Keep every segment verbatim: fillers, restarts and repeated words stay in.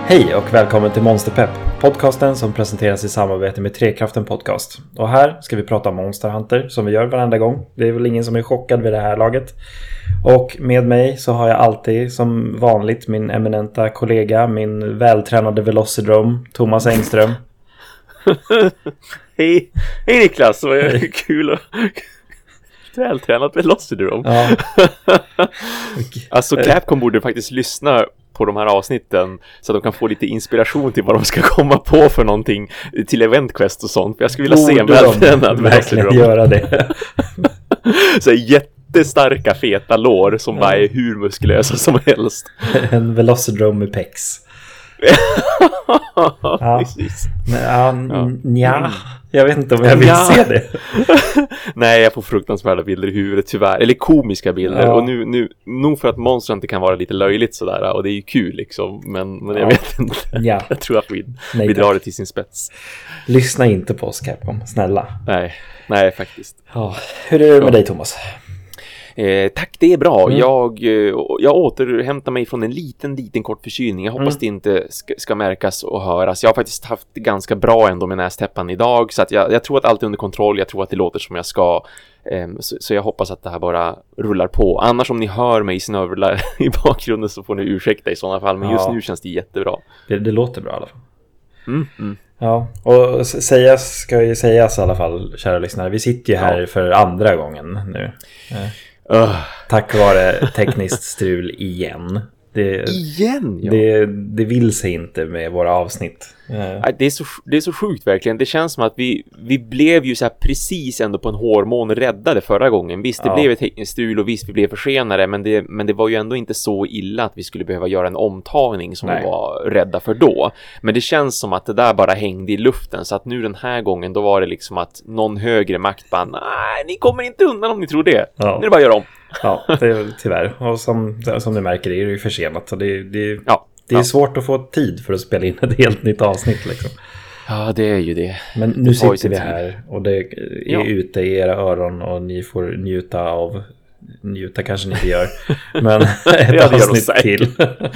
Hej och välkommen till Monsterpepp, podcasten som presenteras i samarbete med Trekraften Podcast. Och här ska vi prata om Monster Hunter som vi gör varenda gång. Det är väl ingen som är chockad vid det här laget. Och med mig så har jag alltid som vanligt min eminenta kollega, min vältränade Velocidrome, Thomas Engström. Hej, hej Niklas, vad är kul och vältränat Velocidrome. Ja. Alltså Capcom borde faktiskt lyssna på de här avsnitten så att de kan få lite inspiration till vad de ska komma på för någonting till EventQuest och sånt. För jag skulle vilja se en vältränad verkligen göra det. Så jättestarka feta lår som ja. bara är hur muskulösa som helst. En Velocidrome med pex. Ja. Precis. Men, ja, ja. Nja, jag vet inte om jag vill ja. se det. Nej, jag får fruktansvärda bilder i huvudet tyvärr. Eller komiska bilder. Ja. Och nu, nu, nog för att Monster inte kan vara lite löjligt sådär. Och det är ju kul liksom. Men, men jag ja. vet inte. Ja. Jag tror att vi, nej, vi drar det till sin spets. Lyssna inte på oss, Capcom, snälla. Nej, nej faktiskt. Ja. Hur är det med ja. dig, Thomas? Eh, tack, det är bra. Mm. Jag, jag återhämtar mig från en liten, liten kort förkylning. Jag hoppas mm. det inte ska, ska märkas och höras. Jag har faktiskt haft det ganska bra ändå med nästäppan idag. Så att jag, jag tror att allt är under kontroll. Jag tror att det låter som jag ska. Eh, så, så jag hoppas att det här bara rullar på. Annars om ni hör mig snövla i bakgrunden så får ni ursäkta i sådana fall. Men just ja. nu känns det jättebra. Det, det låter bra i alla fall. Mm, mm. Ja, och sägas ska ju sägas i alla fall, kära lyssnare. Vi sitter ju här ja. för andra gången nu. Eh. Uh. Tack vare tekniskt strul igen. Det, igen, ja. det, det vill sig inte med våra avsnitt. Uh. Det, är så, det är så sjukt verkligen. Det känns som att vi, vi blev ju så här precis ändå på en hormon räddade förra gången. Visst, det ja. blev ett tekniskt strul och visst, vi blev försenade. Men det, men det var ju ändå inte så illa att vi skulle behöva göra en omtagning som Nej. vi var rädda för då. Men det känns som att det där bara hängde i luften. Så att nu den här gången, då var det liksom att någon högre makt bara, nej, ni kommer inte undan om ni tror det. Ja. Nu är det bara att göra om. Ja, det är tyvärr. Och som, som du märker är det ju försenat. Så det, det, ja, det är ja. svårt att få tid för att spela in ett helt nytt avsnitt liksom. Ja, det är ju det. Men nu det sitter vi här och det är ja. ute i era öron och ni får njuta av, njuta kanske ni inte gör, men ett ja, avsnitt till.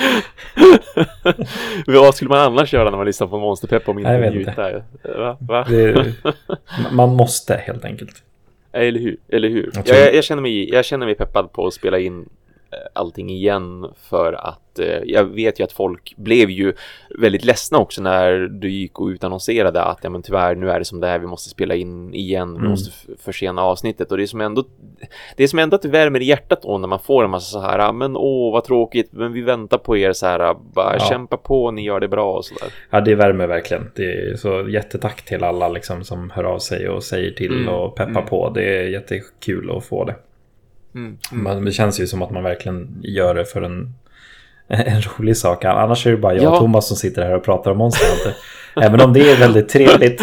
Vad skulle man annars göra när man lyssnar på Monsterpepp om inte njuta? Va? Va? Det, man måste helt enkelt. Eller hur? Eller hur? Jag, jag, jag, känner mig, jag känner mig peppad på att spela in allting igen för att eh, jag vet ju att folk blev ju väldigt ledsna också när du gick och utannonserade att ja, men tyvärr nu är det som det här, vi måste spela in igen, vi mm. måste f- försena avsnittet och det är som ändå det är som ändå att det värmer i hjärtat då när man får en massa så här, men åh vad tråkigt, men vi väntar på er så här, bara ja. kämpa på, ni gör det bra och sådär. Ja, det värmer verkligen. Det är så jättetack till alla liksom som hör av sig och säger till mm. och peppar mm. på. Det är jättekul att få det. Mm, mm. Man, det känns ju som att man verkligen gör det för en, en rolig sak. Annars är det bara jag ja. och Thomas som sitter här och pratar om Monster Hunter. Även om det är väldigt trevligt.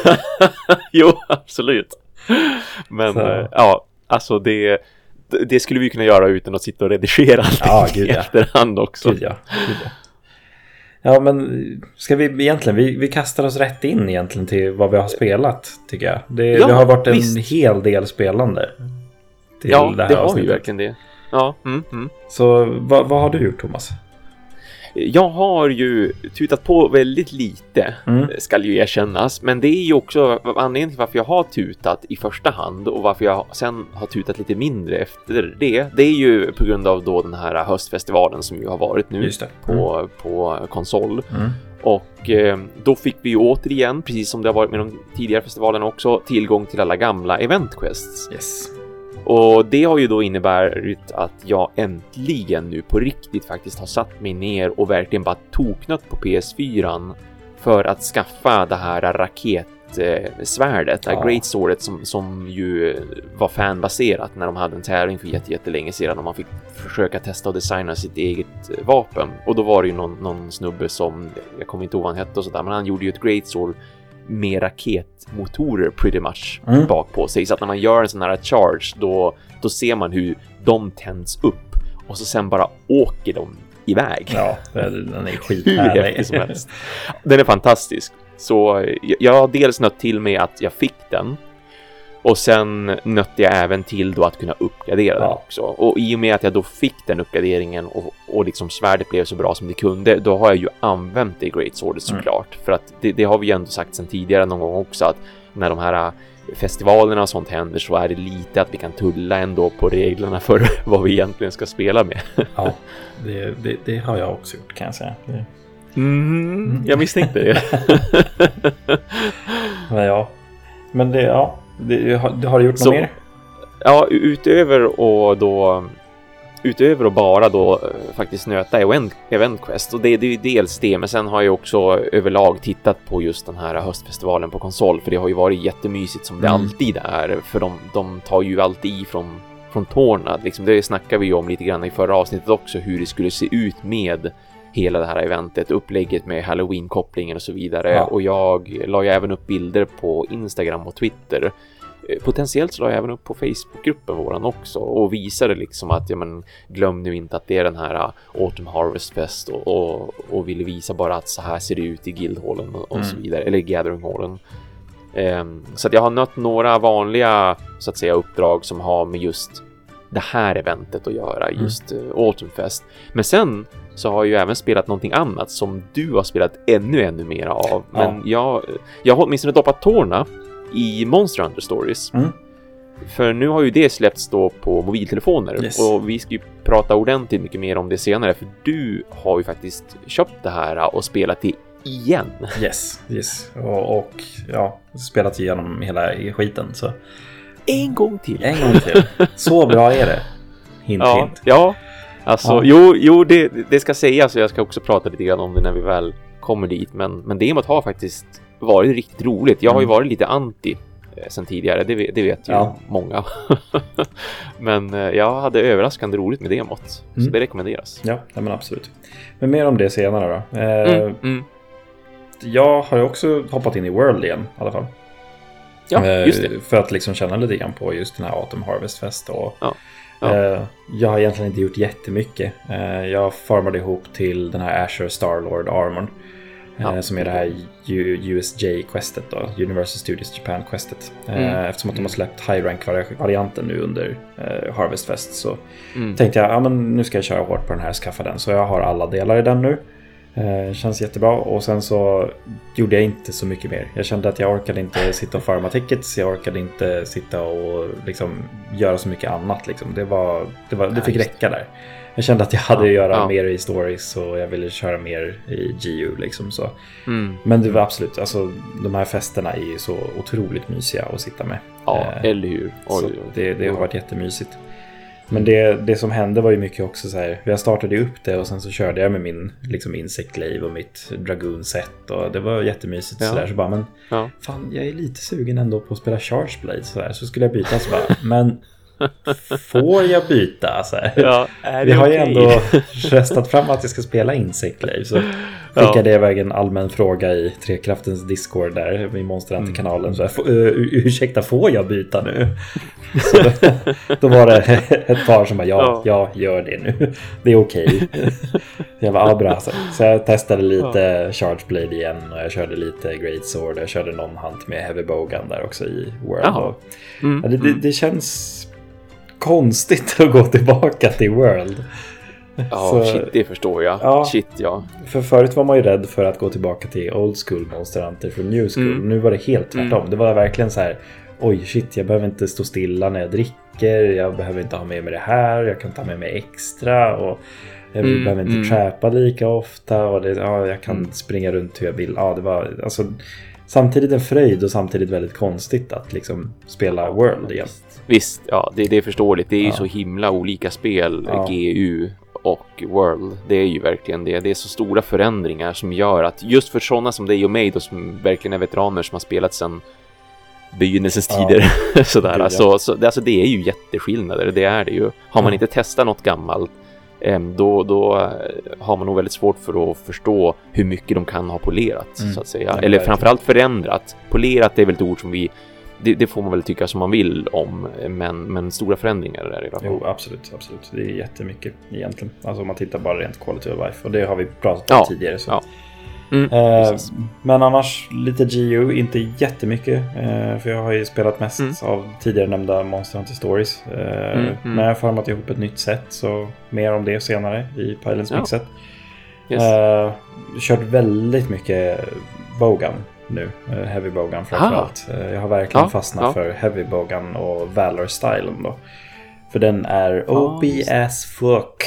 Jo, absolut. Men äh, ja, alltså det, det skulle vi kunna göra utan att sitta och redigera allting ja, gud, ja. i efterhand också. Gud, ja. Gud, ja. Ja, men ska vi egentligen, vi, vi kastar oss rätt in egentligen till vad vi har spelat, tycker jag. Det, ja, det har varit en visst. hel del spelande. Ja, det, det har ju verkligen det. Ja, mm, mm. Så vad, vad har du gjort, Thomas? Jag har ju tutat på väldigt lite, mm. ska ju erkännas. Men det är ju också anledningen till varför jag har tutat i första hand och varför jag sen har tutat lite mindre efter det. Det är ju på grund av då den här höstfestivalen som ju har varit nu mm. på, på konsol. Mm. Och eh, då fick vi ju återigen, precis som det har varit med de tidigare festivalerna också, tillgång till alla gamla EventQuests. Yes. Och det har ju då inneburit att jag äntligen nu på riktigt faktiskt har satt mig ner och verkligen bara toknat på P S fyra för att skaffa det här raketsvärdet, det här ja. Great Swordet som, som ju var fanbaserat när de hade en tävling för jätte, jättelänge sedan och man fick försöka testa och designa sitt eget vapen. Och då var det ju någon, någon snubbe som, jag kommer inte ihåg vad han hette och sådär, men han gjorde ju ett Great Sword med raketmotorer pretty much mm. bak på sig. Så att när man gör en sån här charge då, då ser man hur de tänds upp och så sen bara åker de iväg. Ja, den är skithärlig. som helst. Den är fantastisk. Så jag, jag har dels nött till med att jag fick den Och sen nötte jag även till då att kunna uppgradera ja. den också. Och i och med att jag då fick den uppgraderingen och, och liksom svärdet blev så bra som det kunde, då har jag ju använt det i Great Swordet såklart. Mm. För att det, det har vi ju ändå sagt sedan tidigare någon gång också, att när de här festivalerna och sånt händer så är det lite att vi kan tulla ändå på reglerna för vad vi egentligen ska spela med. Ja, det, det, det har jag också gjort, kan jag säga. Det... Mm, mm. Jag misstänkte det. Men ja, men det, ja, det, har, har du gjort så, något mer? Ja, utöver och då utöver att bara då uh, faktiskt nöta event, event Quest, och det, det är ju dels det, men sen har jag också överlag tittat på just den här höstfestivalen på konsol, för det har ju varit jättemysigt som det mm. alltid är, för de, de tar ju alltid i från, från tårna liksom. Det snackar vi ju om lite grann i förra avsnittet också, hur det skulle se ut med hela det här eventet, upplägget med Halloween-kopplingen och så vidare. Ja. Och jag la ju även upp bilder på Instagram och Twitter. Potentiellt så la jag även upp på Facebookgruppen våran också och visade liksom att, ja men, glöm nu inte att det är den här Autumn Harvest Fest, och, och, och ville visa bara att så här ser det ut i Guildhallen och, och mm. så vidare, eller Gathering-hallen. Um, så att jag har nött några vanliga, så att säga, uppdrag som har med just det här eventet att göra, just mm. uh, Autumn Fest. Men sen så har jag ju även spelat någonting annat som du har spelat ännu, ännu mer av. Men ja. jag, jag har åtminstone doppat tårna i Monster Hunter Stories. Mm. För nu har ju det släppts då på mobiltelefoner. Yes. Och vi ska ju prata ordentligt mycket mer om det senare. För du har ju faktiskt köpt det här och spelat det igen. Yes, yes. Och, och ja, spelat igenom hela skiten. Så. En gång till. En gång till. Så bra är det. Hint, ja, hint. Ja, alltså, ja. jo, jo det, det ska sägas. Jag ska också prata lite grann om det när vi väl kommer dit. Men, men demot har faktiskt varit riktigt roligt. Jag har ju varit lite anti eh, sen tidigare, det, det vet ju ja. många. Men eh, jag hade överraskande roligt med demot, mm. så det rekommenderas. Ja, ja, men absolut. Men mer om det senare då. Eh, mm, mm. Jag har ju också hoppat in i World igen i alla fall. Ja, just det. Eh, för att liksom känna lite grann på just den här Autumn Harvest Fest. Och, ja. Ja. Eh, jag har egentligen inte gjort jättemycket. Eh, jag farmade ihop till den här Azure Starlord Armor. Ja. Som är det här U S J-questet då, Universal Studios Japan-questet. Mm. Eftersom att de har släppt high-rank-varianten nu under eh, Harvest Fest, så mm. tänkte jag, ja men nu ska jag köra hårt på den här, skaffa den. Så jag har alla delar i den nu. Eh, känns jättebra. Och sen så gjorde jag inte så mycket mer. Jag kände att jag orkade inte sitta och farma tickets. Jag orkade inte sitta och liksom göra så mycket annat liksom. Det, var, det, var, det fick räcka där. Jag kände att jag hade att göra ja. mer i stories och jag ville köra mer i G U liksom så. Mm. Men det var absolut, alltså de här festerna är ju så otroligt mysiga att sitta med. Ja, eh, eller hur? Så det, det har varit jättemysigt. Men det, det som hände var ju mycket också så här, jag startade upp det och sen så körde jag med min liksom Insect Glaive och mitt Dragoon set och det var jättemysigt ja. sådär, så bara, men ja. fan, jag är lite sugen ändå på att spela Charge Blade sådär, så skulle jag byta så bara, men får jag byta så här? Ja, vi har ju ändå röstat fram att jag ska spela Insect Glaive, så skickade jag iväg en allmän fråga i Trekraftens Discord där i Monster Hunter-kanalen, så här, uh, ursäkta, får jag byta nu? Så då, då var det ett par som bara, ja, ja, gör det nu, det är okej. Jag var bra, så. så jag testade lite Charge Blade igen och jag körde lite Great Sword, jag körde någon hunt med Heavy Bowgun där också i World. Och, mm, ja, det, det, det känns konstigt att gå tillbaka till World. Ja, så, shit, det förstår jag. Ja, shit, ja. För förut var man ju rädd för att gå tillbaka till Old School Monster Hunter från New School. Mm. Nu var det helt tvärtom. Mm. Det var verkligen så här, oj shit, jag behöver inte stå stilla när jag dricker. Jag behöver inte ha med mig det här. Jag kan ta med mig extra. Och jag mm. behöver inte mm. trappa lika ofta. Och det, ja, jag kan mm. springa runt hur jag vill. Ja, det var alltså samtidigt en fröjd och samtidigt väldigt konstigt att liksom spela World igen. Visst, ja, det, det är förståeligt. Det är ja. ju så himla olika spel, ja. G U och World. Det är ju verkligen det. Det är så stora förändringar som gör att just för sådana som dig och mig då, som verkligen är veteraner som har spelat sedan begynnelsens tider, ja. sådär. Gud, ja. så, så det, alltså, det är ju jätteskillnader, det är det ju. Har man inte testat något gammalt, Då, då har man nog väldigt svårt för att förstå hur mycket de kan ha polerat, mm. så att säga. Eller framförallt förändrat. Polerat är väl ett ord som vi, det, det får man väl tycka som man vill om, men, men stora förändringar är det i alla fall. Jo, absolut, absolut. Det är jättemycket egentligen. Alltså om man tittar bara rent quality of life, och det har vi pratat om ja. tidigare. Så. Ja. Mm, eh, men annars lite G U, inte jättemycket. Eh, för jag har ju spelat mest mm. av tidigare nämnda Monster Hunter Stories. Eh, mm, mm. Men jag har format ihop ett nytt set, så mer om det senare i Pylons ja. Mixet. Yes. Eh, kört väldigt mycket Bogan nu, eh, Heavy Bogan framförallt. Eh, jag har verkligen ja, fastnat ja. för Heavy Bogan och Valor-stylen då. För den är O P oh, as fuck.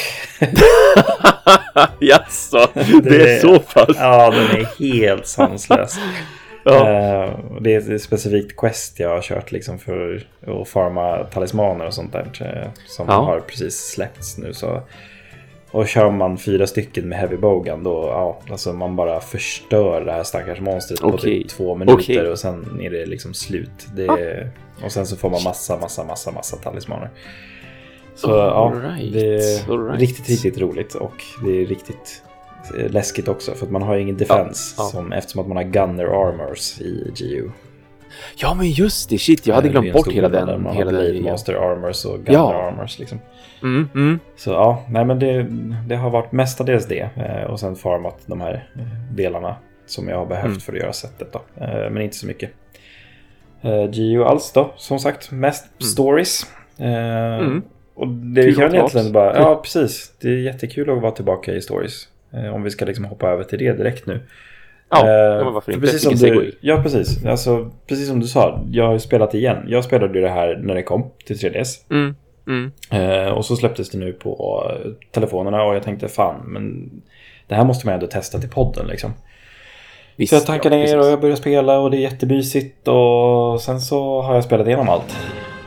Jaså, det, det är så pass. Ja, den är helt sanslös. ja. uh, det är ett specifikt quest jag har kört liksom för att farma talismaner och sånt där som ja. har precis släppts nu. Så. Och kör man fyra stycken med Heavy Bogan då, ja, alltså man bara förstör det här stackars monstret okay. på typ två minuter okay. och sen är det liksom slut. Det är, ah. Och sen så får man massa, massa, massa, massa talismaner. Så oh, ja, right. det är right. riktigt, riktigt roligt och det är riktigt läskigt också för att man har ju ingen defense ja, ja. Som, eftersom att man har gunner armors i G U. Ja, men just det, shit, jag hade glömt bort hela den. Man hela har Blade Master armors och gunner ja. armors liksom. Mm, mm. Så ja, nej men det, det har varit mestadels det och sen farmat de här delarna som jag har behövt mm. för att göra sättet då. Men inte så mycket. G U alls då, som sagt, mest mm. stories. Mm. Och det kul kan egentligen bara, ja precis, det är jättekul att vara tillbaka i stories. Eh, om vi ska liksom hoppa över till det direkt nu. Ja, eh, men varför inte? Precis som du, ja precis, alltså, precis som du sa, jag har spelat igen. Jag spelade ju det här när det kom till tre D S. Mm, mm. Eh, och så släpptes det nu på telefonerna och jag tänkte fan, men det här måste man ändå testa till podden liksom. Visst, så jag tankade ja, ner och jag började spela och det är jättemysigt och sen så har jag spelat igenom allt.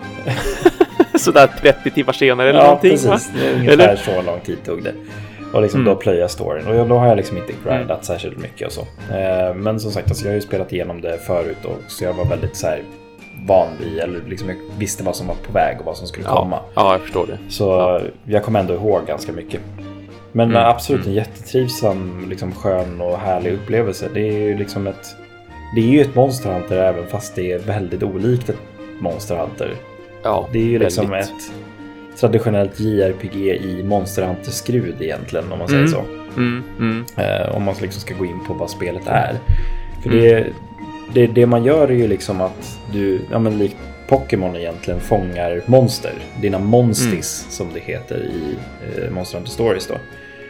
Sådär trettio timmar senare eller ja, någonting. Ja, precis. Det är ungefär eller? Så lång tid tog det. Och liksom mm. då plöja storyn. Och då har jag liksom inte grindat mm. särskilt mycket och så. Eh, men som sagt, alltså, jag har ju spelat igenom det förut. Och, så jag var väldigt så här van vid, eller liksom jag visste vad som var på väg och vad som skulle ja. komma. Ja, jag förstår det. Så ja. jag kom ändå ihåg ganska mycket. Men mm. absolut en jättetrivsam, liksom skön och härlig upplevelse. Det är ju liksom ett, det är ju ett Monster Hunter även fast det är väldigt olikt ett Monster Hunter. Ja, det är ju liksom väldigt. Ett traditionellt J R P G i Monster Hunter-skrud egentligen, om man säger mm. så. Mm. Mm. Eh, om man liksom ska gå in på vad spelet är. För mm. det, det, det man gör är ju liksom att du, ja men likt Pokémon egentligen, fångar monster. Dina monstis, mm. som det heter i eh, Monster Hunter Stories då.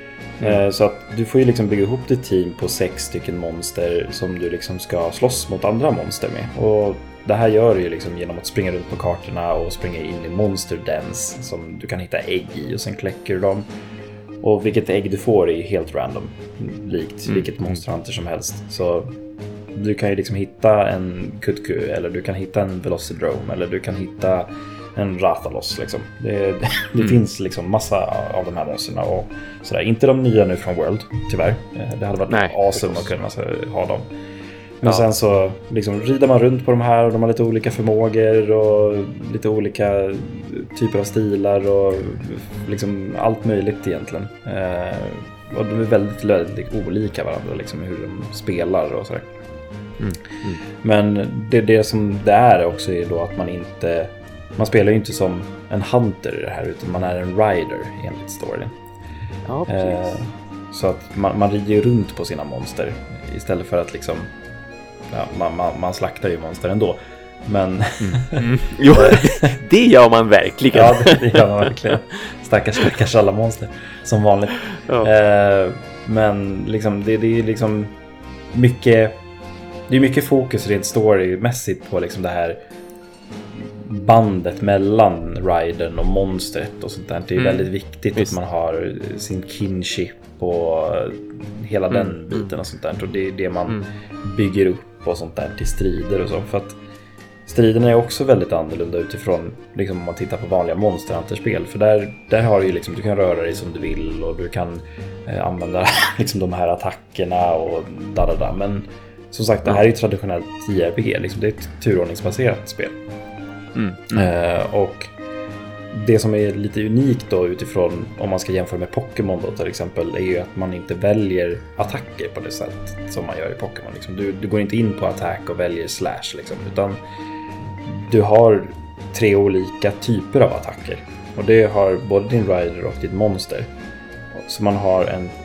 Mm. Eh, så att du får ju liksom bygga ihop ditt team på sex stycken monster som du liksom ska slåss mot andra monster med. Och det här gör du ju liksom genom att springa runt på kartorna och springa in i monster dens som du kan hitta ägg i och sen kläcker du dem. Och vilket ägg du får är helt random, likt mm. vilket Monster Hunter som helst. Så du kan ju liksom hitta en Kutku eller du kan hitta en Velocidrome eller du kan hitta en Rathalos liksom. Det, det, det mm. finns liksom massa av de här monsterna och sådär. Inte de nya nu från World, tyvärr. Det hade varit Nej, awesome att kunna alltså, ha dem. Men ja. sen så liksom rider man runt på de här och de har lite olika förmågor och lite olika typer av stilar och liksom allt möjligt egentligen. Eh, och de är väldigt, väldigt olika varandra liksom hur de spelar och sådär. Mm. Mm. Men det, det som det är också är då att man inte, man spelar ju inte som en hunter i det här utan man är en rider enligt storyn. Ja, precis. Eh, så att man, man rider ju runt på sina monster istället för att liksom ja, man, man, man slaktar ju monster ändå. Men mm. Mm. Jo, det gör man verkligen. Ja, det, det gör man verkligen. Stackars, stackars alla monster som vanligt. Ja. Eh, men liksom det, det är liksom mycket, det är mycket fokus rent storymässigt på liksom det här bandet mellan ridern och monstret och sånt där. Det är mm. väldigt viktigt Visst. att man har sin kinship och hela mm. den biten och sånt där. Och det är det man mm. bygger upp och sånt där till strider och så. För att striderna är också väldigt annorlunda utifrån liksom om man tittar på vanliga Monster Hunter-spel. För där, där har du ju liksom, du kan röra dig som du vill och du kan eh, använda liksom de här attackerna och da da da. Men som sagt, det här är ju traditionellt J R P G. Liksom, det är ett turordningsbaserat spel. Mm. Mm. Eh, och det som är lite unikt då utifrån om man ska jämföra med Pokémon då till exempel är ju att man inte väljer attacker på det sätt som man gör i Pokémon. Liksom. Du, du går inte in på attack och väljer slash liksom, utan du har tre olika typer av attacker. Och det har både din rider och ditt monster. Så man har en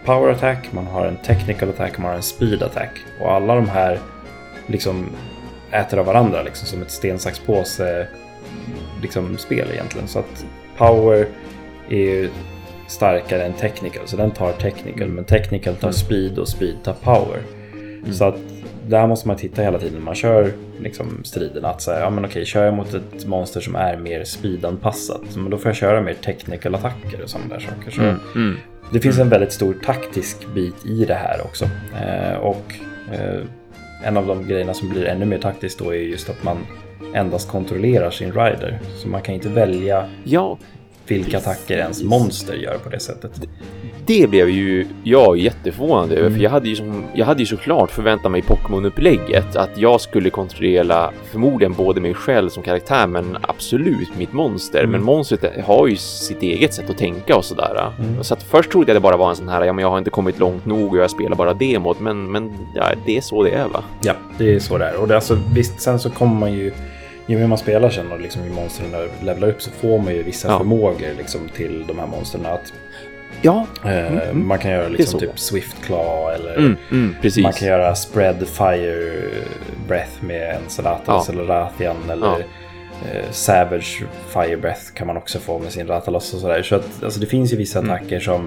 power attack, man har en technical attack, man har en speed attack. Och alla de här liksom äter av varandra liksom, som ett sten-sax-påse liksom spel egentligen. Så att power är ju starkare än technical, så den tar technical, men technical tar speed och speed tar power. Mm. Så att där måste man titta hela tiden när man kör liksom striden, att säga, ja men okej, kör jag mot ett monster som är mer speedanpassat, men då får jag köra mer technical attacker och sådana där saker. Så mm. Mm. det finns en väldigt stor taktisk bit i det här också. Eh, och eh, en av de grejerna som blir ännu mer taktiskt då är just att man endast kontrollerar sin rider. Så man kan inte välja ja, vilka attacker ens monster gör på det sättet. Det blev ju jag jätteförvånad över, mm. för jag hade ju som, jag hade ju såklart förväntat mig i Pokémon-upplägget att jag skulle kontrollera förmodligen både mig själv som karaktär, men absolut mitt monster. Mm. Men monstret har ju sitt eget sätt att tänka och sådär. Mm. Så att först trodde jag det bara var en sån här, ja men jag har inte kommit långt nog och jag spelar bara demot, men, men ja, det är så det är, va? Ja, det är så det är. Och det, alltså, visst, sen så kommer man ju, ju mer man spelar sen och liksom hur monstren levlar upp, så får man ju vissa ja. förmågor liksom till de här monstren att ja. Mm, mm. Man kan göra liksom typ Swift Claw eller mm, mm, man kan göra Spread Fire Breath med en Salatos ja. eller Rathian eller ja. eh, Savage Fire Breath kan man också få med sin Rathalos och sådär. Så att, alltså, det finns ju vissa mm. attacker som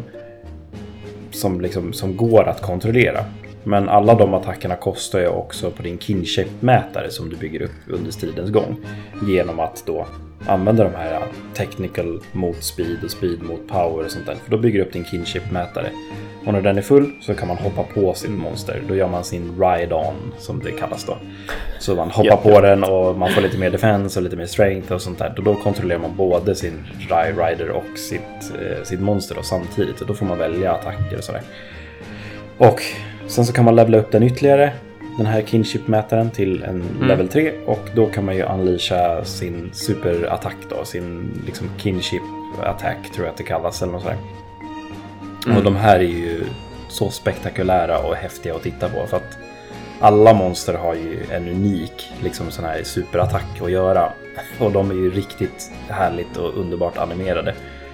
som, liksom, som går att kontrollera. Men alla de attackerna kostar ju också på din kinship-mätare som du bygger upp under stridens gång. Genom att då använda de här technical mot speed och speed mot power och sånt där. För då bygger du upp din kinship-mätare. Och när den är full så kan man hoppa på sin monster. Då gör man sin ride-on som det kallas då. Så man hoppar yeah. på den och man får lite mer defense och lite mer strength och sånt där. Och då kontrollerar man både sin rider och sitt, eh, sitt monster då samtidigt. Och då får man välja attacker och sådär. Och sen så kan man levela upp den ytterligare, den här kinship-mätaren, till en mm. level tre. Och då kan man ju unleasha sin superattack då, sin liksom kinship-attack tror jag att det kallas eller något sådär. Mm. Och de här är ju så spektakulära och häftiga att titta på, för att alla monster har ju en unik liksom sån här superattack att göra. Och de är ju riktigt härligt och underbart animerade.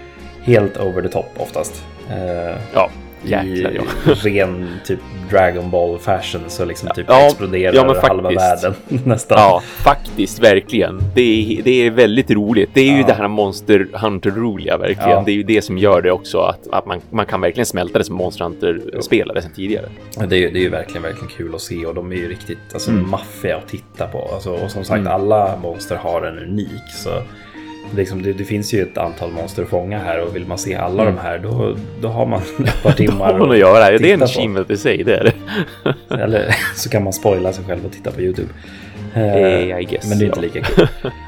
Helt over the top oftast. Uh, ja. Jäklar, i ja. ren typ Dragon Ball fashion, så liksom typ ja, exploderar ja, halva världen nästan. Ja, faktiskt, verkligen. Det är, det är väldigt roligt. Det är ja. ju det här Monster Hunter-roliga, verkligen. Ja. Det är ju det som gör det också, att, att man, man kan verkligen smälta det som Monster Hunter-spelare sedan tidigare. Ja, det, är, det är ju verkligen, verkligen kul att se, och de är ju riktigt alltså, mm. maffiga att titta på. Alltså, och som sagt, mm. alla monster har en unik, så liksom, det, det finns ju ett antal monster att fånga här, och vill man se alla mm. de här då, då har man ett par timmar att göra. Det är en achievement i sig, det är det. Eller så kan man spoila sig själv och titta på YouTube. Hey, I guess, Men det är inte lika kul.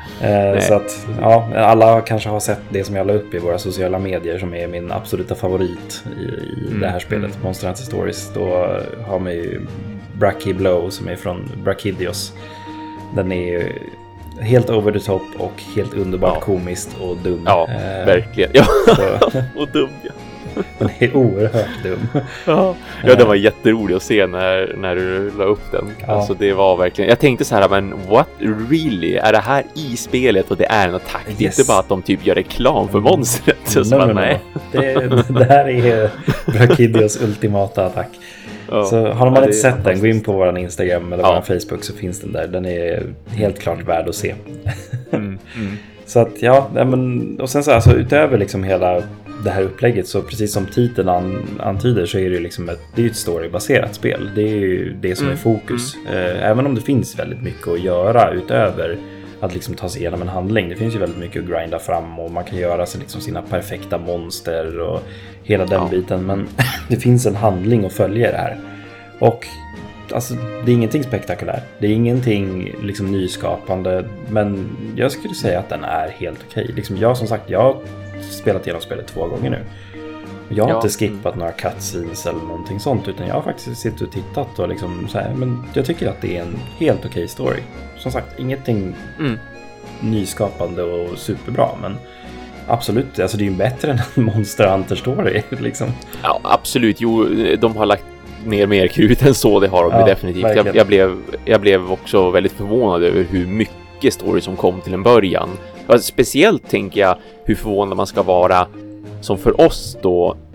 Så att, ja, alla kanske har sett det som jag la upp i våra sociala medier, som är min absoluta favorit i, i mm. det här spelet, mm. Monster Hunter Stories. Då har man ju Brachy Blow som är från Brachydios. Den är ju helt over the top och helt underbart ja. komiskt och dum. Ja, eh, verkligen. Ja. Och dum, ja. Den är oerhört dum. Ja, ja, den var jätterolig att se när, när du la upp den. Ja. Alltså det var verkligen, jag tänkte så här, men what really? Är det här i spelet och det är en attack? Yes. Det är inte bara att de typ gör reklam för monstret. Så no, man, no, no. Nej. Det, det här är Brachydios ultimata attack. Ja, så har man ja, inte sett den, gå in på vår Instagram eller ja. vår Facebook, så finns den där. Den är helt klart värd att se. Mm, mm. Så att ja, men, och sen så alltså, utöver liksom hela det här upplägget, så precis som titeln an, antyder, så är det ju liksom ett, det är ett storybaserat spel. Det är ju det som mm, är fokus. Mm. Även om det finns väldigt mycket att göra utöver att liksom ta sig igenom en handling. Det finns ju väldigt mycket att grinda fram, och man kan göra sig liksom sina perfekta monster och hela den ja. biten. Men det finns en handling att följa det här. Och alltså, det är ingenting spektakulärt. Det är ingenting liksom nyskapande. Men jag skulle säga att den är helt okej. Liksom jag som sagt, jag har spelat igenom spelet två gånger nu. Jag har ja. inte skippat några cutscenes eller någonting sånt, utan jag har faktiskt suttit och tittat och liksom så här, men jag tycker att det är en helt okej story. Som sagt, ingenting mm. nyskapande och superbra, men absolut, alltså det är ju bättre än en Monster Hunter story liksom. Ja, absolut. Jo, de har lagt ner mer krut än så, det har de ja, definitivt. Jag, jag, blev, jag blev också väldigt förvånad över hur mycket story som kom till en början. Speciellt tänker jag hur förvånad man ska vara, som för oss då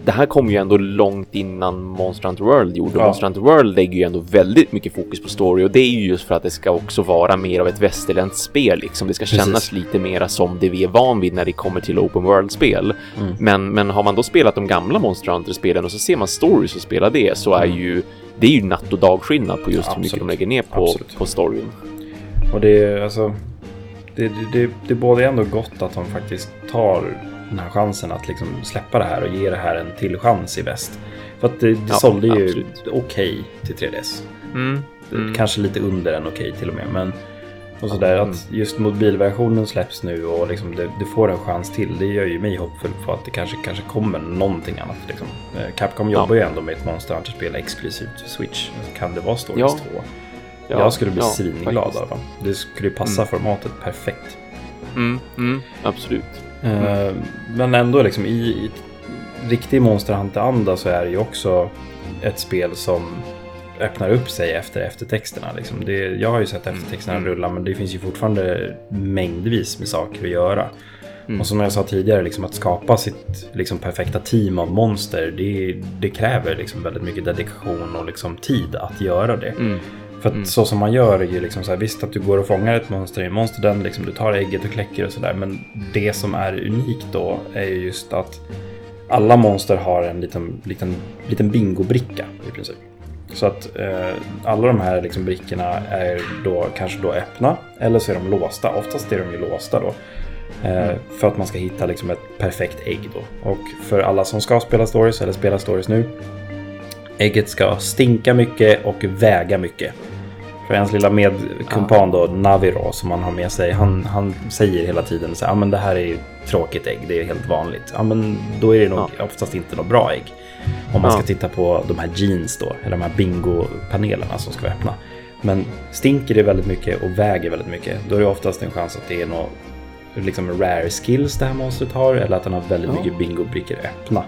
det här kom ju ändå långt innan Monster Hunter World gjorde. Ja. Monster Hunter World lägger ju ändå väldigt mycket fokus på story, och det är ju just för att det ska också vara mer av ett västerländskt spel liksom. Det ska kännas Precis. lite mer som det vi är van vid när det kommer till open world-spel. Mm. Men, men har man då spelat de gamla Monster Hunter-spelen och så ser man stories och spelar det, så är ju det är ju natt och dagskillnad på just ja, hur mycket de lägger ner på, på storyn. Och det är alltså det, det, det, det är både ändå gott att de faktiskt tar den här chansen att liksom släppa det här och ge det här en till chans i väst. För att det, det ja, sålde ju okej okay till tre D S. Mm. Mm. Kanske lite under en okej okay till och med. Men och så där, mm. att just mobilversionen släpps nu och liksom det, det får en chans till. Det gör ju mig hoppfull på att det kanske, kanske kommer någonting annat. Liksom. Capcom jobbar ja. ju ändå med ett Monster Hunter-spel exklusivt för Switch. Kan det vara Stories ja. två? Ja. Jag skulle bli ja, svinglad av det. Det skulle passa mm. formatet perfekt. Mm. Mm. Absolut. Mm. Men ändå liksom i, i riktig Monster Hunter-anda så är det ju också ett spel som öppnar upp sig efter eftertexterna. Liksom. Det, jag har ju sett eftertexterna mm. rulla, men det finns ju fortfarande mängdvis med saker att göra. Mm. Och som jag sa tidigare, liksom, att skapa sitt liksom, perfekta team av monster, det, det kräver liksom, väldigt mycket dedikation och liksom, tid att göra det. Mm. För att mm. så som man gör är ju liksom så här, visst att du går och fångar ett monster i en monster den, liksom, du tar ägget och kläcker och sådär, men det som är unikt då är ju just att alla monster har en liten, liten, liten bingo-bricka i princip. Så att eh, alla de här liksom, brickorna är då kanske då öppna eller så är de låsta. Oftast är de ju låsta då. Eh, mm. För att man ska hitta liksom, ett perfekt ägg då. Och för alla som ska spela stories eller spela stories nu, ägget ska stinka mycket och väga mycket. För ens lilla medkumpan då, Naviro, som man har med sig, han, han säger hela tiden så, ja men det här är ju tråkigt ägg, det är helt vanligt. Ja men då är det nog ja. oftast inte något bra ägg. Om man ska ja. titta på de här jeans då, eller de här bingo-panelerna som ska vara öppna. Men stinker det väldigt mycket och väger väldigt mycket, då är det oftast en chans att det är något liksom rare skills det här monstret har, eller att han har väldigt ja. mycket bingo-brickor öppna.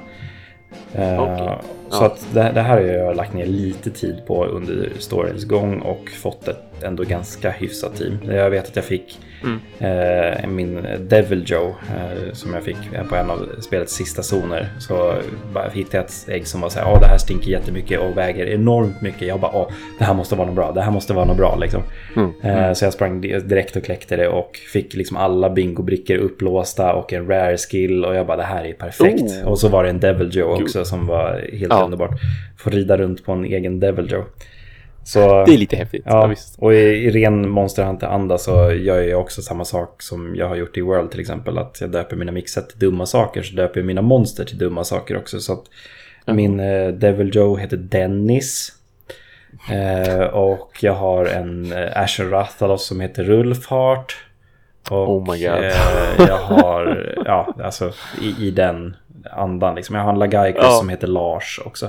Uh, okay. Så ja. att det, det här har jag lagt ner lite tid på under storyns gång och fått ett ändå ganska hyfsat team. Jag vet att jag fick mm. uh, min Devil Joe uh, som jag fick på en av spelets sista zoner. Så bara hittade jag ett ägg som var så här, åh det här stinker jättemycket och väger enormt mycket. Jag bara, åh det här måste vara något bra, det här måste vara något bra liksom. Mm. Uh, så jag sprang direkt och kläckte det och fick liksom alla bingo-brickor upplåsta och en rare skill och jag bara, det här är perfekt. Oh. Och så var det en Devil Joe också som var helt ja. underbart. Få rida runt på en egen Devil Joe. Så, det är lite häftigt. Ja, ja, visst. Och i, i ren Monster Hunter-anda så gör jag också samma sak som jag har gjort i World till exempel. Att jag döper mina mixet till dumma saker, så döper jag mina monster till dumma saker också. Så att mm. min eh, Devil Joe heter Dennis. Eh, och jag har en eh, Asher Rathalos som heter Rulfhart. Och oh my God. eh, jag har, ja, alltså i, i den andan liksom. Jag har en Lagaikus ja. som heter Lars också.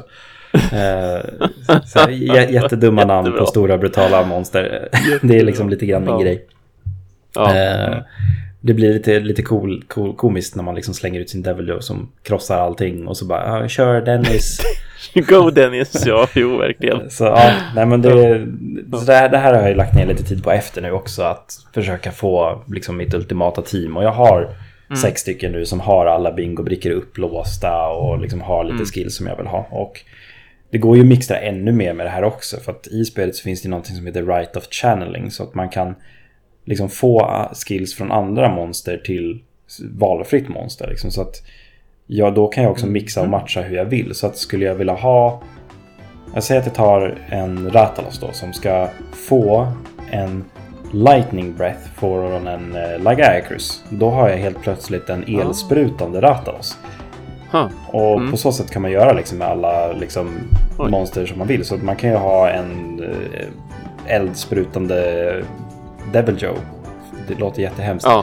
Eh, så här, j- jättedumma namn Jättebra. på stora brutala monster. Det är liksom lite grann min ja. grej. Ja. Eh, det blir lite, lite cool, cool, komiskt när man liksom slänger ut sin Devil Joe som krossar allting och så bara, kör Dennis. Go Dennis, ja, jo verkligen. Så ja, nej men det, så det, här, det här har jag lagt ner lite tid på efter nu också, att försöka få liksom mitt ultimata team. Och jag har mm. sex stycken nu som har alla bingo-brickor upplåsta och liksom har lite mm. skills som jag vill ha. Och det går ju att mixa ännu mer med det här också, för att i spelet så finns det någonting som heter Right of Channeling, så att man kan liksom få skills från andra monster till valfritt monster liksom, så att ja, då kan jag också mixa och matcha hur jag vill. Så att skulle jag vilja ha, jag säger att jag tar en Rathalos då som ska få en Lightning Breath från en uh, Lagaikus, då har jag helt plötsligt en elsprutande Rathalos. Huh. Och mm. på så sätt kan man göra liksom med alla liksom, monster som man vill. Så man kan ju ha en uh, eldsprutande Devil Joe. Det låter jättehemskt. Ja.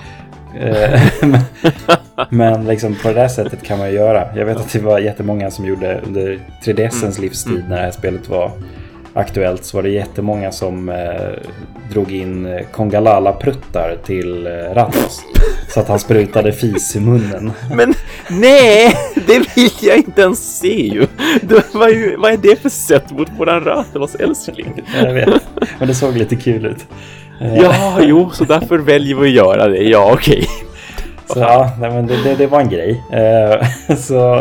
men, men liksom på det där sättet kan man göra. Jag vet att det var jättemånga som gjorde under tre D S:ens mm. livstid mm. när det här spelet var aktuellt, så var det jättemånga som eh, drog in Kongalala-pruttar till eh, Rathalos så att han sprutade fis i munnen. Men nej, det vill jag inte ens se ju. Det var ju vad är det för sätt mot våran Rathalos älskling? Jag vet, men det såg lite kul ut. Ja, jo, så därför väljer vi att göra det. Ja, okej. Okay. Så ja, nej, men det, det, det var en grej. Eh, så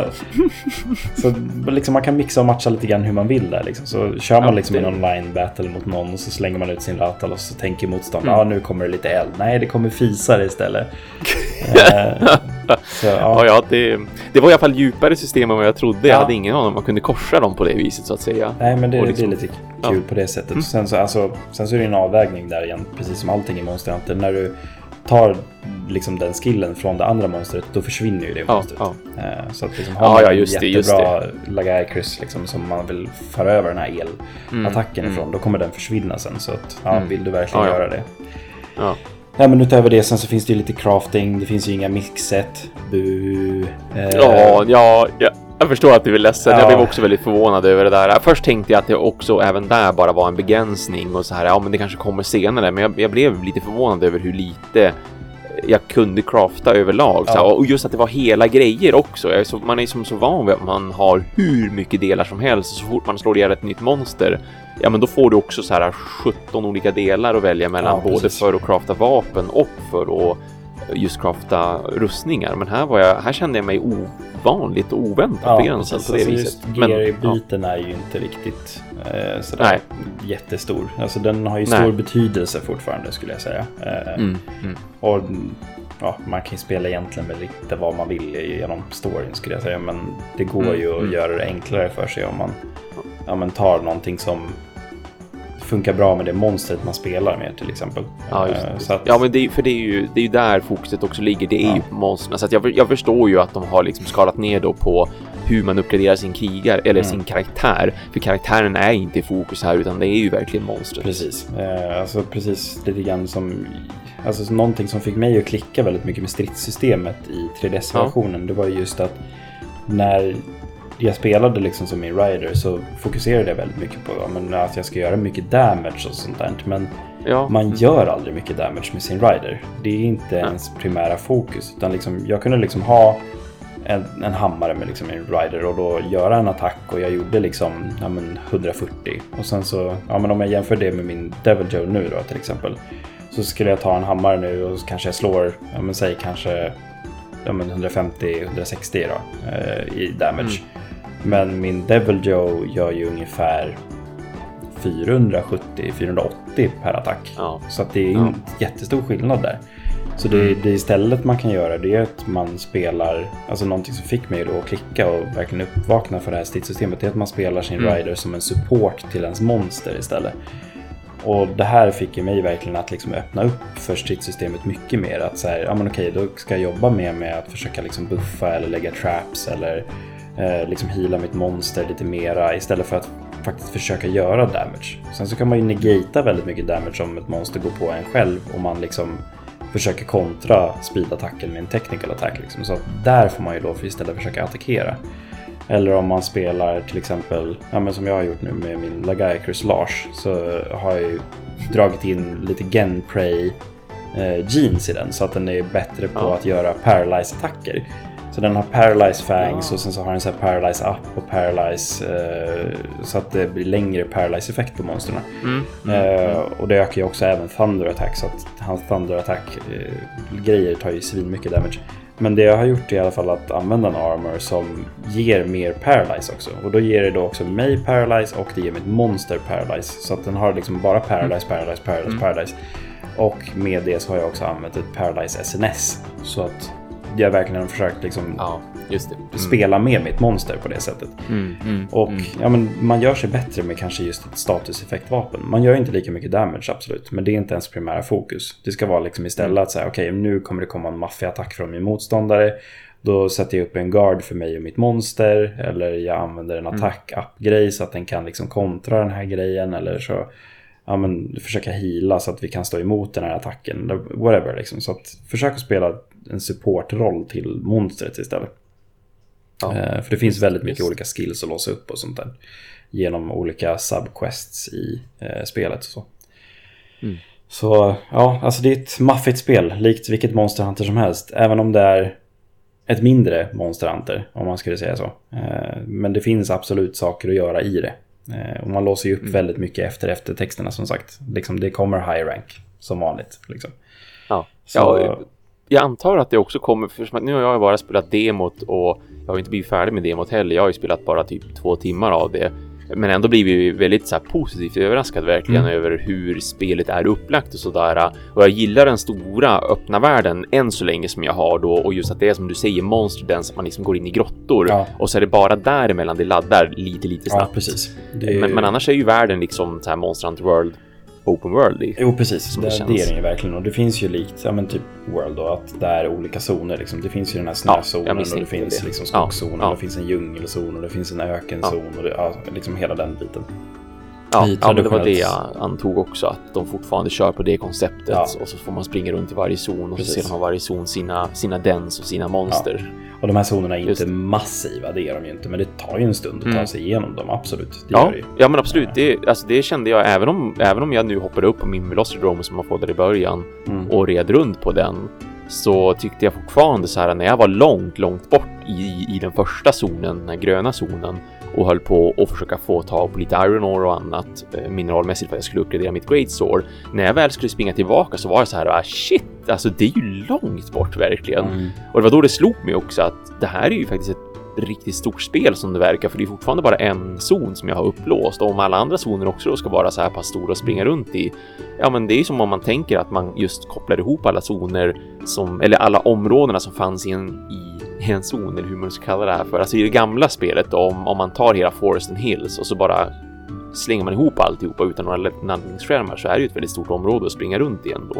så liksom man kan mixa och matcha lite grann hur man vill där. Liksom. Så kör man liksom en online battle mot någon och så slänger man ut sin ratal och så tänker motståndaren, ja mm. ah, nu kommer det lite eld. Nej, det kommer fisar istället. eh, så, ja. Ja, ja, det, det var i alla fall djupare system än vad jag trodde. Ja. Jag hade ingen aning om man kunde korsa dem på det viset så att säga. Nej, men det, liksom, det är lite kul ja. på det sättet. Mm. Sen, så, alltså, sen så är det en avvägning där igen, precis som allting i Monster Hunter. När du tar liksom den skillen från det andra monstret, då försvinner ju det ja, monstret. Ja. Så att liksom har man ja, ja, just en det, jättebra Lagiacrus liksom, som man vill föra över den här elattacken mm. ifrån, då kommer den försvinna sen. Så att, ja, vill du verkligen ja, ja. göra det? Ja. Ja, men utöver det sen så finns det ju lite crafting, det finns ju inga mixet. Bu. Eh. Ja, ja, ja. Jag förstår att du är ledsen. Ja. Jag blev också väldigt förvånad över det där. Först tänkte jag att det också även där bara var en begränsning och så här, ja men det kanske kommer senare. Men jag, jag blev lite förvånad över hur lite jag kunde crafta överlag. Ja. Så här, och just att det var hela grejer också. Jag är så, man är som så van vid att man har hur mycket delar som helst. Så fort man slår ihjäl ett nytt monster, ja men då får du också så här sjutton olika delar att välja mellan. Ja, både för att crafta vapen och för att just crafta rustningar. Men här var jag, här kände jag mig ovanligt och oväntat ja, begränsad på det alltså viset. Just gear-biten ja. är ju inte riktigt eh, sådär Nej. jättestor. Alltså den har ju stor Nej. betydelse fortfarande skulle jag säga. Eh, mm, mm. Och ja, man kan ju spela egentligen med lite vad man vill genom storyn skulle jag säga. Men det går mm, ju att mm. göra det enklare för sig om man, ja, man tar någonting som funkar bra med det monstret man spelar med till exempel. Ja, just det. Så att... ja men det, för det är ju det är ju där fokuset också ligger. Det är ja. ju på monstren. Så att jag, jag förstår ju att de har liksom skalat ner då på hur man uppgraderar sin krigare eller mm. sin karaktär. För karaktären är inte i fokus här utan det är ju verkligen monstret. Precis. Eh, alltså precis lite grann som alltså någonting som fick mig att klicka väldigt mycket med stridssystemet i tre D S-versionen. Ja. Det var just att när jag spelade liksom som min rider så fokuserade jag väldigt mycket på ja, men att jag ska göra mycket damage och sånt där. Men ja. man gör aldrig mycket damage med sin rider. Det är inte ja. ens primära fokus. Utan liksom, jag kunde liksom ha en, en hammare med liksom en rider och då göra en attack och jag gjorde liksom ja, men hundrafyrtio. Och sen så, ja men om jag jämför det med min Devil Joe nu då till exempel. Så skulle jag ta en hammare nu och så kanske jag slår, ja men säg kanske ja, men hundrafemtio till hundrasextio då eh, i damage. Mm. Men min Devil Joe gör ju ungefär fyrahundrasjuttio till fyrahundraåttio per attack. Ja. Så att det är en ja. jättestor skillnad där. Så det, det istället man kan göra det är att man spelar, alltså någonting som fick mig då att klicka och verkligen uppvakna för det här stridssystemet är att man spelar sin mm. rider som en support till ens monster istället. Och det här fick ju mig verkligen att liksom öppna upp för stridssystemet mycket mer. Att så här, ja men okej, då ska jag jobba mer med att försöka liksom buffa eller lägga traps eller eh, liksom heala mitt monster lite mera istället för att faktiskt försöka göra damage. Sen så kan man ju negata väldigt mycket damage om ett monster går på en själv och man liksom försöker kontra speed-attacken med en technical attack liksom. Så att där får man ju då för istället försöka attackera. Eller om man spelar till exempel, ja, men som jag har gjort nu med min Lagiacrus Lars, så har jag ju dragit in lite Genprey eh, genes i den så att den är bättre på ja. att göra paralyze-attacker. Så den har paralyze fangs ja. och sen så har den så här paralyze up och paralyze eh, så att det blir längre paralyze-effekt på monsterna. Mm. Mm. Eh, och det ökar ju också även thunder attack så att hans thunder attack eh, grejer tar ju svin mycket damage. Men det jag har gjort är i alla fall att använda en armor som ger mer paralyze också. Och då ger det då också mig paralyze och det ger mitt monster paralyze. Så att den har liksom bara paralyze, paralyze, paralyze, mm. paralyze. Och med det så har jag också använt ett paralyze S N S. Så att jag verkligen har försökt liksom ja, just det. Mm. spela med mitt monster på det sättet. Mm, mm, och mm. ja, men man gör sig bättre med kanske just ett statuseffektvapen. Man gör inte lika mycket damage, absolut. Men det är inte ens primära fokus. Det ska vara liksom istället mm. att säga, okej, okay, nu kommer det komma en maffia-attack från min motståndare. Då sätter jag upp en guard för mig och mitt monster. Eller jag använder en attack-up-grej så att den kan liksom kontra den här grejen. Eller så ja, men försöka heala så att vi kan stå emot den här attacken. Whatever liksom. Så att försöka spela en supportroll till monstret istället. Ja, eh, för det finns väldigt mycket just. olika skills att låsa upp och sånt där. Genom olika subquests i eh, spelet och så. Mm. Så ja, alltså det är ett maffigt spel. Likt vilket Monster Hunter som helst. Även om det är ett mindre Monster Hunter, om man skulle säga så. Eh, men det finns absolut saker att göra i det. Eh, och man låser ju upp mm. väldigt mycket efter eftertexterna som sagt. Liksom, det kommer high rank som vanligt. Liksom. Ja, så, ja jag antar att det också kommer, för nu har jag bara spelat demot och jag har inte blivit färdig med demot heller. Jag har ju spelat bara typ två timmar av det. Men ändå blir vi väldigt så här positivt överraskade verkligen mm. över hur spelet är upplagt och sådär. Och jag gillar den stora öppna världen än så länge som jag har då. Och just att det är som du säger, Monster Dance, att man liksom går in i grottor. Ja. Och så är det bara däremellan det laddar lite, lite snabbt. Ja, precis. Är... Men, men annars är ju världen liksom så här Monster Hunter World open world i. Jo, precis. Det, det, det är det ju verkligen. Och det finns ju likt, ja men typ World då, att det är olika zoner liksom. Det finns ju den här snözonen ja, och det finns det. liksom skogszonen ja, ja. och det finns en djungelzon och det finns en ökenzon ja. och det, ja, liksom hela den biten. Ja, ja men det var det jag antog också, att de fortfarande kör på det konceptet ja. och så får man springa runt i varje zon och Precis. så ser man varje zon sina, sina dens och sina monster. Ja. Och de här zonerna är Just. inte massiva, det är de ju inte, men det tar ju en stund att mm. ta sig igenom dem, absolut. Det ja. gör det ju. Ja, men absolut. Det, alltså, det kände jag, även om, även om jag nu hoppade upp på min Velocidrome som man fått där i början mm. och red runt på den, så tyckte jag fortfarande så här när jag var långt, långt bort i, i den första zonen, den här gröna zonen, och höll på att försöka få tag på lite iron ore och annat eh, mineralmässigt för att jag skulle uppgradera mitt great sword. När jag väl skulle springa tillbaka så var jag så här, ah, shit, alltså det är ju långt bort verkligen. Mm. Och det var då det slog mig också att det här är ju faktiskt ett riktigt stort spel som det verkar, för det är fortfarande bara en zon som jag har upplåst, och om alla andra zoner också då ska vara så här pass stora att springa runt i, ja men det är ju som om man tänker att man just kopplar ihop alla zoner som, eller alla områdena som fanns i en, i en zon, eller hur man ska kalla det här för. Alltså i det gamla spelet, om, om man tar hela Forest and Hills och så bara slänger man ihop alltihopa utan några landningsskärmar, så är det ju ett väldigt stort område att springa runt i ändå.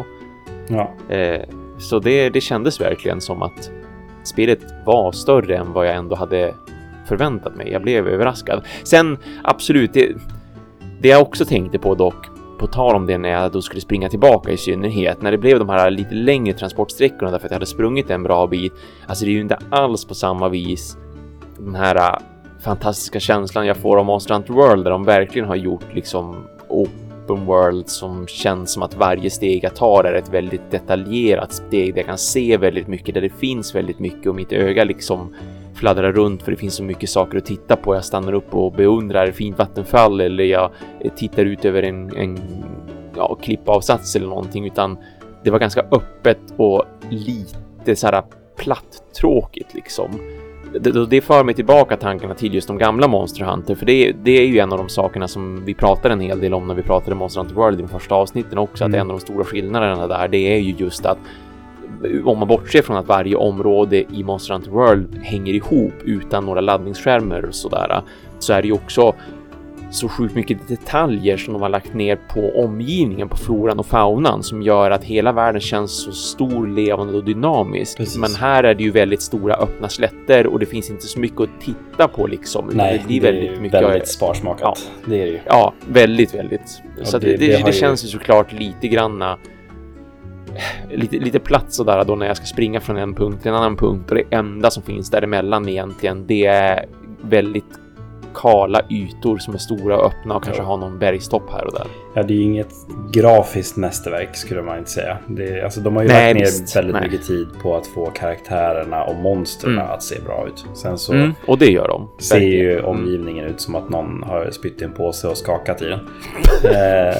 Ja. Eh, så det, det kändes verkligen som att spelet var större än vad jag ändå hade förväntat mig. Jag blev överraskad. Sen, absolut, det, det jag också tänkte på dock, på tal om det när jag då skulle springa tillbaka i synnerhet, när det blev de här lite längre transportsträckorna därför att jag hade sprungit en bra bit, alltså det är ju inte alls på samma vis den här fantastiska känslan jag får av Monster Hunter World, där de verkligen har gjort liksom open world som känns som att varje steg jag tar är ett väldigt detaljerat steg där jag kan se väldigt mycket, där det finns väldigt mycket och mitt öga liksom fladdrar runt för det finns så mycket saker att titta på. Jag stannar upp och beundrar fint vattenfall, eller jag tittar ut över en, en ja, klippavsats eller någonting, utan det var ganska öppet och lite så här platt tråkigt liksom. Det, det för mig tillbaka tankarna till just de gamla Monster Hunter, för det, det är ju en av de sakerna som vi pratade en hel del om när vi pratade Monster Hunter World i de första avsnitten också, mm. att en av de stora skillnaderna där, det är ju just att om man bortser från att varje område i Monster Hunter World hänger ihop utan några laddningsskärmar och sådär, så är det ju också så sjukt mycket detaljer som de har lagt ner på omgivningen, på floran och faunan, som gör att hela världen känns så stor, levande och dynamisk. Precis. Men här är det ju väldigt stora öppna slätter och det finns inte så mycket att titta på liksom. Nej, det, det är väldigt, mycket väldigt sparsmakat. Ja, det är det ju. Ja, väldigt, väldigt. Så det, det, det, det, det känns ju såklart lite granna lite, lite plats sådär då när jag ska springa från en punkt till en annan punkt, och det enda som finns däremellan egentligen, det är väldigt kala ytor som är stora och öppna och kanske ja. har någon bergstopp här och där. Ja, det är ju inget grafiskt mästerverk skulle man inte säga. Det, alltså, de har ju Nej, lagt ner visst. väldigt Nej. mycket tid på att få karaktärerna och monstren mm. att se bra ut. Sen så mm. och det gör de. Ser ju mm. omgivningen ut som att någon har spytt i en påse och skakat i den. eh,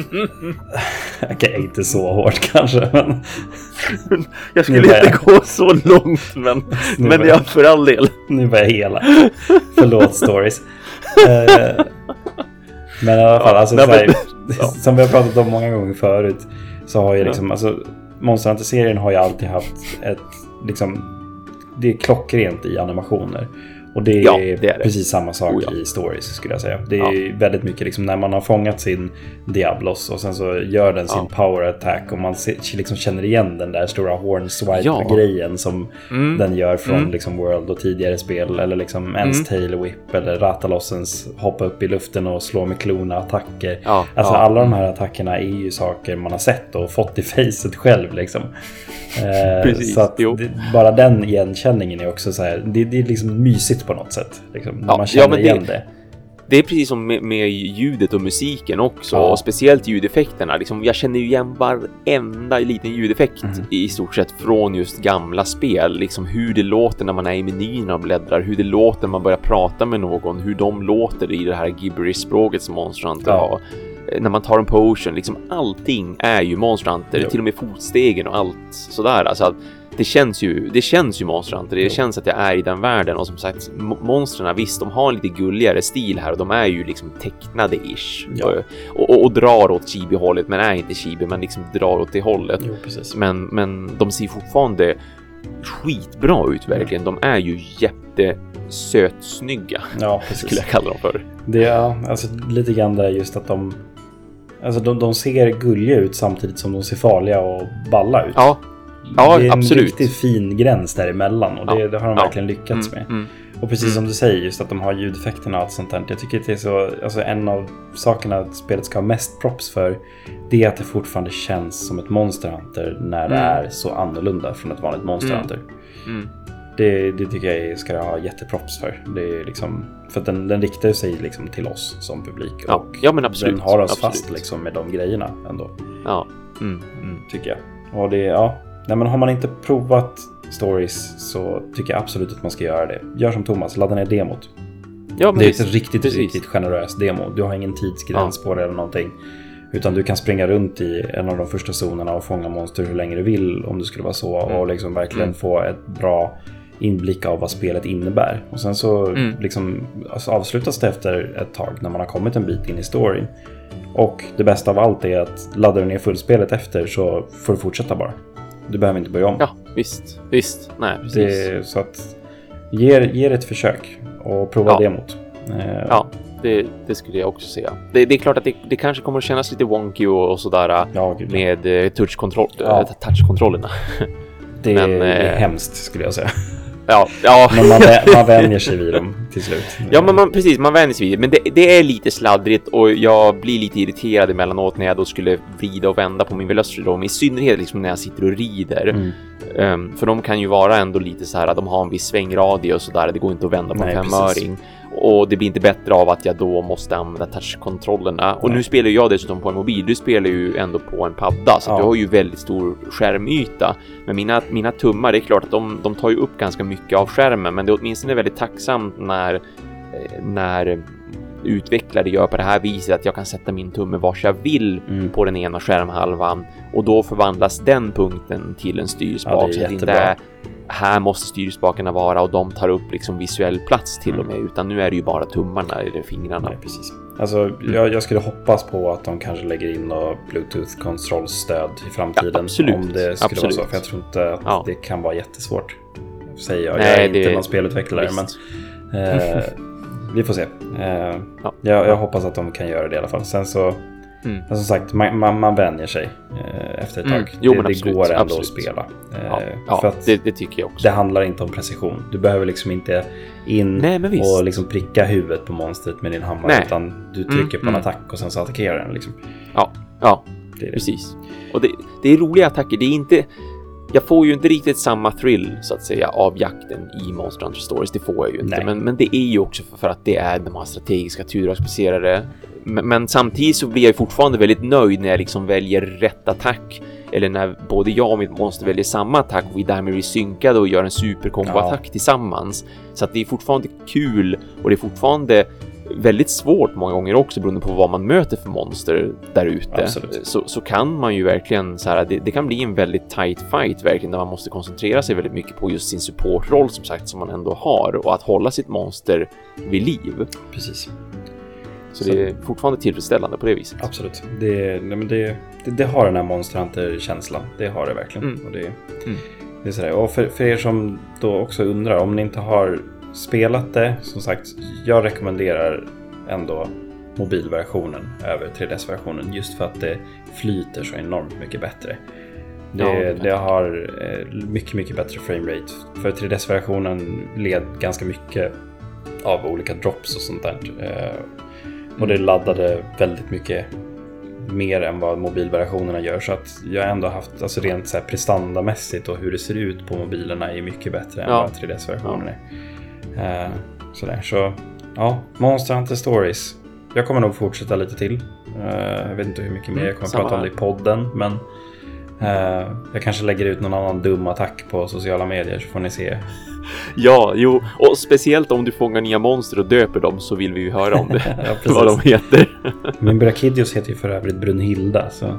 Okej, okay, inte så hårt kanske, men jag skulle inte jag... gå så långt, men, men jag, jag för all del. Nu var jag hela. Förlåt stories. eh, men i alla fall, alltså, ja, här, ja. som vi har pratat om många gånger förut, så har ju liksom, ja. alltså, Monster Hunter-serien har ju alltid haft ett, liksom, det är klockrent i animationer. Och det är, ja, det är det. precis samma sak oh, ja. i stories skulle jag säga. Det är ja. väldigt mycket liksom när man har fångat sin Diablos och sen så gör den sin ja. power attack och man se, liksom känner igen den där stora hornswipe-grejen ja. som mm. den gör från mm. liksom World och tidigare spel, eller liksom ens mm. tail whip eller Ratalossens hoppa upp i luften och slå med klona attacker. Ja. Alltså ja. alla de här attackerna är ju saker man har sett och fått i facet själv liksom. eh, så att det, bara den igenkänningen är också så här, det, det är liksom mysigt på något sätt liksom, ja, man känner ja, men igen det, det. Det är precis som med, med ljudet och musiken också, ja. och speciellt ljudeffekterna liksom, jag känner ju igen varenda liten ljudeffekt mm. i stort sett från just gamla spel, liksom hur det låter när man är i menyerna och bläddrar, hur det låter när man börjar prata med någon, hur de låter i det här gibberish-språket som Monster Hunter ja. har. när man tar en potion, liksom allting är ju Monster Hunter, jo. Till och med fotstegen och allt sådär. Alltså att det känns ju, det känns ju Monster Hunter, det jo. Känns att jag är i den världen. Och som sagt, monstren, visst, de har en lite gulligare stil här och de är ju liksom tecknade-ish. Ja. Och, och, och drar åt chibi-hållet, men är inte chibi, men liksom drar åt det hållet. Jo, precis. Men, men de ser fortfarande skitbra ut verkligen. De är ju jättesötsnygga. Ja, precis. Skulle jag kalla dem för. Det är alltså lite grann där just att de alltså de, de ser gulliga ut samtidigt som de ser farliga och balla ut. Ja, ja det är absolut. En riktigt fin gräns däremellan och det, ja. det har de verkligen ja. lyckats mm, med. Mm, och precis mm. som du säger, just att de har ljudeffekterna och allt sånt där. Jag tycker att det är så, alltså en av sakerna att spelet ska ha mest props för, det är att det fortfarande känns som ett Monster Hunter när det mm. är så annorlunda från ett vanligt Monster mm. Hunter. Mm. Det, det tycker jag ska ha jätteprops för. Det är liksom, för att den, den riktar sig liksom till oss som publik. Ja, och ja men absolut. Den har oss absolut. fast liksom med de grejerna ändå. Ja. Mm. Mm. Tycker jag. Och det, ja. Nej, men har man inte provat Stories så tycker jag absolut att man ska göra det. Gör som Thomas, ladda ner demot. Ja, det är ett riktigt, precis. riktigt generöst demo. Du har ingen tidsgräns ja. på det eller någonting. Utan du kan springa runt i en av de första zonerna och fånga monster hur länge du vill om det skulle vara så. Mm. Och liksom verkligen mm. få ett bra inblick av vad spelet innebär. Och sen så mm. liksom, alltså avslutas det efter ett tag när man har kommit en bit in i storyn. Och det bästa av allt är att laddar du ner fullspelet efter så får du fortsätta bara. Du behöver inte börja om. Ja, visst. Visst. Nej, precis. Det, så att ge, ge det ett försök och prova ja. demot. Eh, ja, det, det skulle jag också säga. Det, det är klart att det, det kanske kommer att kännas lite wonky och, och sådär ja, med eh, touchkontroll, ja. äh, touchkontrollerna. Det, Men, det är eh, hemskt skulle jag säga. Ja, ja. Men man, man vänjer sig vid dem till slut. Ja, men man, precis, man vänjer sig vid det. Men det, det är lite sladdrigt och jag blir lite irriterad emellanåt när jag då skulle vrida och vända på min velocitydrom. I synnerhet liksom när jag sitter och rider. Mm. Um, för de kan ju vara ändå lite så här att de har en viss svängradie och sådär. Det går inte att vända på Nej, en femöring. Och det blir inte bättre av att jag då måste använda touchkontrollerna. Och nu spelar jag dessutom på en mobil. Du spelar ju ändå på en padda. Så ja. Du har ju väldigt stor skärmyta. Men mina, mina tummar, det är klart att de, de tar ju upp ganska mycket av skärmen. Men det är åtminstone väldigt tacksamt när, när utvecklare gör på det här viset. Att jag kan sätta min tumme vars jag vill mm. på den ena skärmhalvan. Och då förvandlas den punkten till en styrspak. Ja, det är så jättebra. Att det inte här måste styrspakarna vara och de tar upp liksom visuell plats till och med, utan nu är det ju bara tummarna eller fingrarna. Nej, precis. Alltså mm. jag, jag skulle hoppas på att de kanske lägger in och Bluetooth-kontrollstöd i framtiden. Ja, absolut. Om det skulle absolut. vara så, för jag tror inte att ja. det kan vara jättesvårt. Säger jag. Nej, jag är det... inte någon spelutvecklare, men eh, vi får se. Eh, ja. jag, jag hoppas att de kan göra det i alla fall. Sen så Mm. Men som sagt, man, man, man vänjer sig eh, efter ett tag. Mm. Jo, det, det absolut, går ändå absolut. att spela. Eh, ja, ja för att det, det tycker jag också. Det handlar inte om precision. Du behöver liksom inte in Nej, och liksom pricka huvudet på monstret med din hammare. Nej. Utan du trycker mm, på en mm. attack och sen så attackerar den. Liksom. Ja, ja det är det. Precis. Och det, det är roliga attacker. Det är inte... Jag får ju inte riktigt samma thrill så att säga av jakten i Monster Hunter Stories. Det får jag ju inte. Men, men det är ju också för, för att det är de här strategiska turdragsbaserade. Men, men samtidigt så blir jag fortfarande väldigt nöjd när jag liksom väljer rätt attack. Eller när både jag och mitt monster väljer samma attack och vi därmed blir synkade och gör en superkombo-attack ja. tillsammans. Så att det är fortfarande kul och det är fortfarande väldigt svårt många gånger också beroende på vad man möter för monster där ute. Så, så kan man ju verkligen så här, det, det kan bli en väldigt tight fight verkligen, där man måste koncentrera sig väldigt mycket på just sin supportroll som sagt som man ändå har och att hålla sitt monster vid liv. Precis. Så, så det är fortfarande tillfredsställande på det viset. Absolut. Det, nej, men det, det, det har den här Monster Hunter-känslan. Det har det verkligen. Mm. Och det, mm. det är sådär. Och för, för er som då också undrar, om ni inte har spelat det, som sagt, jag rekommenderar ändå mobilversionen över tre D S-versionen just för att det flyter så enormt mycket bättre. Det, ja, det har eh, mycket, mycket bättre framerate. För tre D S-versionen led ganska mycket av olika drops och sånt där. Eh, och det laddade väldigt mycket mer än vad mobilversionerna gör. Så att jag har ändå haft, alltså rent så här prestandamässigt och hur det ser ut på mobilerna är mycket bättre än ja. vad tre D S-versionen är. Uh, sådär, så ja, Monster Hunter Stories. Jag kommer nog fortsätta lite till. Uh, jag vet inte hur mycket mer jag kommer mm, prata om det i podden, men uh, jag kanske lägger ut någon annan dum attack på sociala medier så får ni se Ja, jo. Och speciellt om du fångar nya monster och döper dem så vill vi ju höra om det. Ja, vad de heter. Min Brachidios heter ju för övrigt Brunhilda, så...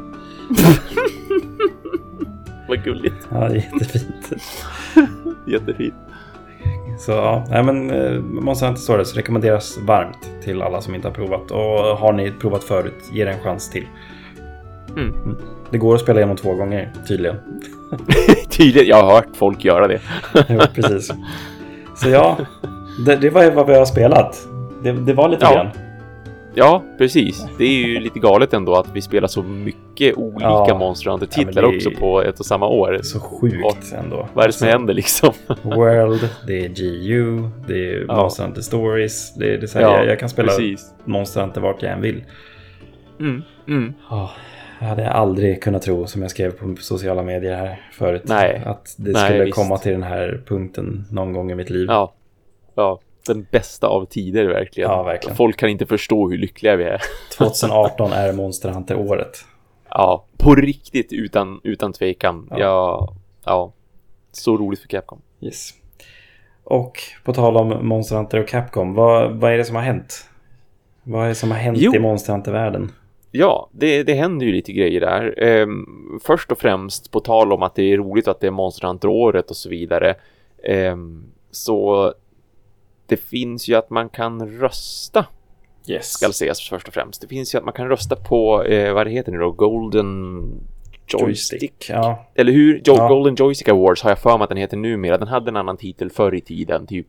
Vad gulligt. Ja, jättefint. Jättefint. Så ja, nej men Monster Hunter Stories rekommenderas varmt till alla som inte har provat. Och har ni provat förut, ge det en chans till. Mm. Mm. Det går att spela igenom två gånger, tydligen. Tydligen, jag har hört folk göra det. Ja, precis. Så ja, det, det var vad vi har spelat. Det, det var lite ja. grann. Ja, precis. Det är ju lite galet ändå att vi spelar så mycket olika ja. Monster Hunter-titlar ja, också på ett och samma år. Så sjukt och, ändå. Vad är det som alltså, händer liksom? World, det är G U, det är ja. Monster Hunter Stories. Det är, det är så här, ja, jag, jag kan spela precis. Monster Hunter vart jag än vill. Mm, mm. Oh, jag hade aldrig kunnat tro, som jag skrev på sociala medier här förut, Nej. att det Nej, skulle visst. komma till den här punkten någon gång i mitt liv. Ja, ja. Den bästa av tider verkligen. Ja, verkligen. Folk kan inte förstå hur lyckliga vi är. tjugo arton är Monster Hunter-året. Ja, på riktigt utan, utan tvekan. Ja. Ja, ja, så roligt för Capcom. Yes. Och på tal om Monster Hunter och Capcom, vad, vad är det som har hänt? Vad är det som har hänt jo. i Monster Hunter-världen? Ja, det, det händer ju lite grejer där. Ehm, först och främst på tal om att det är roligt att det är Monster Hunter-året och så vidare. Ehm, så... Det finns ju att man kan rösta. Yes. Ska sägas först och främst. Det finns ju att man kan rösta på, eh, vad det heter nu då? Golden Joystick. Joystick ja. Eller hur? Jo- ja. Golden Joystick Awards har jag för mig att den heter numera. Den hade en annan titel förr i tiden. Typ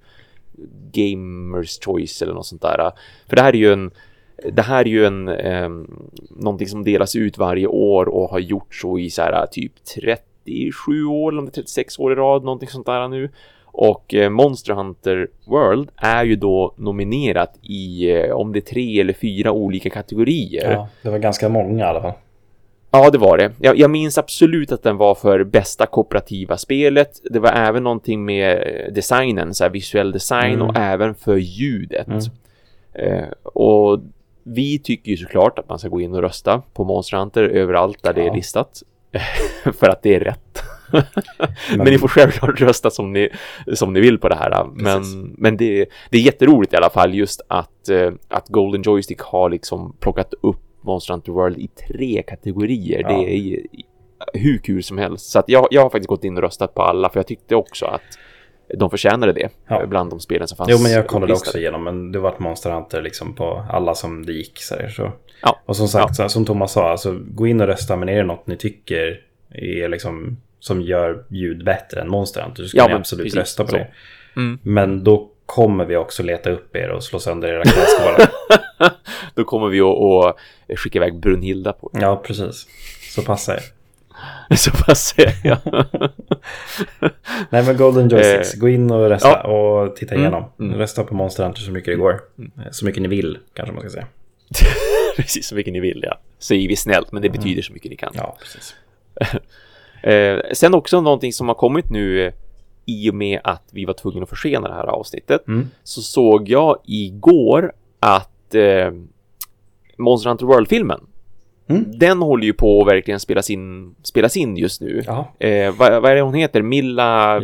Gamers Choice eller något sånt där. För det här är ju en... Det här är ju en... Eh, någonting som delas ut varje år och har gjort så i så här typ trettiosju år eller trettiosex år i rad. Någonting sånt där nu. Och eh, Monster Hunter World är ju då nominerat i eh, om det är tre eller fyra olika kategorier. Ja, det var ganska många i alla fall. Ja, det var det. Jag, jag minns absolut att den var för bästa kooperativa spelet. Det var även någonting med designen, så här visuell design mm. och även för ljudet. Mm. Eh, och vi tycker ju såklart att man ska gå in och rösta på Monster Hunter överallt där ja. det är listat. För att det är rätt. Men, men ni får självklart rösta som ni, som ni vill på det här. Men, men det, det är jätteroligt i alla fall just att, att Golden Joystick har liksom plockat upp Monster Hunter World i tre kategorier. Ja. Det är hur kul som helst. Så att jag, jag har faktiskt gått in och röstat på alla, för jag tyckte också att de förtjänade det ja. bland de spelen som fanns. Jo, men jag kollade också igenom, men det var ett Monster Hunter liksom på alla som det gick. Så, så. Ja. Och som sagt, ja. som Thomas sa, alltså, gå in och rösta, men är det något ni tycker är liksom... som gör ljud bättre än Monster Hunter, så ska ja, ni absolut precis, rösta på så. det. Mm. Men då kommer vi också leta upp er och slå sönder era knäskålar. Då kommer vi att, att skicka iväg Brunhilda på det. Ja, precis. Så passar jag. Så passar jag, ja. Nej, men Golden Joysticks, gå in och rösta ja. och titta igenom. Mm. Mm. Rösta på Monster Hunter så mycket det går. Mm. Så mycket ni vill, kanske man ska säga. Precis, så mycket ni vill, ja. Säger vi snällt, men det betyder mm. så mycket ni kan. Ja, precis. Eh, sen också någonting som har kommit nu eh, i och med att vi var tvungna att försena det här avsnittet, mm. så såg jag igår att eh, Monster Hunter World-filmen mm. den håller ju på att verkligen spelas in, spelas in just nu. Eh, vad, vad är det hon heter? Milla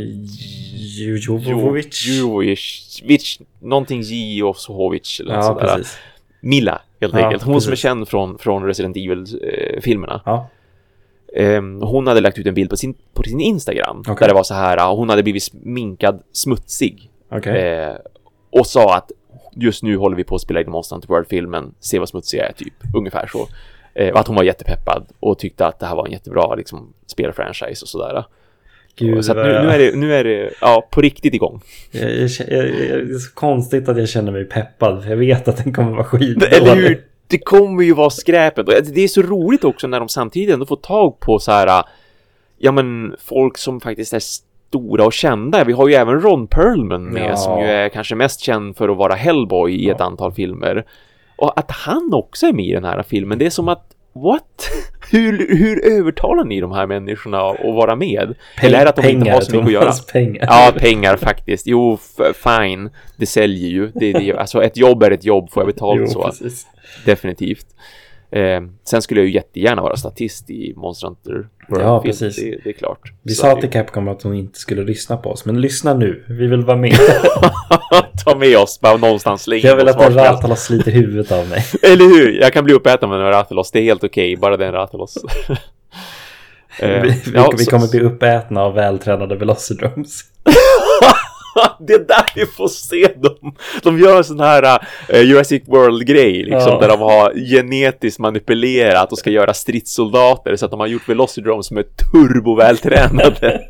Jovovich Jovovich någonting Jovovich eller ja, sådär. Precis. Milla, helt ja, enkelt. Hon precis. som är känd från, från Resident Evil-filmerna. Eh, ja. Um, hon hade lagt ut en bild på sin, på sin Instagram okay. där det var så här, hon hade blivit sminkad smutsig okay. uh, och sa att just nu håller vi på att spela in Monster Hunter World-filmen, se vad smutsig jag är, typ, ungefär så. Uh, och att hon var jättepeppad och tyckte att det här var en jättebra liksom, spelfranchise och sådär. Gud, så att nu, nu är det, nu är det ja, på riktigt igång. Jag, jag, jag, det är så konstigt att jag känner mig peppad, för jag vet att den kommer vara skit. Eller hur? Det kommer ju vara skräpet. Det är så roligt också när de samtidigt ändå får tag på så här, ja men folk som faktiskt är stora och kända. Vi har ju även Ron Perlman med ja. som ju är kanske mest känd för att vara Hellboy i ja. ett antal filmer. Och att han också är med i den här filmen, det är som att what? Hur, hur övertalar ni de här människorna att vara med? Peng, Eller är det att de pengar, inte har så mycket att göra? Pengar. Ja, pengar faktiskt. Jo, f- fine. Det säljer ju. Det, det, alltså ett jobb är ett jobb, får jag betalt jo, så. Precis. Definitivt. Eh, sen skulle jag ju jättegärna vara statist i Monster Hunter. Ja, precis. Det, det är klart. Vi så sa till Capcom att de inte skulle lyssna på oss. Men lyssna nu, vi vill vara med. Ta med oss bara någonstans länge. Jag vill att en Rathalos sliter huvudet av mig. Eller hur? Jag kan bli uppäten med en Rathalos. Det är helt okej, okay. Bara den Rathalos. eh, vi, vi, ja, vi kommer så... bli uppätna av vältränade Velocidromes. Det är där vi får se dem. De gör en sån här uh, Jurassic World-grej liksom, ja. Där de har genetiskt manipulerat och ska göra stridssoldater, så att de har gjort Velocidromes som är turbovältränade.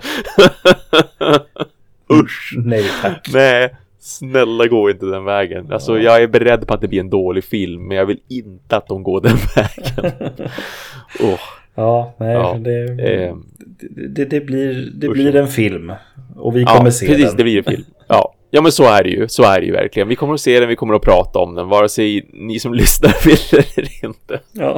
Usch. Nej, tack. Nej, snälla gå inte den vägen. Alltså, ja. Jag är beredd på att det blir en dålig film, men jag vill inte att de går den vägen. oh. Ja, nej, ja. Det, eh. det, det, blir, det blir en film. Och vi kommer ja, se precis, den. Det blir en film. Ja. Ja, men så är det ju. Så är det ju verkligen. Vi kommer att se den, vi kommer att prata om den. Vare sig ni som lyssnar vill eller inte. Ja.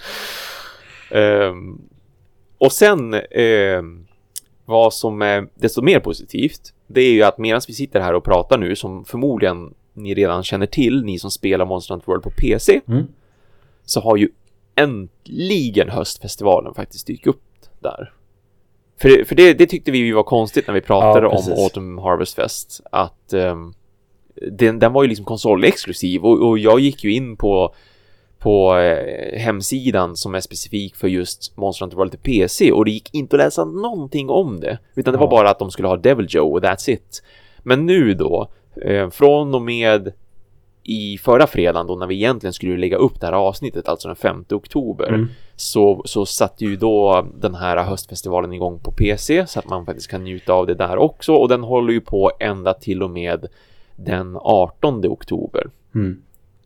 um, och sen um, vad som är desto mer positivt, det är ju att medan vi sitter här och pratar nu, som förmodligen ni redan känner till, ni som spelar Monster Hunter World på P C, mm. så har ju äntligen höstfestivalen faktiskt dykt upp där. För, för det, det tyckte vi var konstigt när vi pratade ja, om Autumn Harvest Fest. Att um, den, den var ju liksom konsolexklusiv. Och, och jag gick ju in på, på eh, hemsidan som är specifik för just Monster Hunter World till P C. Och det gick inte att läsa någonting om det. Utan det ja. var bara att de skulle ha Devil Joe och that's it. Men nu då, eh, från och med i förra fredagen då, när vi egentligen skulle lägga upp det här avsnittet, alltså den femte oktober, mm. så, så satt ju då den här höstfestivalen igång på P C, så att man faktiskt kan njuta av det där också, och den håller ju på ända till och med den artonde oktober. Mm.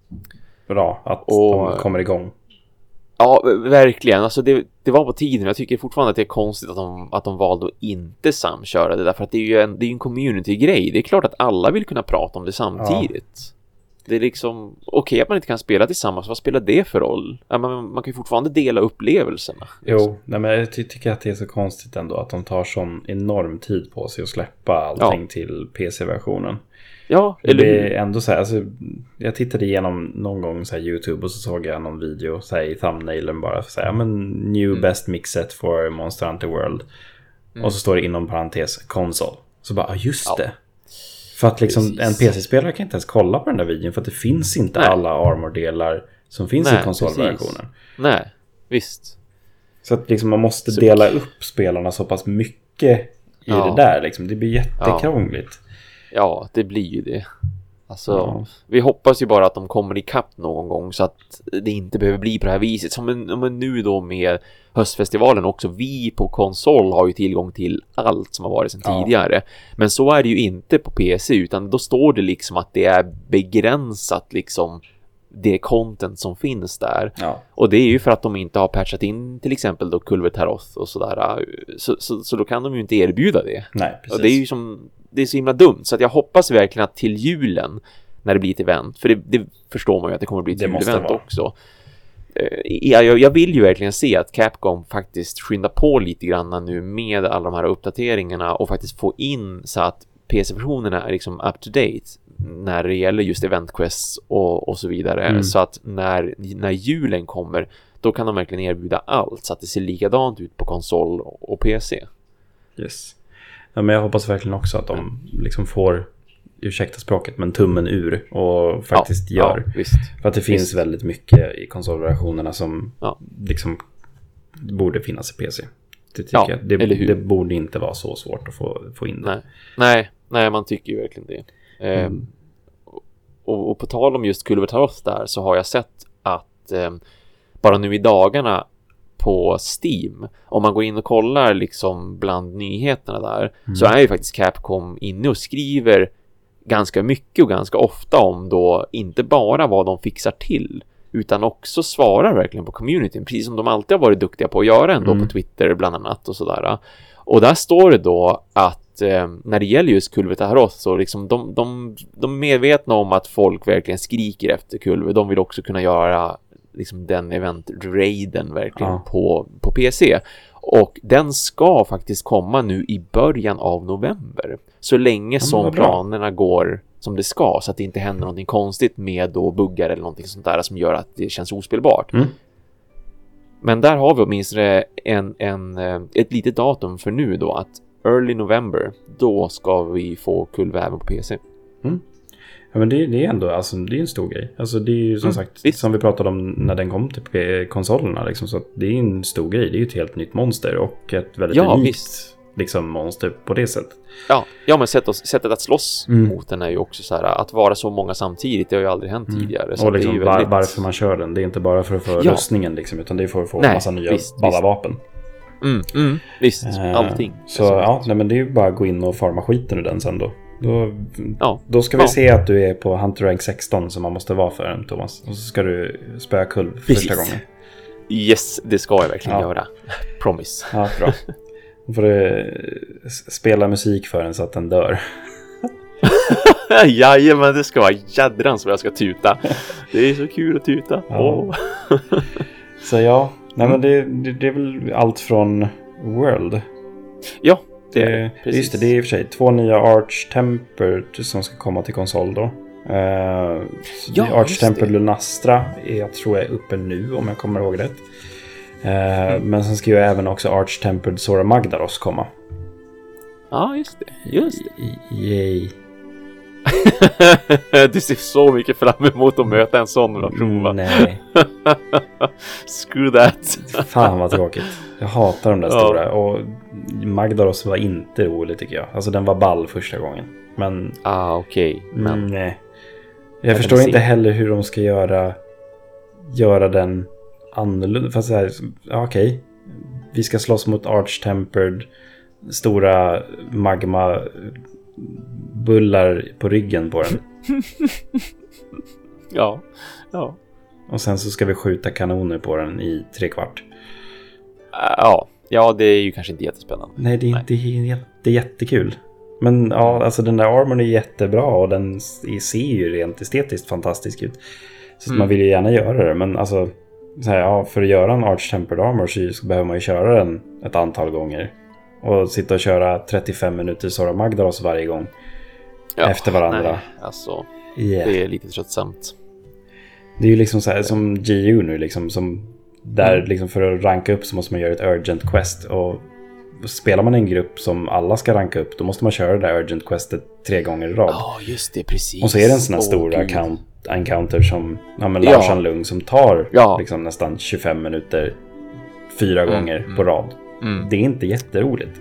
Bra att och, de kommer igång. Ja, verkligen. Alltså det, det var på tiden. Jag tycker fortfarande att det är konstigt att de, att de valde att inte samköra det, därför att det är ju en, det är en community-grej. Det är klart att alla vill kunna prata om det samtidigt. Ja. Det är liksom, okej okay, att man inte kan spela tillsammans, vad spelar det för roll? Ja, man, man kan ju fortfarande dela upplevelserna. Liksom. Jo, nej, men jag ty- tycker att det är så konstigt ändå att de tar sån enorm tid på sig att släppa allting ja. till P C-versionen. Ja, eller det är ändå så här, alltså, jag tittade igenom någon gång så här YouTube och så såg jag någon video så här, i thumbnailen bara för att säga, men new mm. best mixet for Monster Hunter World. Mm. Och så står det inom parentes konsol. Så bara, just ja. det. För att liksom en P C-spelare kan inte ens kolla på den där videon, för att det finns inte Nej. alla armor-delar som finns Nej, i konsolversionen. Precis. Nej, visst. Så att liksom man måste så... dela upp spelarna så pass mycket i ja. det där. Liksom. Det blir jättekrångligt. Ja. ja, det blir ju det. Alltså, ja. vi hoppas ju bara att de kommer ikapp någon gång så att det inte behöver bli på det här viset. Som en, men nu då med höstfestivalen också, vi på konsol har ju tillgång till allt som har varit sedan ja. tidigare. Men så är det ju inte på P C, utan då står det liksom att det är begränsat liksom det content som finns där. Ja. Och det är ju för att de inte har patchat in till exempel då Kulvertaroth och sådär. Så, så, så då kan de ju inte erbjuda det. Nej, precis. Och det är ju som, det är så himla dumt. Så att jag hoppas verkligen att till julen, när det blir ett event, för det, det förstår man ju att det kommer att bli ett julevent också. Jag, jag vill ju verkligen se att Capcom faktiskt skyndar på lite grann nu med alla de här uppdateringarna och faktiskt få in så att P C-versionerna är liksom up to date när det gäller just eventquests och, och så vidare. Mm. Så att när, när julen kommer, då kan de verkligen erbjuda allt så att det ser likadant ut på konsol och P C. Yes. Ja, men jag hoppas verkligen också att de liksom får, ursäkta språket, men tummen ur och faktiskt ja, gör. Ja, visst. För att det finns visst. väldigt mycket i konsolversionerna som ja. liksom borde finnas i P C. Det, tycker ja, jag. Det, det borde inte vara så svårt att få, få in det. Nej. Nej, nej, man tycker ju verkligen det. Mm. Um, och, och på tal om just Kulvertaroth där, så har jag sett att um, bara nu i dagarna på Steam, om man går in och kollar liksom bland nyheterna där, mm. så är ju faktiskt Capcom inne och skriver ganska mycket och ganska ofta om då inte bara vad de fixar till, utan också svarar verkligen på communityn, precis som de alltid har varit duktiga på att göra ändå mm. på Twitter bland annat och sådär. Och där står det då att eh, när det gäller just Kulvertaroth, så liksom de, de, de är medvetna om att folk verkligen skriker efter Kulver. De vill också kunna göra liksom den event-raiden verkligen ja. på, på P C. Och den ska faktiskt komma nu i början av november. Så länge som planerna går som det ska, så att det inte händer någonting konstigt med då buggar eller någonting sånt där som gör att det känns ospelbart. Mm. Men där har vi åtminstone en, en, ett litet datum för nu då, att early November, då ska vi få Kullväven på P C. Mm. Ja, men det, det är ändå alltså, det är en stor grej. Alltså, det är ju som mm, sagt, visst. Som vi pratade om när den kom till konsolerna. Liksom, så att det är en stor grej. Det är ju ett helt nytt monster och ett väldigt ja, unikt visst. Liksom, monster på det sättet. Ja, ja men sättet, sättet att slåss mm. mot den är ju också så här, att vara så många samtidigt, det har ju aldrig hänt mm. tidigare. Så och liksom, det är ju var, väldigt... varför man kör den, det är inte bara för att få ja. rustningen liksom, utan det är för att få nej, en massa nya visst, balla visst. vapen. Mm, mm, visst, uh, allting. Så ja, nej, men det är ju bara att gå in och farma skiten ur den sen då. Då, ja. då ska vi ja. se att du är på Hunter Rank sexton som man måste vara för en, Thomas. Och så ska du spöa Kull första gången. Yes, det ska jag verkligen ja. göra. Promise. Ja, bra. Då får du spela musik för den så att den dör. Jajamän, det ska vara jädran som jag ska tuta. Det är så kul att tuta. Ja. Oh. Så ja, nej, men det, det, det är väl allt från World. Ja. Det är, det, just det, det är i och för sig två nya Arch Tempered som ska komma till konsol då. Uh, ja, Arch Tempered Lunastra är, jag tror jag är uppe nu om jag kommer ihåg rätt. Uh, mm. Men sen ska ju även också Arch Tempered Zora Magdaros komma. Ja, just det. Just det. Yay. Du ser så mycket fram emot att möta en sån och prova. Nej. Screw that. Fan vad tråkigt. Jag hatar de där ja. stora. Och Magdaros var inte rolig tycker jag. Alltså den var ball första gången. Men ah, okej. Okay. Men mm, nej. Jag, jag förstår inte heller hur de ska göra göra den annorlunda. Fast så här, ja, okej. Okay. Vi ska slåss mot Arch Tempered stora magma bullar på ryggen på den. Ja, ja. Och sen så ska vi skjuta kanoner på den i tre kvart. Ja, ja, det är ju kanske inte jättespännande. Nej, det är, Nej. Det är, det är jättekul. Men ja, alltså den där armorn är jättebra och den ser ju rent estetiskt fantastisk ut. Så mm. man vill ju gärna göra det, men alltså så här, ja, för att göra en Arch Tempered Armor så, så behöver man ju köra den ett antal gånger. Och sitta och köra trettiofem minuter Zora Magdaros varje gång. Ja, efter varandra. Nej, alltså, yeah. det är lite tröttsamt. Det är ju liksom så här, som G U nu liksom, som där mm. liksom för att ranka upp så måste man göra ett urgent quest, och spelar man en grupp som alla ska ranka upp, då måste man köra det där urgent questet tre gånger i rad. Ja, oh, just det, precis. Och så är det en sån här oh, stor account, encounter som ja, men Larshan ja. Lung som tar ja. liksom nästan tjugofem minuter fyra mm. gånger mm. på rad. Mm. Det är inte jätteroligt.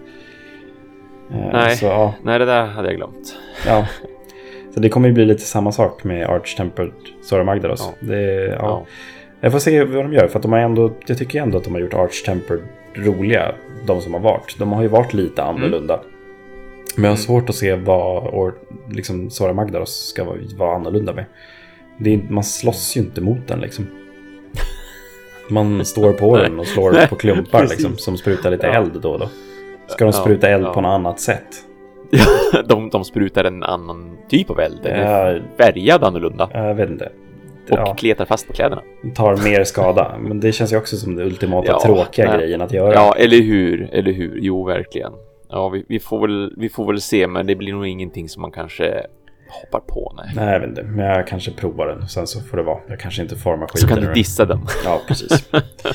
Nej, så, ja. Nej, det där hade jag glömt. Ja. Så det kommer ju bli lite samma sak med Arch Tempered Zora Magdaros. Ja. Det, ja. Ja. Jag får se vad de gör, för att de har ändå, jag tycker ändå att de har gjort Arch Tempered roliga, de som har varit. De har ju varit lite annorlunda. Mm. Men jag har svårt att se vad or, liksom Zora Magdaros ska vara, vara annorlunda med. Det är, man slåss ju inte mot den liksom. Man står på den och slår Nej, på klumpar liksom, som sprutar lite ja. eld då och då. Ska de spruta eld ja, ja. på något annat sätt? de, de sprutar en annan typ av eld. Den ja, är färgad annorlunda. Jag vet inte. Och ja. kletar fast på kläderna. Tar mer skada. Men det känns ju också som det ultimata ja, tråkiga nej. grejen att göra. Ja, eller hur? Eller hur? Jo, verkligen. Ja, vi, vi, får väl, vi får väl se. Men det blir nog ingenting som man kanske hoppar på. Nej, nej jag vet inte. Men jag kanske provar den. Sen så får det vara. Jag kanske inte formar skiten. Så kan du dissa den. Ja, precis.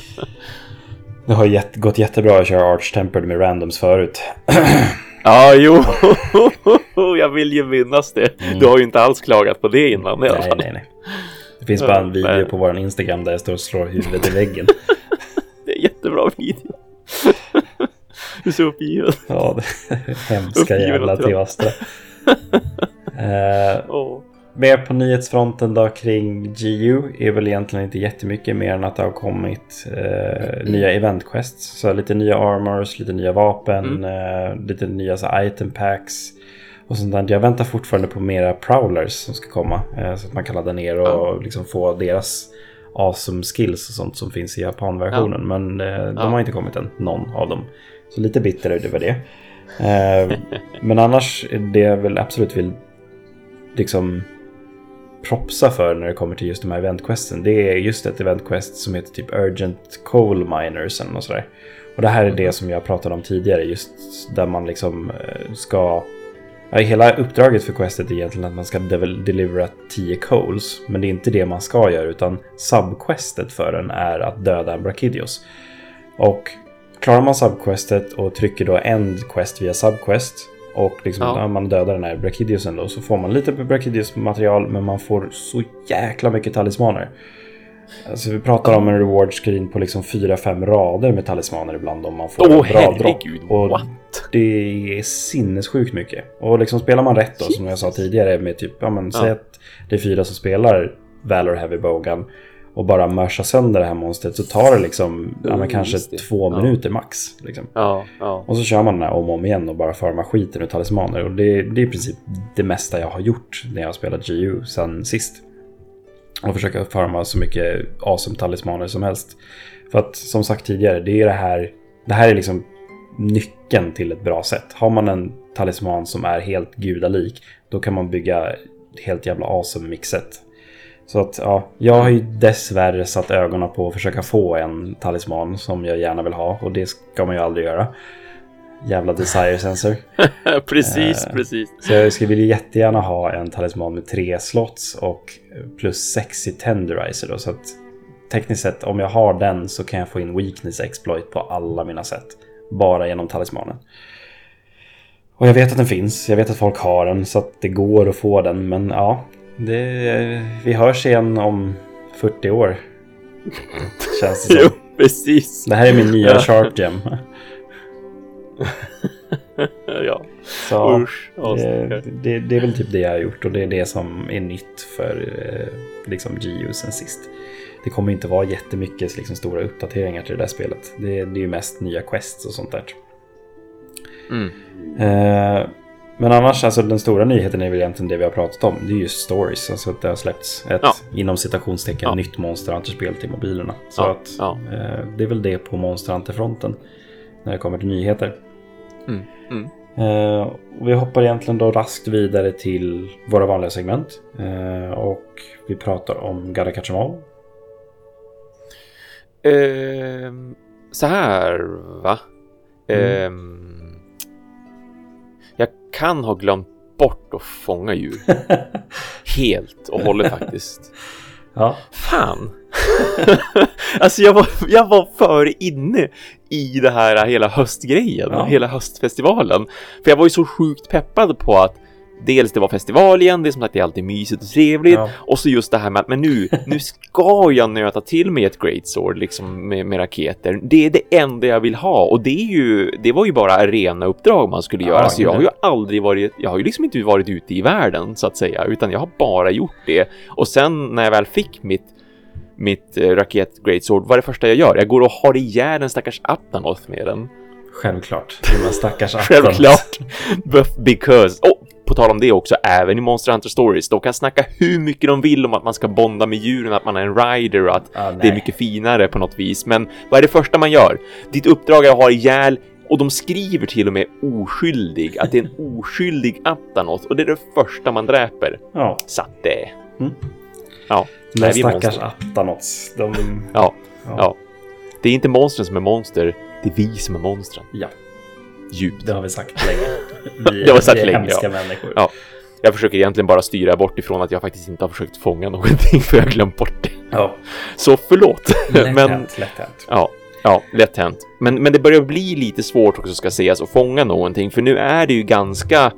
Det har jätt, gått jättebra att köra Arch Tempered med randoms förut. Ja, jo. Jag vill ju minnas det. Mm. Du har ju inte alls klagat på det innan. Nej, nej, nej. Det finns bara en video på vår Instagram där jag står och slår huvudet i väggen. Det är en jättebra video. Du är så uppgiven. Ja, det är hemska jävla till Astra. uh, oh. Mer på nyhetsfronten då kring G U är väl egentligen inte jättemycket mer än att det har kommit eh, nya event quests. Så lite nya armors, lite nya vapen, mm. eh, lite nya så, item packs och sånt där. Jag väntar fortfarande på mera prowlers som ska komma. Eh, så att man kan ladda ner och mm. liksom få deras awesome skills och sånt som finns i Japan-versionen. Ja. Men eh, de ja. har inte kommit än, någon av dem. Så lite bitter över det. Eh, men annars är det väl absolut vill liksom propsa för när det kommer till just de här eventquesten. Det är just ett eventquest som heter typ Urgent Coal Miners eller något sådär. Och det här är det som jag pratade om tidigare, just där man liksom ska Ja, hela uppdraget för questet är egentligen att man ska de- delivera tio coals. Men det är inte det man ska göra, utan subquestet för den är att döda en Brachydios. Och klarar man subquestet och trycker då end quest via subquest och liksom ja. man dödar den här Brachydiosen då, så får man lite Brachydios material, men man får så jäkla mycket talismaner. Alltså vi pratar om en reward screen på liksom fyra fem rader med talismaner ibland om man får oh, en bra dropp. Och what? Det är sinnessjukt mycket. Och liksom spelar man rätt då, som jag sa tidigare, med typ, ja men säg att det är fyra som spelar Valor Heavy Bowgun och bara mörsa sönder det här monstret, så tar det liksom ja, men kanske två ja. minuter max liksom. ja, ja. Och så kör man den här om och om igen och bara farmar skiten ur talismaner. Och det, det är i princip det mesta jag har gjort när jag har spelat G U sen sist. Och försöka farma så mycket awesome talismaner som helst. För att som sagt tidigare, det är det här det här är liksom nyckeln till ett bra sätt. Har man en talisman som är helt gudalik, då kan man bygga helt jävla awesome mixet. Så att ja, jag har ju dessvärre satt ögonen på att försöka få en talisman som jag gärna vill ha, och det ska man ju aldrig göra. Jävla desire sensor. precis, uh, precis. Så jag skulle vilja jättegärna ha en talisman med tre slots och plus sexy tenderizer då, så att tekniskt sett om jag har den så kan jag få in weakness exploit på alla mina sätt bara genom talismanen. Och jag vet att den finns, jag vet att folk har den, så att det går att få den, men ja, det, vi hörs igen om fyrtio år. Känns det som. Jo, precis. Det här är min nya sharp gem. ja. Så Usch, det, det, det är väl typ det jag har gjort, och det är det som är nytt för liksom G U sen sist. Det kommer inte vara jättemycket liksom, stora uppdateringar till det där spelet. Det, det är ju mest nya quests och sånt där. Mm. Eh, men annars, alltså den stora nyheten är väl egentligen det vi har pratat om. Det är ju stories, alltså att det har släppts ett ja. inom citationstecken ja. nytt Monster Hunter-spel till mobilerna. Så ja. att Ja. Eh, det är väl det på Monster Hunter-fronten när det kommer till nyheter. Mm. Mm. Eh, och vi hoppar egentligen då raskt vidare till våra vanliga segment. Eh, och vi pratar om Gotta Catch 'em All. Eh, så här, va? Mm. Eh, jag kan ha glömt bort att fånga djur. Helt och hållet faktiskt. Ja. Fan. Alltså jag var, jag var för inne i det här hela höstgrejen, ja. hela höstfestivalen. För jag var ju så sjukt peppad på att dels det var festival igen, det är som sagt det är alltid mysigt och trevligt. Ja. Och så just det här med att men nu, nu ska jag nöta till med ett greatsword liksom med, med raketer. Det är det enda jag vill ha. Och det är ju, det var ju bara arena-uppdrag man skulle ja, göra. Så jag har ju aldrig varit, jag har ju liksom inte varit ute i världen så att säga. Utan jag har bara gjort det. Och sen när jag väl fick mitt mitt eh, raket greatsword, vad är det första jag gör? Jag går och har ihjäl en stackars Aptanoth med den. Självklart. Det var stackars Aptanoth. Självklart. Because. Oh, på tal om det också, även i Monster Hunter Stories, de kan snacka hur mycket de vill om att man ska bonda med djuren, att man är en rider och att ah, det är mycket finare på något vis. Men vad är det första man gör? Ditt uppdrag är att ha ihjäl, och de skriver till och med oskyldig, att det är en oskyldig Aptanoth, och det är det första man dräper. Ja. Så att det... Mm. Ja. De stackars Aptanoths. De... Ja, ja. ja. Det är inte monstren som är monster, det är vi som är monstren. Ja. Djupt. Det har vi sagt länge. Vi, det har vi sagt vi är länge, hemska ja. människor. Ja. Jag försöker egentligen bara styra bort ifrån att jag faktiskt inte har försökt fånga någonting, för jag har glömt bort det. Ja. Så förlåt. Lätt men hänt, lätt hänt. Ja. Ja, lätt hänt. Men, men det börjar bli lite svårt också ska sägas att fånga någonting, för nu är det ju ganska...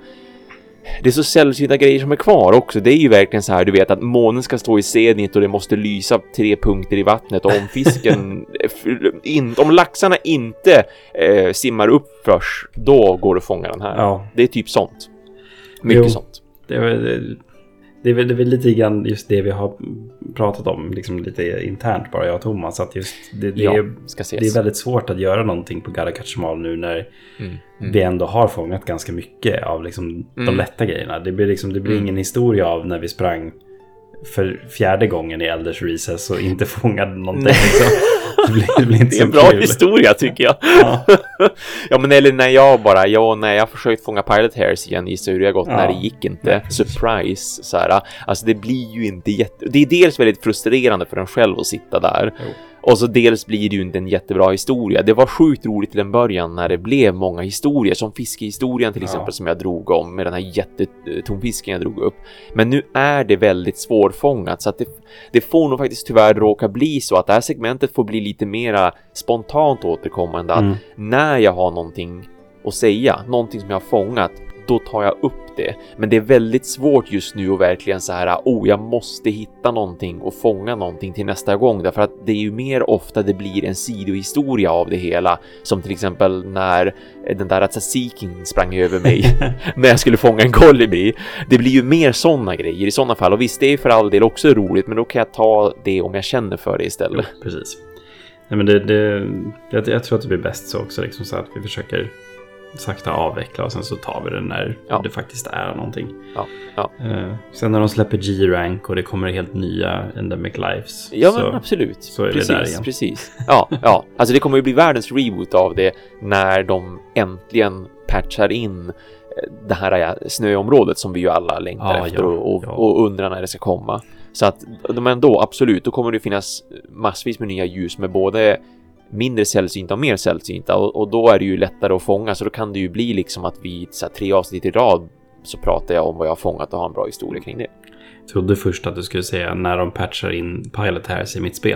Det är så sällsynta grejer som är kvar också. Det är ju verkligen så här, du vet att månen ska stå i sednit och det måste lysa tre punkter i vattnet. Och om fisken, in, om laxarna inte eh, simmar upp först, då går det att fånga den här. Ja. Det är typ sånt. Mycket jo, sånt. Det är, det, det, är väl, det är väl lite grann just det vi har pratat om, liksom lite internt bara jag och Thomas. Att just det, det, ja, är, ska ses. det är väldigt svårt att göra någonting på Gotta Catch 'em All nu när mm, mm. vi ändå har fångat ganska mycket av liksom mm. de lätta grejerna. Det blir, liksom, det blir mm. ingen historia av när vi sprang för fjärde gången i Elders Recess och inte fångade någonting. Liksom. Det, blir, det, blir inte det är en bra kul. historia tycker jag. Ja. Ja, men eller när jag bara, ja, när jag försökt fånga Pilot Hairs igen, gissar hur det har gått ja. när det gick inte. Ja, surprise, så här. Alltså det blir ju inte jätte... Det är dels väldigt frustrerande för en själv att sitta där. Jo. Och så dels blir det ju inte en jättebra historia. Det var sjukt roligt till en början när det blev många historier, som fiskehistorien till exempel, ja. Som jag drog om med den här jättetonfisken jag drog upp. Men nu är det väldigt svårfångat, så att det, det får nog faktiskt tyvärr råka bli så att det här segmentet får bli lite mera spontant återkommande. Mm. Att när jag har någonting att säga, någonting som jag har fångat, då tar jag upp det. Men det är väldigt svårt just nu att verkligen så här, oh, jag måste hitta någonting och fånga någonting till nästa gång. Därför att det är ju mer ofta det blir en sidohistoria av det hela. Som till exempel när den där tzatzikin sprang över mig när jag skulle fånga en kolibri. Det blir ju mer sådana grejer i sådana fall. Och visst, det är för all del också roligt, men då kan jag ta det om jag känner för det istället. Ja, precis. Nej, men det, det, jag, jag tror att det blir bäst så också, liksom så att vi försöker sakta avveckla och sen så tar vi det när ja. det faktiskt är någonting. Ja, ja. Uh, sen när de släpper G-rank och det kommer helt nya Endemic Lives. Ja, så, men absolut. Så är precis, det där igen. Precis. Ja, ja. Alltså det kommer ju bli världens reboot av det när de äntligen patchar in det här snöområdet som vi ju alla längtar ja, efter ja, och, och, ja. och undrar när det ska komma. Så att, men då absolut, då kommer det finnas massvis med nya ljus med både mindre sällsynta och mer sällsynta, och, och då är det ju lättare att fånga, så då kan det ju bli liksom att vi så här, tre avsnitt i rad så pratar jag om vad jag har fångat och har en bra historia kring det. Jag trodde först att du skulle säga när de patchar in Pilot Hairs i mitt spel.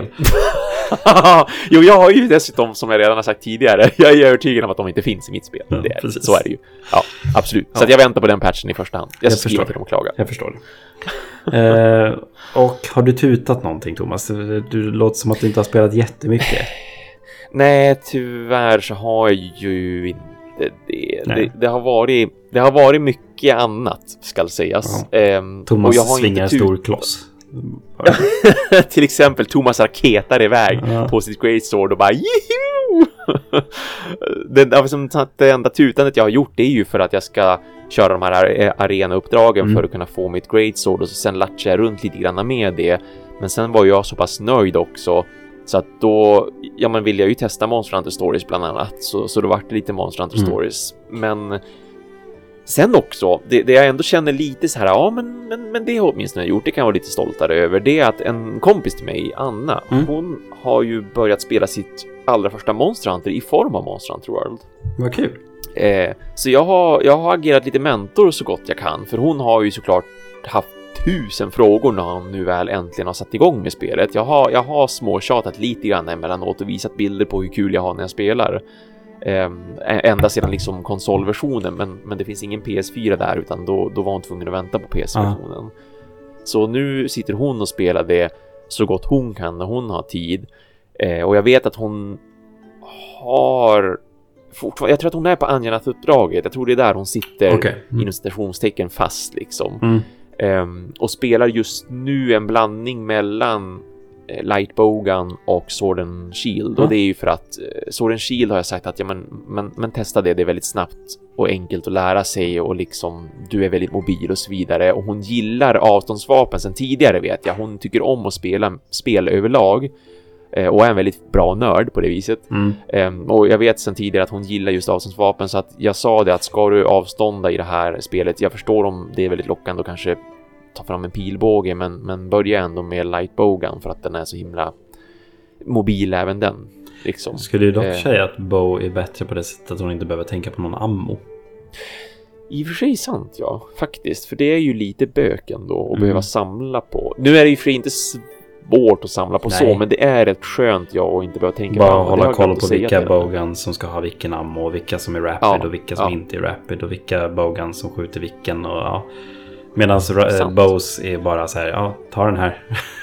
Jo, jag har ju dessutom, som jag redan har sagt tidigare, jag är övertygad om att de inte finns i mitt spel. Ja, det är, så är det ju. Ja, absolut. Ja. Så att jag väntar på den patchen i första hand. Jag, jag förstår till dem och klagar. Jag förstår det. eh, och har du tutat någonting, Thomas? Du, du låter som att du inte har spelat jättemycket. Nej, tyvärr så har jag ju inte det. Det, det, har, varit, det har varit mycket annat, ska sägas. Ja. Ehm, Thomas och jag har svingar inte tut- stor kloss. Till exempel Thomas raketar iväg ja. på sitt Great Sword och bara juhu! det, alltså, det enda tutandet jag har gjort, det är ju för att jag ska köra de här arena-uppdragen mm. för att kunna få mitt Great Sword, och så sen latchar jag runt lite grann med det. Men sen var jag så pass nöjd också, så att då, ja, men vill jag ju testa Monster Hunter Stories bland annat. Så, så då var det lite Monster Hunter mm. Stories. Men sen också, det, det jag ändå känner lite så här, ja men, men, men det har åtminstone jag gjort, det kan jag vara lite stoltare över. Det är att en kompis till mig, Anna, mm. hon har ju börjat spela sitt allra första Monster Hunter i form av Monster Hunter World. Vad kul. Eh, så jag har, jag har agerat lite mentor så gott jag kan. För hon har ju såklart haft tusen frågor när han nu väl äntligen har satt igång med spelet. Jag har, jag har småtjatat lite grann emellanåt och visat bilder på hur kul jag har när jag spelar. Eh, ända sedan liksom konsolversionen, men, men det finns ingen P S fyra där, utan då, då var hon tvungen att vänta på P S-versionen. Ah. Så nu sitter hon och spelar det så gott hon kan när hon har tid. Eh, och jag vet att hon har fortfarande, jag tror att hon är på Anjanath-uppdraget. Jag tror det är där hon sitter okay. mm. inom citationstecken fast liksom. Mm. Um, och spelar just nu en blandning mellan eh, Lightbowgun och Sword and Shield. Mm. Och det är ju för att eh, Sword and Shield har jag sagt att ja, men, men, men testa det, det är väldigt snabbt och enkelt att lära sig, och liksom du är väldigt mobil och så vidare. Och hon gillar avståndsvapen sen tidigare, vet jag. Hon tycker om att spela spel överlag eh, och är en väldigt bra nörd på det viset. Mm. Um, och jag vet sen tidigare att hon gillar just avståndsvapen, så att jag sa det att ska du avstånda i det här spelet, jag förstår om det är väldigt lockande och kanske ta fram en pilbåge, men, men börja ändå med lightbowgun för att den är så himla mobil även den. Liksom. Skulle du dock eh, säga att bow är bättre på det sättet att hon inte behöver tänka på någon ammo? I och för sig sant, ja. Faktiskt. För det är ju lite böken då att mm. behöva samla på. Nu är det ju för inte svårt att samla på. Nej. Så, men det är rätt skönt, ja, och inte behöva tänka bara på hålla koll på vilka bowguns som ska ha vilken ammo, och vilka som är rapid ja, och vilka som ja. inte är rapid, och vilka bowguns som skjuter vilken, och ja. Medan ra- bows är bara så här, ja, ta den här.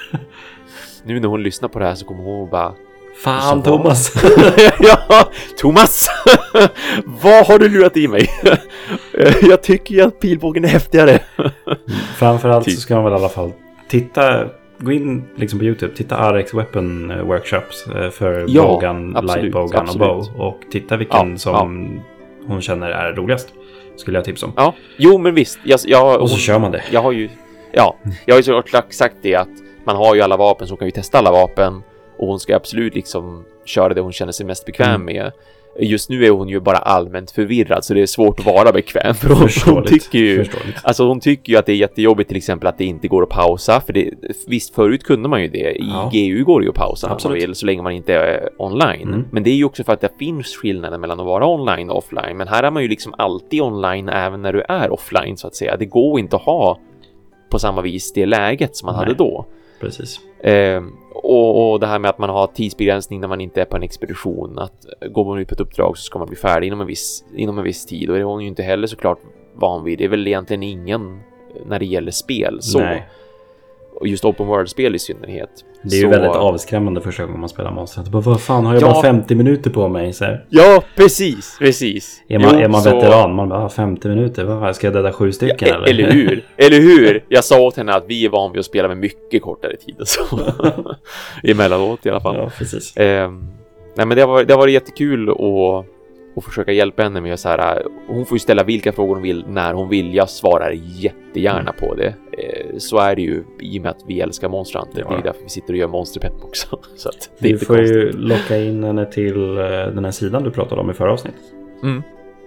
Nu när hon lyssnar på det här så kommer hon bara, fan Thomas. Ja, Thomas. Vad har du lurat i mig? Jag tycker ju att pilbågen är häftigare. Framförallt så ska man väl i alla fall titta, gå in liksom på YouTube, titta R X Weapon Workshops för ja, bowgun, lightbowgun och bow, och titta vilken ja, som ja. hon känner är roligast. Skulle jag tipsa om. Ja, jo men visst. Jag, jag, och så hon, kör man det. Jag har ju, ja, jag har ju såklart sagt det att man har ju alla vapen, så kan ju testa alla vapen. och hon ska absolut liksom köra det hon känner sig mest bekväm mm. med. Just nu är hon ju bara allmänt förvirrad, så det är svårt att vara bekväm. För hon, hon, tycker ju, alltså hon tycker ju att det är jättejobbigt till exempel att det inte går att pausa. För det, visst, förut kunde man ju det. I ja. G U går det ju att pausa när man vill, så länge man inte är online. Mm. Men det är ju också för att det finns skillnader mellan att vara online och offline. Men här är man ju liksom alltid online även när du är offline, så att säga. Det går inte att ha på samma vis det läget som man Nej. hade då. Precis. Eh, och, och det här med att man har tidsbegränsning när man inte är på en expedition, att går man ut på ett uppdrag så ska man bli färdig inom en viss, inom en viss tid, och det är hon ju inte heller såklart van vid. Det är väl egentligen ingen när det gäller spel så. Nej. Och just open world-spel i synnerhet. Det är ju så... väldigt avskrämmande första gången man spelar Monster Hunter. Vad fan, har jag ja. bara femtio minuter på mig? Så här. Ja, precis, precis. Är man, jo, är man så... veteran, man bara, femtio minuter, vad ska jag döda sju stycken? Ja, eller? eller hur? Eller hur? Jag sa åt henne att vi är van vid att spela med mycket kortare tid. Så. Emellanåt i alla fall. Ja, precis. Eh, nej, men det har varit, det har varit jättekul att... och försöka hjälpa henne med så här, hon får ju ställa vilka frågor hon vill när hon vill. Jag svarar jättegärna mm. på det. Eh, så är det ju i och med att vi älskar Monster Hunter. Ja. Det är därför vi sitter och gör Monsterpepp också. Så att det är du får konstigt. Ju locka in henne till uh, den här sidan du pratade om i förra avsnittet. Mm.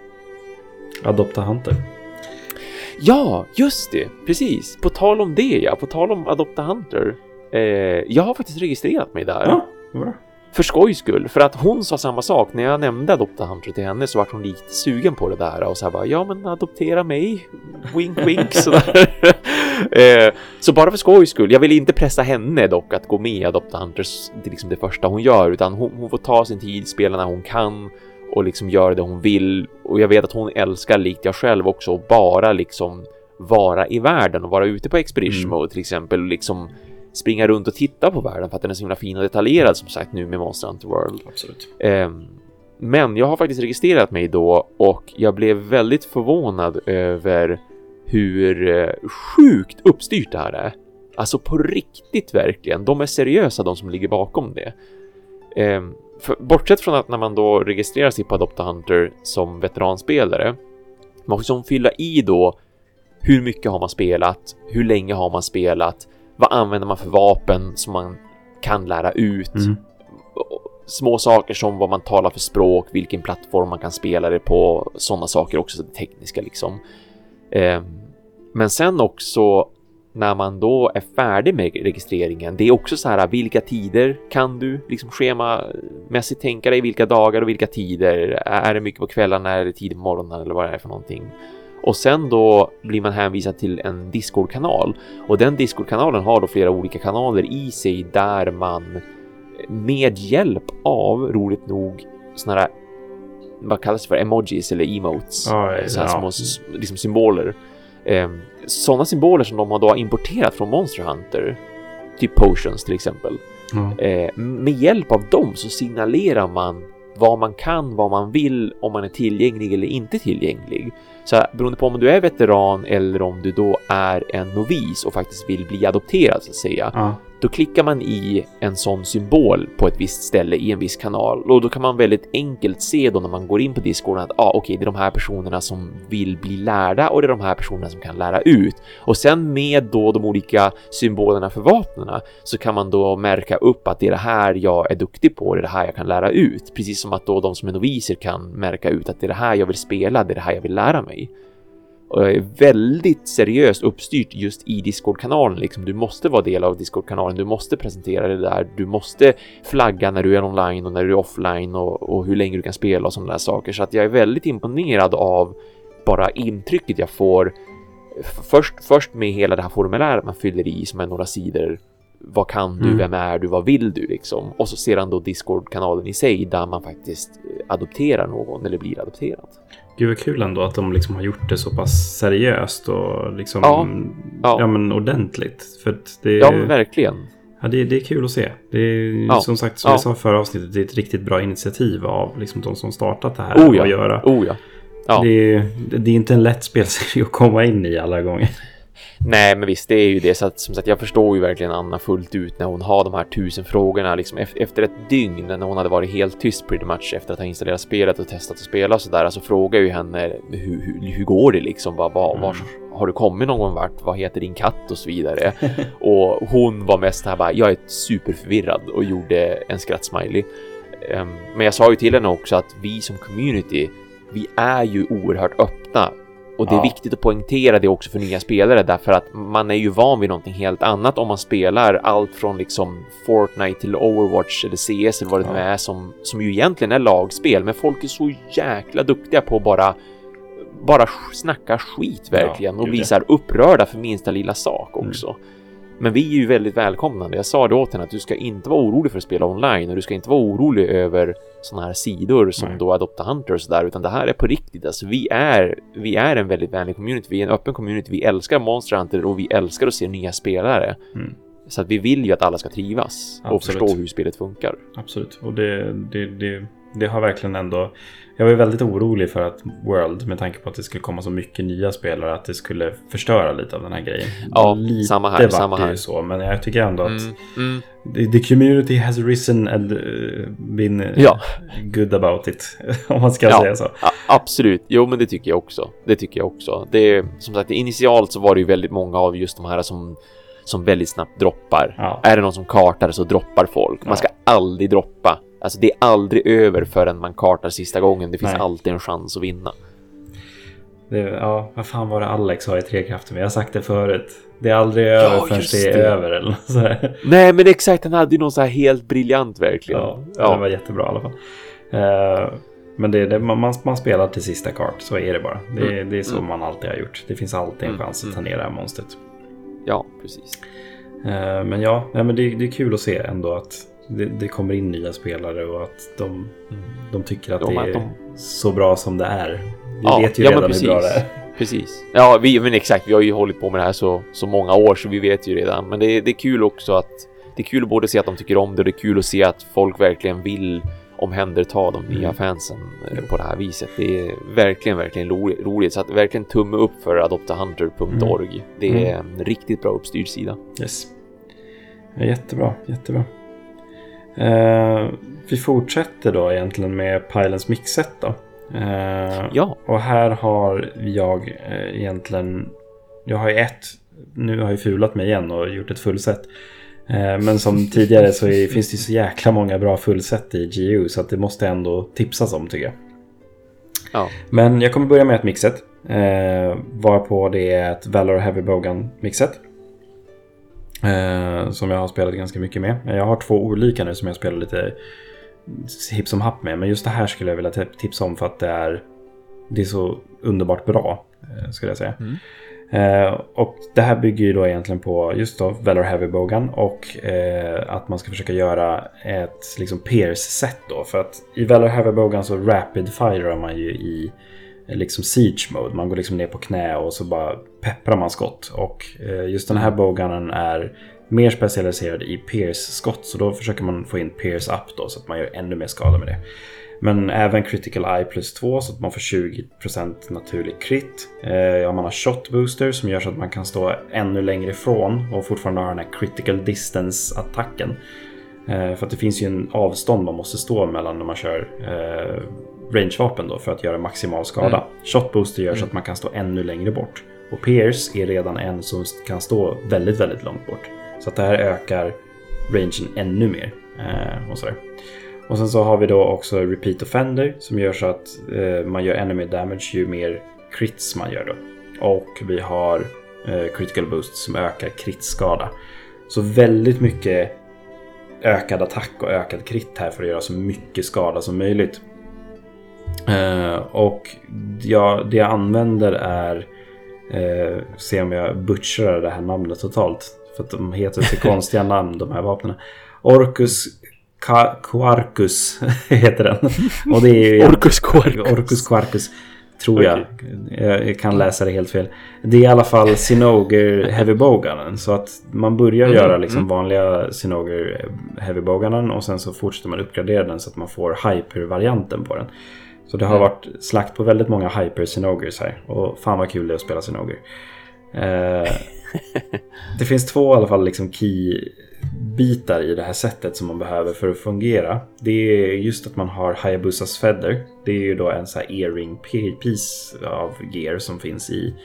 Adopta Hunter. Ja, just det. Precis. På tal om det, ja. På tal om Adopta Hunter. Eh, jag har faktiskt registrerat mig där. Ja, bra. För skojs skull, för att hon sa samma sak. När jag nämnde Adopta Hunter till henne så var hon lite sugen på det där. Och så här bara, ja men adoptera mig. Wink wink sådär. eh, Så bara för skojs skull. Jag vill inte pressa henne dock att gå med i Adopta Hunters. Det är liksom det första hon gör. Utan hon, hon får ta sin tid, spela när hon kan. Och liksom göra det hon vill. Och jag vet att hon älskar, likt jag själv också, att bara liksom vara i världen. Och vara ute på Expedition mm. Mode till exempel. Och liksom springa runt och titta på världen för att den är så himla fin och detaljerad som sagt nu med Monster Hunter World. Absolut. Eh, men jag har faktiskt registrerat mig då och jag blev väldigt förvånad över hur eh, sjukt uppstyrt det här är. Alltså på riktigt verkligen. De är seriösa, de som ligger bakom det. Eh, för, bortsett från att när man då registrerar sig på Adopta Hunter som veteranspelare, man får som fylla i då hur mycket har man spelat, hur länge har man spelat, vad använder man för vapen som man kan lära ut? Mm. Små saker som vad man talar för språk, vilken plattform man kan spela det på, sådana saker också, det tekniska liksom. Eh, men sen också när man då är färdig med registreringen, det är också så här, vilka tider kan du liksom schemamässigt tänka dig, vilka dagar och vilka tider, är det mycket på kvällarna, är det tidigt på morgonen eller vad det är för någonting. Och sen då blir man hänvisad till en Discord-kanal. Och den Discord-kanalen har då flera olika kanaler i sig där man med hjälp av, roligt nog, såna här, vad kallas det för, emojis eller emotes. Oh, så här ja. små liksom symboler. Eh, sådana symboler som de har då importerat från Monster Hunter. Typ potions till exempel. Mm. Eh, med hjälp av dem så signalerar man vad man kan, vad man vill, om man är tillgänglig eller inte tillgänglig. Så här, beroende på om du är veteran eller om du då är en novis och faktiskt vill bli adopterad så att säga. Ja. Då klickar man i en sån symbol på ett visst ställe i en viss kanal. Och då kan man väldigt enkelt se då när man går in på Discord att ah, okej, okay, det är de här personerna som vill bli lärda och det är de här personerna som kan lära ut. Och sen med då de olika symbolerna för vapnena så kan man då märka upp att det är det här jag är duktig på, det är det här jag kan lära ut. Precis som att då de som är noviser kan märka ut att det är det här jag vill spela, det är det här jag vill lära mig. Och är väldigt seriöst uppstyrt just i Discord-kanalen. Liksom, du måste vara del av Discord-kanalen. Du måste presentera det där. Du måste flagga när du är online och när du är offline. Och, och hur länge du kan spela och sådana där saker. Så att jag är väldigt imponerad av bara intrycket jag får. Först, först med hela det här formuläret man fyller i som är några sidor. Vad kan du? Mm. Vem är du? Vad vill du? Liksom. Och så sedan då Discord-kanalen i sig där man faktiskt adopterar någon eller blir adopterad. Gud vad kul ändå att de liksom har gjort det så pass seriöst och liksom ja, ja. ja men ordentligt. För att det, ja, men verkligen. Ja, det, det är kul att se. Det är ja. som sagt, som ja. jag sa förra avsnittet, det är ett riktigt bra initiativ av liksom de som startat det här oh, ja. att göra. Oh, ja. Ja. Det, är, det är inte en lätt spelserie att komma in i alla gånger. Nej, men visst, det är ju det. Så att, som sagt, jag förstår ju verkligen Anna fullt ut när hon har de här tusen frågorna. Liksom, efter ett dygn när hon hade varit helt tyst pretty much efter att ha installerat spelet och testat att spela och sådär. Så frågar ju henne, hur, hur, hur går det liksom? Var, var, var har du kommit någon vart, vad heter din katt och så vidare. Och hon var mest här bara, jag är superförvirrad och gjorde en skrattsmiley. Um, men jag sa ju till henne också att vi som community, vi är ju oerhört öppna. Och det är ja. viktigt att poängtera det också för nya spelare, därför att man är ju van vid någonting helt annat om man spelar allt från liksom Fortnite till Overwatch eller C S eller vad det ja. nu är som, som ju egentligen är lagspel, men folk är så jäkla duktiga på att bara bara snacka skit verkligen ja, och bli så här upprörda för minsta lilla sak också. Mm. Men vi är ju väldigt välkomnande. Jag sa det åt henne att du ska inte vara orolig för att spela online och du ska inte vara orolig över såna här sidor som Nej. då Adopt a Hunter och sådär, utan det här är på riktigt. Alltså vi är, vi är en väldigt vänlig community, vi är en öppen community, vi älskar Monster Hunter och vi älskar att se nya spelare. Mm. Så att vi vill ju att alla ska trivas Absolut. och förstå hur spelet funkar. Absolut, och det, det, det, det har verkligen ändå... Jag var väldigt orolig för att World, med tanke på att det skulle komma så mycket nya spelare, att det skulle förstöra lite av den här grejen. Ja, lite samma här, samma här. Så, men jag tycker ändå att mm, mm. The, the community has risen and uh, been uh, ja. good about it, om man ska ja, säga så. A- absolut, jo men det tycker jag också. Det tycker jag också. Det, som sagt, initialt så var det ju väldigt många av just de här som som väldigt snabbt droppar. Ja. Är det någon som kartar så droppar folk. Man ska ja. aldrig droppa. Alltså det är aldrig över förrän man kartar sista gången. Det finns Nej. alltid en chans att vinna. Det, ja, vad fan var det Alex har i Trekraften? Vi har sagt det förut. Det är aldrig över ja, förrän det är det. över eller så här. Nej, men exakt, han hade ju någon så här helt briljant verkligen. Ja, ja. Det var jättebra i alla fall. Uh, men det, det, man, man spelar till sista kart, så är det bara. Det, mm. det är så mm. man alltid har gjort. Det finns alltid en mm. chans att ta ner det här monstret. Ja, precis. Uh, men ja, ja men det, det är kul att se ändå att det, det kommer in nya spelare och att de, mm. de tycker att de, det är de... så bra som det är. Vi ja, vet ju ja, redan hur bra det är. Precis. Ja, vi, men exakt. Vi har ju hållit på med det här så, så många år, så vi vet ju redan. Men det, det är kul också att det är kul att både se att de tycker om det, och det är kul att se att folk verkligen vill omhänderta de nya mm. fansen på det här viset. Det är verkligen, verkligen roligt. Så att verkligen tumme upp för adopt a hunter punkt org. Mm. Det är en riktigt bra uppstyrd sida. Yes. Ja, jättebra, jättebra. Uh, vi fortsätter då egentligen med Pylons mixet då. Uh, ja. Och här har jag uh, egentligen, jag har ju ett, nu har jag fulat mig igen och gjort ett fullset. Uh, men som tidigare så är, finns det så jäkla många bra fullset i G U, så att det måste ändå tipsas om, tycker jag. Ja. Men jag kommer börja med ett mixet, uh, varpå det är ett Valor Heavy Bowgun mixet. Uh, som jag har spelat ganska mycket med. Jag har två olika nu som jag spelar lite hipp som happ med, men just det här skulle jag vilja tipsa om för att det är det är så underbart bra, uh, skulle jag säga. Mm. Uh, och det här bygger ju då egentligen på just då Valor Heavy Bowgun och uh, att man ska försöka göra ett liksom Pierce-set då, för att i Valor Heavy Bowgun så rapid firear man ju i liksom siege mode. Man går liksom ner på knä och så bara pepprar man skott. Och eh, just den här bowgunnen är mer specialiserad i pierce-skott, så då försöker man få in pierce up då, så att man gör ännu mer skada med det. Men även critical eye plus två, så att man får tjugo procent naturlig crit. Eh, ja, man har shot booster som gör så att man kan stå ännu längre ifrån och fortfarande ha den här critical distance-attacken. Eh, för att det finns ju en avstånd man måste stå mellan när man kör eh, rangevapen då, för att göra maximal skada. Mm. Shot booster gör så att man kan stå ännu längre bort. Och Pierce är redan en som kan stå väldigt, väldigt långt bort. Så att det här ökar rangen ännu mer. Eh, och, sådär. Och sen så har vi då också Repeat Offender som gör så att eh, man gör ännu mer damage ju mer crits man gör då. Och vi har eh, Critical Boost som ökar critskada. Så väldigt mycket ökad attack och ökad crit här för att göra så mycket skada som möjligt. Uh, och ja, det jag använder är uh, se om jag butcherar det här namnet totalt, för att de heter så konstiga namn, de här vapnen. Orcus Ka- Quarkus heter den. Och det är ju Orcus Quarkus. Orcus Quarkus tror jag. Okay. jag. Jag kan läsa det helt fel. Det är i alla fall Sinoger Heavy Bowgunnen, så att man börjar mm, göra liksom mm. vanliga Sinoger Heavy Bowgunnen och sen så fortsätter man uppgradera den så att man får hyper-varianten på den. Så det har mm. varit slakt på väldigt många hyper Sinogers här. Och fan vad kul det är att spela Sinoger. Eh, det finns två i alla fall liksom key-bitar i det här sättet som man behöver för att fungera. Det är just att man har Hayabusas Feather. Det är ju då en så här earring piece av gear som finns i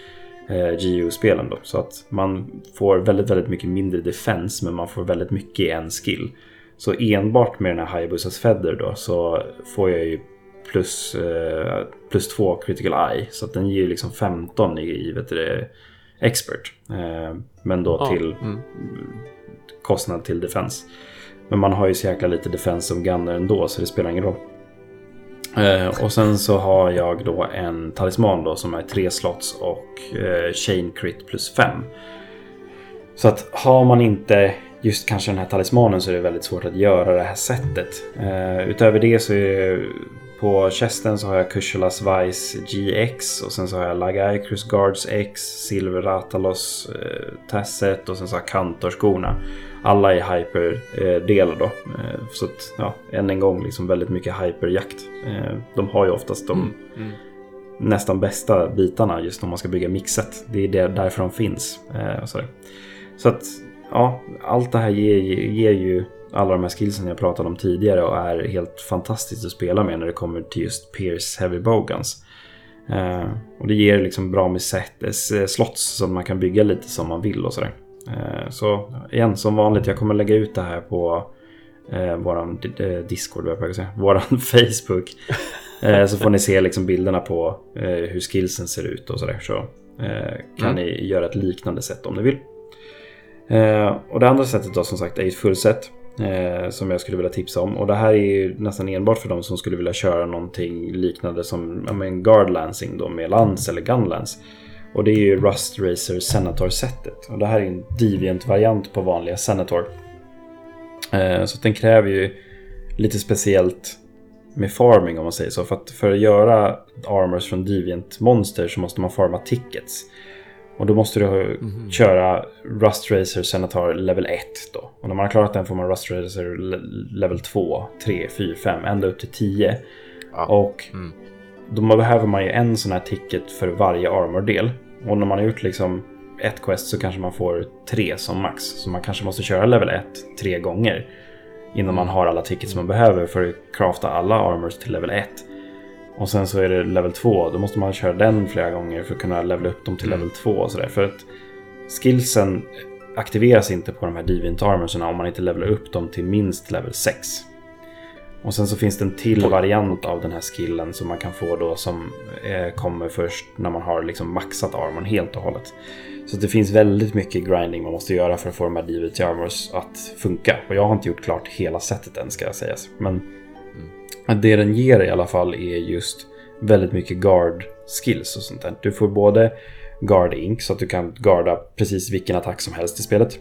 eh, G U-spelen då. Så att man får väldigt, väldigt mycket mindre defense, men man får väldigt mycket i en skill. Så enbart med den här Hayabusas Feather då så får jag ju plus, eh, plus två critical eye. Så att den ger ju liksom femton i, i vet du, expert. Eh, men då till mm. kostnad till defense. Men man har ju så jäkla lite defense som gunner ändå, så det spelar ingen roll. Eh, och sen så har jag då en talisman då som är tre slots och eh, chain crit plus fem. Så att har man inte just kanske den här talismanen så är det väldigt svårt att göra det här sättet. Eh, utöver det så är det, på chesten så har jag Kushalas Vice G X och sen så har jag Lagai Cruz Guards X, Silver Ratalos eh, Tasset och sen så har Kantorskorna. Alla är hyper-delar då. Eh, så att, ja, än en gång liksom väldigt mycket hyperjakt. Eh, de har ju oftast de mm. Mm. nästan bästa bitarna just om man ska bygga mixet. Det är där, därför de finns. Eh, så, så att, ja, allt det här ger, ger ju alla de här skillsen jag pratade om tidigare och är helt fantastiskt att spela med när det kommer till just Pierce Heavy Bowguns. Eh, och det ger liksom bra med set, eh, slots som man kan bygga lite som man vill och sådär. Eh, så igen, som vanligt, jag kommer lägga ut det här på eh, våran eh, Discord, jag på säga, våran Facebook. Eh, så får ni se liksom bilderna på eh, hur skillsen ser ut och sådär. Så eh, kan mm. ni göra ett liknande sätt om ni vill. Eh, och det andra sättet då som sagt är ett fullset. Eh, som jag skulle vilja tipsa om. Och det här är ju nästan enbart för de som skulle vilja köra någonting liknande som ja, men guard lancing då, med lans eller gun lance. Och det är ju Rust Racer Senator-sättet. Och det här är en deviant-variant på vanliga Senator. Eh, så den kräver ju lite speciellt med farming om man säger så. För att, för att göra armors från deviant-monster så måste man farma tickets. Och då måste du mm-hmm. köra Rust Racer Senator level ett då. Och när man har klarat den får man Rust Racer level två, tre, fyra, fem, ända upp till tio. Ja. Och mm. då behöver man ju en sån här ticket för varje armor-del. Och när man har gjort liksom ett quest så kanske man får tre som max. Så man kanske måste köra level ett tre gånger innan man har alla tickets man behöver för att crafta alla armors till level ett. Och sen så är det level två. Då måste man köra den flera gånger för att kunna levela upp dem till level två och sådär. För att skillsen aktiveras inte på de här deviant armorserna om man inte levelar upp dem till minst level sex. Och sen så finns det en till variant av den här skillen som man kan få då som eh, kommer först när man har liksom maxat armorn helt och hållet. Så det finns väldigt mycket grinding man måste göra för att få de här deviant armors att funka. Och jag har inte gjort klart hela sättet än, ska jag säga. Men mm. det den ger i alla fall är just väldigt mycket guard skills och sånt där. Du får både guard ink så att du kan guarda precis vilken attack som helst i spelet.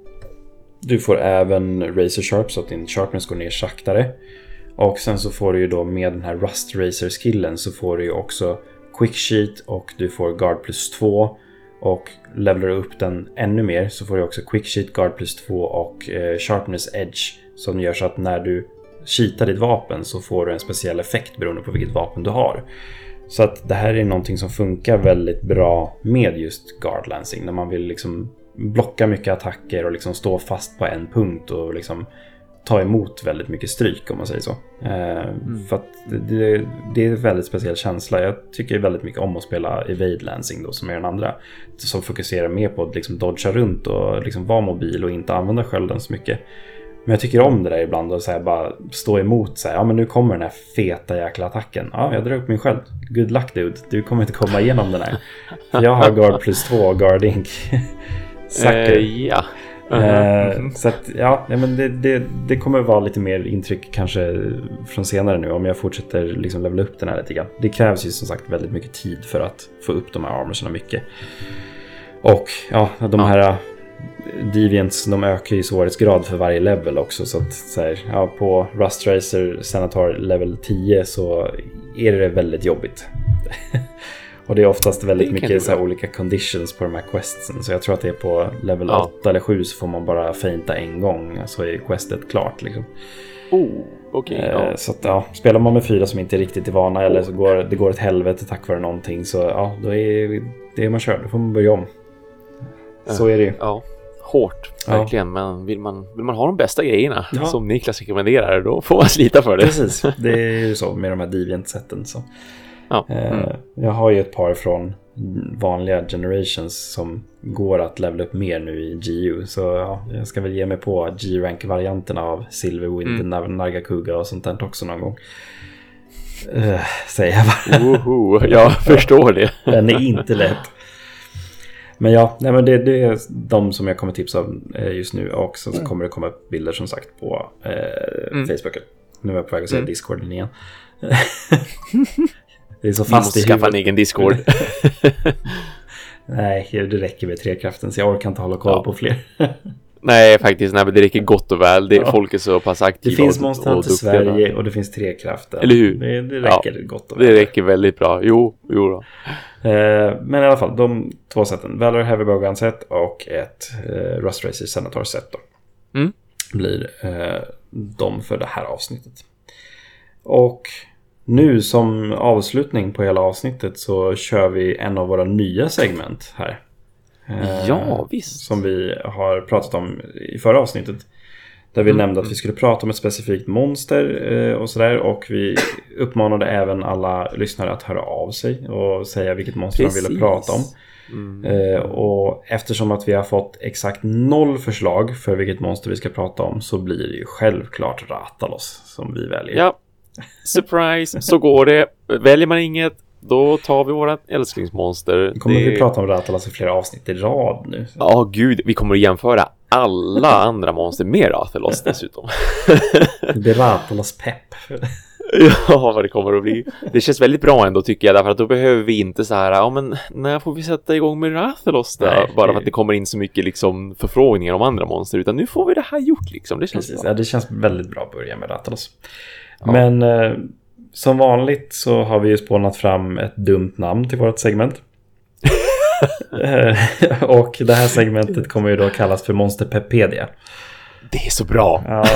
Du får även razor sharp så att din sharpness går ner saktare. Och sen så får du ju då med den här Rust Racer skillen så får du ju också quick sheet och du får guard plus två. Och levelar du upp den ännu mer så får du också quick sheet, guard plus två och eh, sharpness edge. Som gör så att när du cheatar ditt vapen så får du en speciell effekt beroende på vilket vapen du har. Så att det här är någonting som funkar väldigt bra med just guard lancing. När man vill liksom blocka mycket attacker och liksom stå fast på en punkt och liksom ta emot väldigt mycket stryk om man säger så. Eh, mm. För att det, det är en väldigt speciell känsla. Jag tycker väldigt mycket om att spela evade lancing då, som är den andra. Som fokuserar mer på att liksom dodga runt och liksom vara mobil och inte använda skölden så mycket. Men jag tycker om det där ibland och så här bara stå emot så här, ja men nu kommer den här feta jäkla attacken. Ja, jag drar upp min sköld. Good luck dude. Du kommer inte komma igenom den här. För jag har guard plus två och guard ink. Sacker. Uh, ja. Uh-huh. Uh, så att ja, men det, det, det kommer vara lite mer intryck kanske från senare nu om jag fortsätter liksom levela upp den här lite grann. Det krävs ju som sagt väldigt mycket tid för att få upp de här armorserna mycket. Och ja, de här ja. Deviants, de ökar ju svårighetsgrad för varje level också. Så att så här, ja, på Rust Racer Senator level tio så är det väldigt jobbigt. Och det är oftast väldigt mycket så här olika conditions på de här questsen. Så jag tror att det är på level ja. åtta eller sju så får man bara feinta en gång. Så är questet klart liksom. Oh, okay, eh, ja. Så att ja, spelar man med fyra som inte är riktigt är vana oh. eller så går det går ett helvete tack vare någonting. Så ja, då är det man kör. Då får man börja om. Så är det ju. Ja, hårt, verkligen. Ja. Men vill man, vill man ha de bästa grejerna ja. som Niklas rekommenderar, då får man slita för det. Precis, det är ju så med de här deviant-sätten. Så. Ja. Mm. Jag har ju ett par från vanliga generations som går att levela upp mer nu i G U. Så ja, jag ska väl ge mig på G-rank-varianterna av Silverwind, mm. Nargacuga och sånt där också någon gång. Uh, säger jag bara. Woho, jag förstår det. Den är inte lätt. Men ja, nej, men det, det är de som jag kommer tipsa om just nu. Och så mm. kommer det komma upp bilder som sagt på eh, mm. Facebook. Nu är jag på väg att säga mm. Discorden igen. Det är så fast i huvudet. Skaffa en egen Discord. Nej, det räcker med trekraften. Så jag orkar inte hålla koll ja. på fler. Nej, faktiskt. Nej, men det räcker gott och väl. Det, ja. Folk är så pass aktiva. Det finns Monster Hunter Sverige och det finns trekraften. Eller hur? Det, det räcker ja, gott och väl. Det räcker väldigt bra. Jo, jo då. Eh, men i alla fall, de två sätten. Valor Heavy Bowgun set och ett eh, Rust Racer Senator set då. Mm. Blir eh, de för det här avsnittet. Och nu som avslutning på hela avsnittet så kör vi en av våra nya segment här. Eh, ja, visst. Som vi har pratat om i förra avsnittet. Där vi mm. nämnde att vi skulle prata om ett specifikt monster eh, och sådär. Och vi uppmanade även alla lyssnare att höra av sig och säga vilket monster Precis. de ville prata om. Mm. Eh, och eftersom att vi har fått exakt noll förslag för vilket monster vi ska prata om så blir det ju självklart Rathalos som vi väljer. Ja, surprise, så går det. Väljer man inget, då tar vi våra älsklingsmonster. Kommer det... vi prata om Rathalos i flera avsnitt i rad nu? Ja, oh, gud, vi kommer att jämföra alla andra monster med Rathalos dessutom. Det blir Rathalos pepp. Ja, vad det kommer att bli. Det känns väldigt bra ändå tycker jag, därför att då behöver vi inte så här, ja men när får vi sätta igång med Rathalos då? Nej, bara för att det kommer in så mycket liksom förfrågningar om andra monster, utan nu får vi det här gjort liksom. Det känns Precis, bra. Ja, det känns väldigt bra att börja med Rathalos. Ja. Men eh, som vanligt så har vi ju spånat fram ett dumt namn till vårt segment. Och det här segmentet kommer ju då kallas för Monsterpedia. Det är så bra. Ja.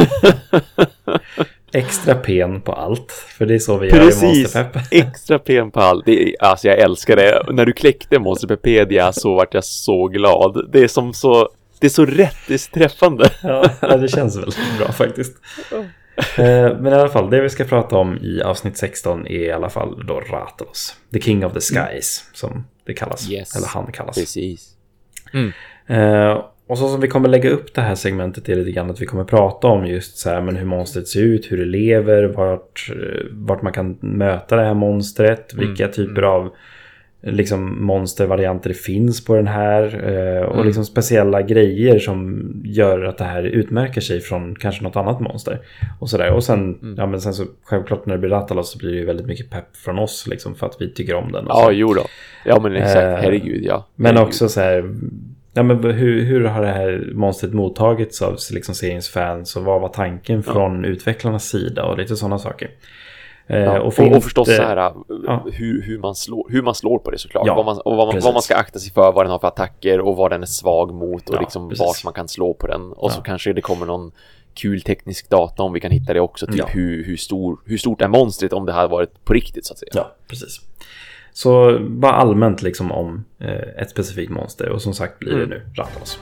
Extra pen på allt. För det är så vi gör i Monsterpepp. Extra pen på allt. Det är, alltså jag älskar det. När du kläckte Monsterpedia så vart jag så glad. Det är som så, det är så rätt, det är så träffande. Ja, det känns väldigt bra faktiskt. Men i alla fall, det vi ska prata om i avsnitt sexton är i alla fall då Rathalos. The King of the Skies, mm. som det kallas. Yes. Eller han kallas. Precis. Mm. Uh, och så som vi kommer lägga upp det här segmentet är lite grann att vi kommer prata om just så här, men hur monstret ser ut, hur det lever, vart, vart man kan möta det här monstret, mm. vilka typer mm. av liksom monstervarianter det finns på den här eh, och mm. liksom speciella grejer som gör att det här utmärker sig från kanske något annat monster och sådär. Och sen, mm. ja men sen så självklart när det blir Rathalos så blir det ju väldigt mycket pepp från oss liksom för att vi tycker om den. Och ja, så. jo då. Ja men exakt, eh, herregud ja. Men herregud. också så här, ja men hur, hur har det här monstret mottagits av liksom seriens fans och vad var tanken ja. från utvecklarnas sida och lite sådana saker. Ja, och, och, och förstås det, så här, ja. hur, hur, man slår, hur man slår på det såklart. Ja, vad, man, och vad, man, vad man ska akta sig för, vad den har för attacker och vad den är svag mot och ja, liksom vart man kan slå på den. Och ja. så kanske det kommer någon kul teknisk data om vi kan hitta det också. Typ ja. hur, hur, stor, hur stort är monstret om det hade varit på riktigt så att säga. Ja, precis. Så bara allmänt liksom om eh, ett specifikt monster. Och som sagt blir mm. det nu Rathalos.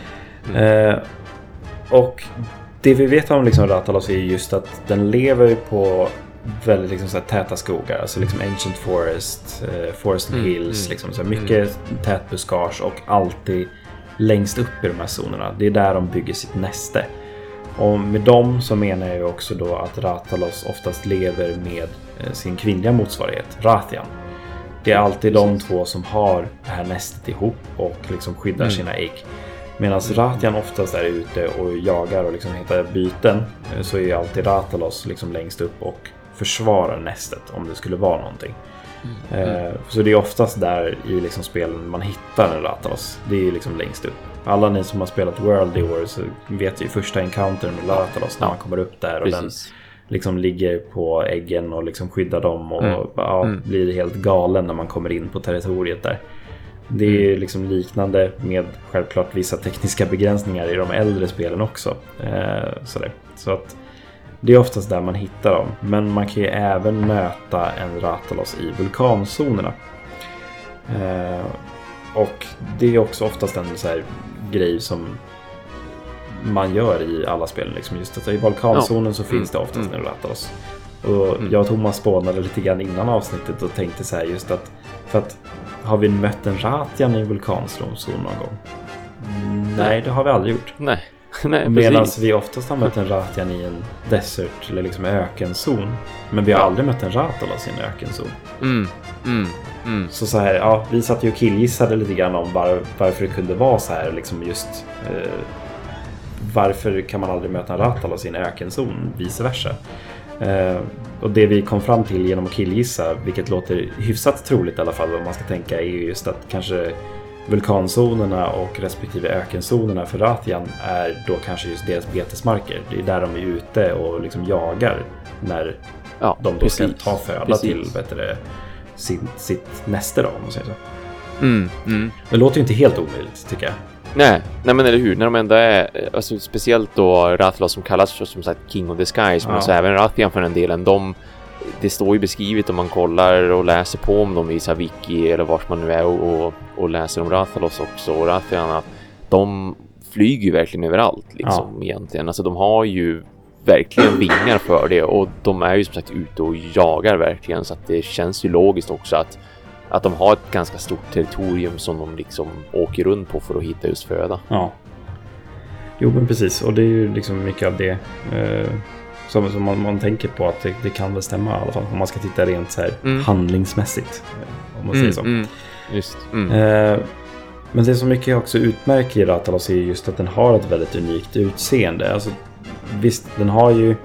Mm. Eh, och det vi vet om liksom Rathalos är just att den lever på väldigt liksom så här täta skogar, alltså liksom Ancient Forest, eh, Forest and Hills, mm, liksom så här mycket mm. tät buskage och alltid längst upp i de här zonerna. Det är där de bygger sitt näste. Och med dem så menar jag ju också då att Rathalos oftast lever med eh, sin kvinnliga motsvarighet, Rathian. Det är alltid de två som har det här nästet ihop och liksom skyddar mm. sina ägg. Medan Rathian oftast är ute och jagar och liksom hittar byten, så är alltid Rathalos liksom längst upp och försvarar nästet om det skulle vara någonting. Mm. Mm. Så det är oftast där i liksom spelen man hittar en Rathalos. Det är liksom längst upp. Alla ni som har spelat World i år så vet ju första encountern med Rathalos när ja. man kommer upp där och Precis. den liksom ligger på äggen och liksom skyddar dem och mm. Ja, mm. blir helt galen när man kommer in på territoriet där. Det är mm. liksom liknande med självklart vissa tekniska begränsningar i de äldre spelen också. Eh, sådär. Så att det är oftast där man hittar dem. Men man kan ju även möta en Rathalos i vulkanzonerna. Eh, och det är också oftast en så här grej som man gör i alla spel. Liksom just att i vulkanzonen ja. så finns det oftast mm. en Rathalos. Och mm. jag och Thomas spånade lite grann innan avsnittet och tänkte så här just att för att har vi mött en Rathian i vulkanzon någon gång? Mm, nej, det har vi aldrig gjort. Nej. Nej, medan vi oftast har mött en Rathian i en desert eller liksom ökenzon. Men vi har ja. aldrig mött en Rathalos i en ökenzon. Mm, mm, mm. Så så här, ja, vi satt ju och killgissade lite grann om var, varför det kunde vara så här. Liksom just, eh, varför kan man aldrig möta en Rathalos i en ökenzon, vice versa. Eh, och det vi kom fram till genom att killgissa, vilket låter hyfsat troligt i alla fall om man ska tänka, är just att kanske vulkanzonerna och respektive ökenzonerna för Rathian är då kanske just deras betesmarker. Det är där de är ute och liksom jagar när ja, de då precis, ska ta föda precis. till vet du, sitt, sitt näste då, om man säger så. Mm, mm. Det låter ju inte helt omöjligt, tycker jag. Nej, nej men eller hur, när de ändå är alltså, speciellt då Rathalos som kallas för, som sagt, King of the Skies, men ja. så även Rathian för den delen, de det står ju beskrivet om man kollar och läser på om dem i så här wiki eller vart man nu är och, och, och läser om Rathalos också och Rathian, att de flyger ju verkligen överallt liksom ja. egentligen. Alltså de har ju verkligen vingar för det och de är ju som sagt ute och jagar verkligen, så att det känns ju logiskt också att, att de har ett ganska stort territorium som de liksom åker runt på för att hitta just föda. Ja. Jo men precis, och det är ju liksom mycket av det eh... Som, som man, man tänker på att det, det kan väl stämma i alla fall. Om man ska titta rent så här mm. handlingsmässigt. Om man mm, säger så. Mm, just. Mm. Eh, men det som mycket också utmärker Rathalos är just att den har ett väldigt unikt utseende. Alltså, visst, den har ju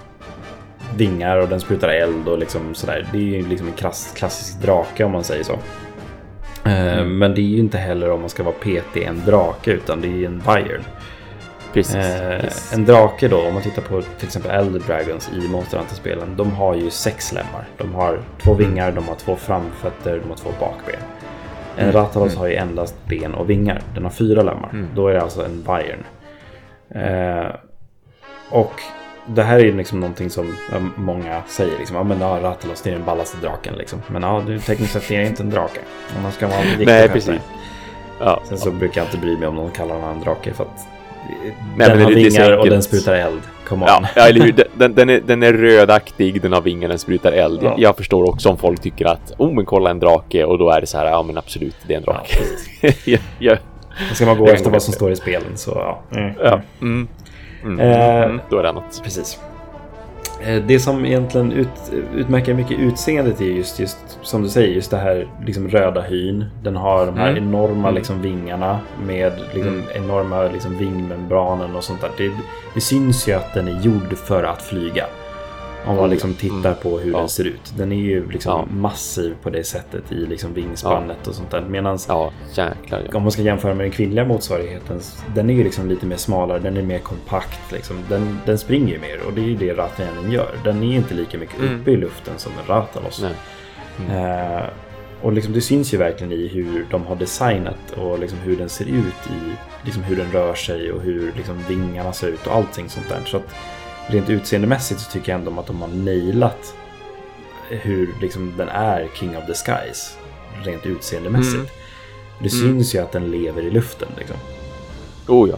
vingar och den sprutar eld och liksom sådär. Det är ju liksom en klass, klassisk drake om man säger så. Eh, mm. Men det är ju inte heller, om man ska vara petig, en drake, utan det är en Vyern. Precis, eh, precis. En drake då, om man tittar på till exempel Elder Dragons i Monster Hunter-spelen, de har ju sex lemmar. De har två vingar, mm. de har två framfötter, de har två bakben. En mm. Rathalos mm. har ju endast ben och vingar. Den har fyra lemmar. Mm. Då är det alltså en Vyern. Eh, och det här är ju liksom någonting som ja, många säger liksom, ja men ja, Rathalos det är den ballaste draken liksom. Men ja, det, tekniskt sett är det inte en drake. Om man ska vara en Nej, precis. Ja. Sen så brukar jag inte bry mig om någon kallar den en drake, för att Nej, den har vingar och den sprutar eld. Come on. Ja, ja, eller hur? Den, den, är, den är rödaktig, den har vingar, den sprutar eld. Ja. Jag förstår också om folk tycker att, oh men kolla en drake, och då är det så här, ja men absolut, det är en drake. Ja, ja, ja. Ska man gå jag efter vad som står i spelen så ja. Mm. ja. Mm. Mm. Eh, mm. Då är det annat. Precis. Det som egentligen ut, utmärker mycket utseendet är just, just som du säger, just det här liksom röda hyn. Den har de här mm. enorma liksom vingarna med liksom mm. enorma liksom vingmembranen och sånt där. Det, det syns ju att den är gjord för att flyga. Om man liksom tittar på hur ja. den ser ut. Den är ju liksom ja. massiv på det sättet i liksom vingspannet ja. och sånt där. Medans ja, jäklar, ja. om man ska jämföra med den kvinnliga motsvarigheten, den är ju liksom lite mer smalare, den är mer kompakt liksom. Den, den springer ju mer, och det är ju det Rathianen gör. Den är inte lika mycket mm. uppe i luften som en Rathalos. Mm. Eh, och liksom det syns ju verkligen i hur de har designat och liksom hur den ser ut, i liksom hur den rör sig och hur liksom vingarna ser ut och allting sånt där. Så att rent utseendemässigt så tycker jag ändå att de har nailat hur liksom den är King of the Skies rent utseendemässigt. Mm. Det mm. syns ju att den lever i luften liksom. Oh ja.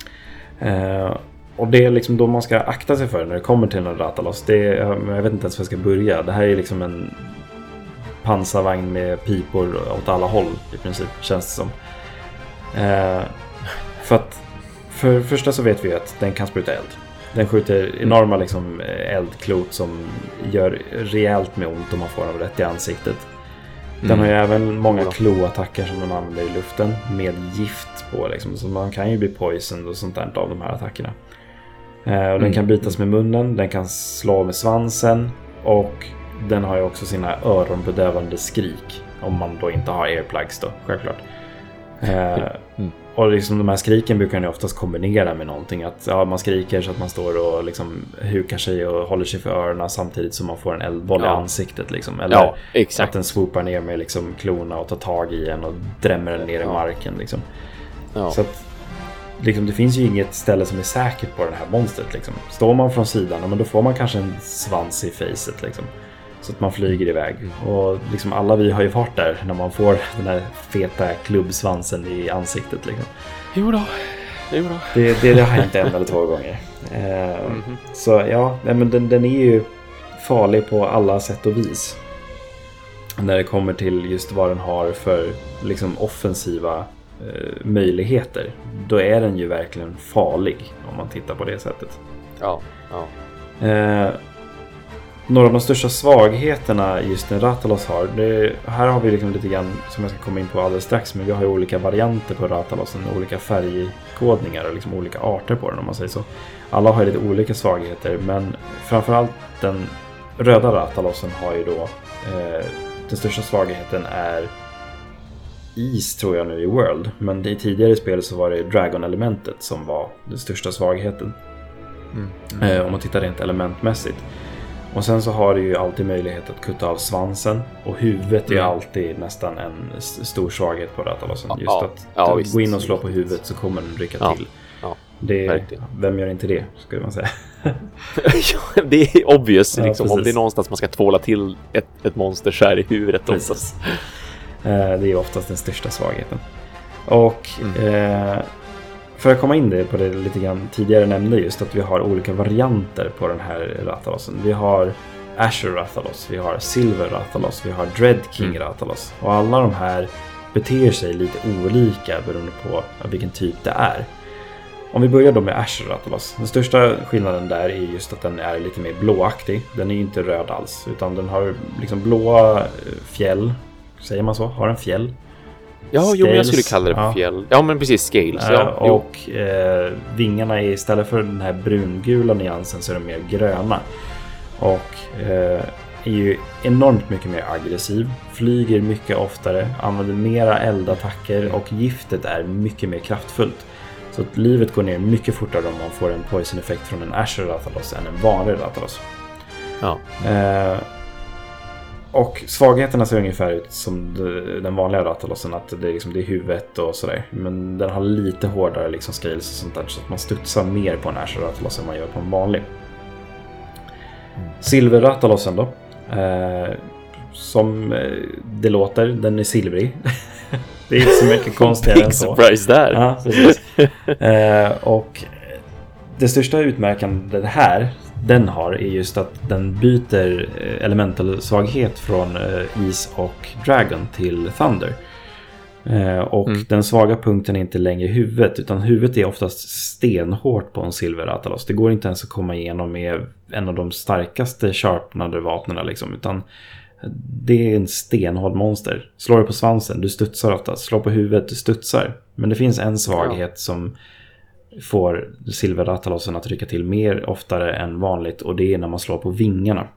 Eh, och det är liksom då man ska akta sig för när det kommer till en Rathalos. Det är, jag vet inte ens var jag ska börja. Det här är liksom en pansarvagn med pipor åt alla håll i princip, känns det som. Eh, för att för första så vet vi att den kan spruta eld. Den skjuter enorma liksom eldklot som gör rejält med ont om man får dem rätt i ansiktet. Den mm. har ju även många kloattacker som den använder i luften med gift på liksom. Så man kan ju bli poisoned och sånt där av de här attackerna. Eh, och mm. den kan bitas med munnen, den kan slå med svansen, och den har ju också sina öronbedövande skrik. Om man då inte har earplugs då, självklart. Eh, mm. Och liksom de här skriken brukar ni oftast kombinera med någonting. Att ja, man skriker så att man står och liksom hukar sig och håller sig för öronen samtidigt som man får en eldboll ja. i ansiktet. Liksom. Eller ja, exakt. att den swoopar ner med liksom klorna och tar tag i en och drämmer den ner ja. i marken. Liksom. Ja. Så att liksom, det finns ju inget ställe som är säkert på det här monstret. Liksom. Står man från sidan, men då får man kanske en svans i facet. Liksom. Så att man flyger iväg. Och liksom alla vi har ju varit där när man får den här feta klubbsvansen i ansiktet. Liksom. Jo då. Jo då. Det, det, det har hänt en eller två gånger. Eh, mm-hmm. Så ja, men den, den är ju farlig på alla sätt och vis. när det kommer till just vad den har för liksom offensiva eh, möjligheter, då är den ju verkligen farlig om man tittar på det sättet. Ja, ja. Eh, några av de största svagheterna just den Rathalos har, det, här har vi liksom lite grann som jag ska komma in på alldeles strax, men vi har ju olika varianter på Rathalosen, olika färgkodningar och liksom olika arter på den om man säger så. Alla har ju lite olika svagheter, men framförallt den röda Rathalosen har ju då eh, den största svagheten är is, tror jag nu i World, men i tidigare spel så var det Dragon-elementet som var den största svagheten. Mm. Mm. Eh, om man tittar rent elementmässigt. Och sen så har du ju alltid möjlighet att kutta av svansen, och huvudet mm. är alltid nästan en stor svaghet på Rathalosen. Just ja, att ja, visst, gå in och slå på huvudet så kommer den rycka ja, till. Ja, det, vem gör inte det, skulle man säga. Ja, det är obvious, liksom. Ja, om det är någonstans man ska tvåla till ett, ett monster så här i huvudet. Oftast. Det är oftast den största svagheten. Och mm. eh, för att komma in det på det lite grann tidigare nämnde just att vi har olika varianter på den här Rathalosen. Vi har Azure Rathalos, vi har Silver Rathalos, vi har Dread King mm. Rathalos. Och alla de här beter sig lite olika beroende på vilken typ det är. Om vi börjar då med Azure Rathalos. Den största skillnaden där är just att den är lite mer blåaktig. Den är ju inte röd alls, utan den har liksom blåa fjäll. Säger man så? Har en fjäll? Ja, scales. Jo, men jag skulle kalla det ja. fjäll. Ja, men precis, scales. Ja, äh, och eh, vingarna är istället för den här brungula nyansen så är de mer gröna. Och eh, är ju enormt mycket mer aggressiv. Flyger mycket oftare, använder mera eldattacker och giftet är mycket mer kraftfullt. Så att livet går ner mycket fortare om man får en poison-effekt från en Azure Rathalos än en vanlig Rathalos. Ja. Eh, och svagheterna ser ungefär ut som den vanliga Rathalosen, att det är, liksom, det är huvudet och sådär. Men den har lite hårdare liksom scales och sånt där, så att man studsar mer på en Azure Rathalos än man gör på en vanlig. Mm. Silver Rathalosen då. Eh, som eh, det låter, den är silvrig. Det är inte så mycket konstigare än så. Big surprise där. Ja, precis. eh, och det största utmärkande det här den har är just att den byter elemental svaghet från eh, is och dragon till thunder. Eh, och mm. den svaga punkten är inte längre huvudet, utan huvudet är oftast stenhårt på en Silver Rathalos. Det går inte ens att komma igenom med en av de starkaste sharpnade vapnena liksom, utan det är en stenhård monster. Slår du på svansen, du studsar oftast. Slår på huvudet, du studsar. Men det finns en svaghet ja. som får Silver Rathalosen att rycka till mer oftare än vanligt, och det är när man slår på vingarna.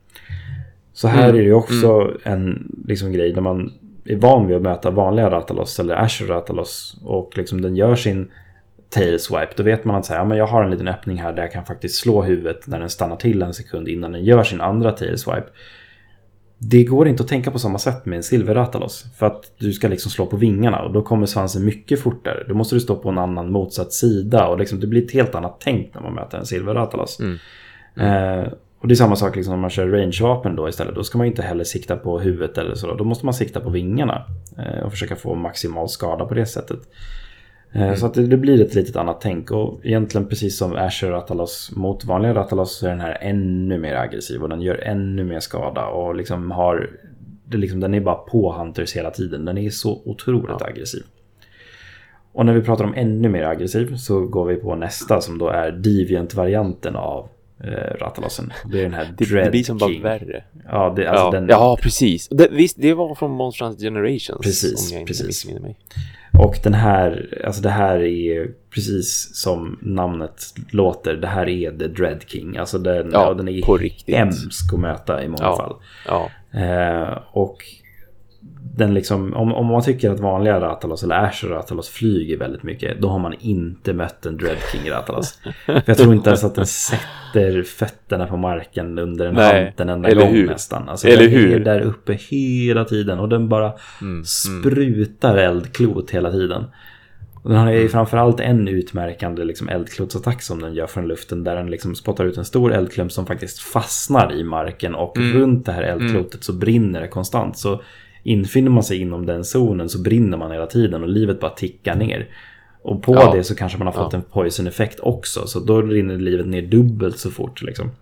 Så här mm. är det ju också mm. en liksom, grej där man är van vid att möta vanliga Rathalos eller Azure Rathalos, och liksom den gör sin tail swipe. Då vet man att så här, ja, men jag har en liten öppning här där jag kan faktiskt slå huvudet när den stannar till en sekund innan den gör sin andra tail swipe. Det går inte att tänka på samma sätt med en Silver Rathalos, för att du ska liksom slå på vingarna och då kommer svansen mycket fortare. Då måste du stå på en annan motsatt sida, och liksom det blir ett helt annat tänk när man möter en Silver Rathalos. Mm. Mm. Eh, och det är samma sak liksom när man kör rangevapen då istället. Då ska man inte heller sikta på huvudet eller så. Då måste man sikta på vingarna eh, och försöka få maximal skada på det sättet. Mm. Så att det, det blir ett litet annat tänk. Och egentligen precis som Azure Rathalos mot vanliga Rathalos så är den här ännu mer aggressiv, och den gör ännu mer skada och liksom har det liksom, den är bara på Hunters hela tiden. Den är så otroligt ja. aggressiv. Och när vi pratar om ännu mer aggressiv så går vi på nästa, som då är Deviant-varianten av eh, Rathalosen. Det är den här det, Dread det blir som King. bara värre. Ja, det, alltså ja. Den, ja, precis. Det, visst, det var från Monster Hunter Generations. Precis, om jag inte precis. missminner mig. Och den här, alltså det här är precis som namnet låter, det här är The Dread King. Alltså den, ja, ja, den är på riktigt hemsk att möta i många ja, fall. Ja. Eh, och den liksom, om, om man tycker att vanliga Rathalos eller Azure Rathalos flyger väldigt mycket, då har man inte mött en Dread King Rathalos. För jag tror inte ens att den sätter fötterna på marken under en hand en enda gång hur? nästan. Alltså eller den hur? är där uppe hela tiden, och den bara mm, sprutar mm. eldklot hela tiden. Och den har ju mm. framförallt en utmärkande liksom eldklotsattack som den gör från luften, där den liksom spottar ut en stor eldklump som faktiskt fastnar i marken, och mm. runt det här eldklotet mm. så brinner det konstant. Så infinner man sig inom den zonen så brinner man hela tiden och livet bara tickar ner. Och på ja. det så kanske man har fått ja. en poison-effekt också, så då rinner livet ner dubbelt så fort liksom.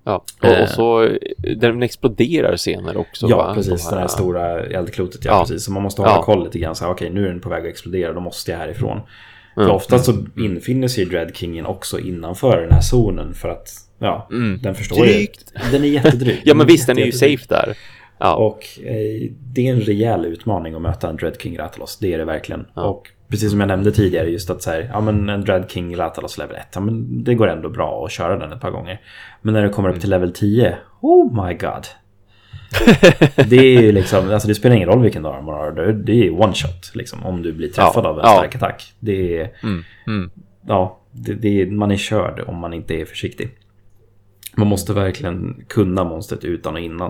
Ja, och, och så den exploderar senare också. Ja, va? precis. De här... det här stora eldklotet, ja, ja. precis. Så man måste hålla ja. koll lite grann. Så, okej, nu är den på väg att explodera, då måste jag härifrån. Mm. För oftast så infinner sig Dread Kingen också innanför den här zonen för att, ja, mm. den förstår ju. Den är jättedryg. Ja, men visst, den är ju safe där. Ja. Och eh, det är en rejäl utmaning att möta en Dread King Rathalos. Det är det verkligen. Ja. Och precis som jag nämnde tidigare, just att så här, ja, men en Dread King Rathalos level ett, ja, men det går ändå bra att köra den ett par gånger. Men när det kommer upp till level tio, oh my god. Det är ju liksom, alltså det spelar ingen roll vilken dag man har, det är one shot liksom, om du blir träffad ja. av en stark ja. attack. Det är, mm. Mm. ja, det, det är, man är körd om man inte är försiktig. Man måste verkligen kunna monstret utan och innan.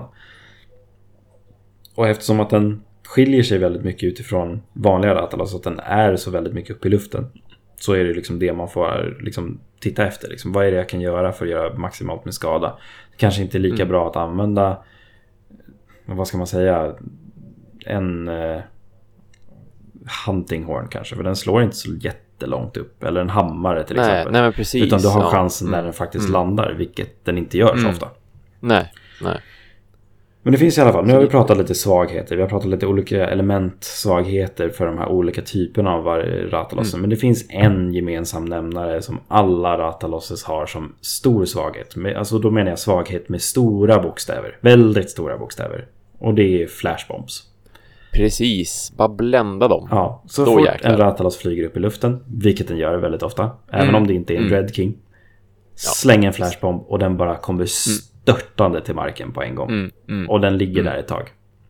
Och eftersom att den skiljer sig väldigt mycket utifrån vanliga Rathalos, så att den är så väldigt mycket upp i luften, så är det liksom det man får liksom titta efter. Liksom, vad är det jag kan göra för att göra maximalt med skada? Det kanske inte är lika mm. bra att använda, vad ska man säga, en eh, hunting horn kanske, för den slår inte så jättelångt upp. Eller en hammare till nej, exempel. Nej, men precis. Utan du har ja. chansen när den faktiskt mm. landar, vilket den inte gör så mm. ofta. Nej, nej. Men det finns i alla fall, nu har vi pratat lite svagheter. Vi har pratat lite olika elementsvagheter för de här olika typerna av Rathalosser. Mm. Men det finns en gemensam nämnare som alla Rathalosses har som stor svaghet. Alltså då menar jag svaghet med stora bokstäver. Väldigt stora bokstäver. Och det är flashbombs. Precis, bara blända dem. Ja, så då fort jäklar. En Rathalos flyger upp i luften, vilket den gör väldigt ofta, även mm. om det inte är en mm. Dread King, släng en flashbomb och den bara kommer mm. störtande till marken på en gång. Mm. Mm. Och den ligger mm. där ett tag.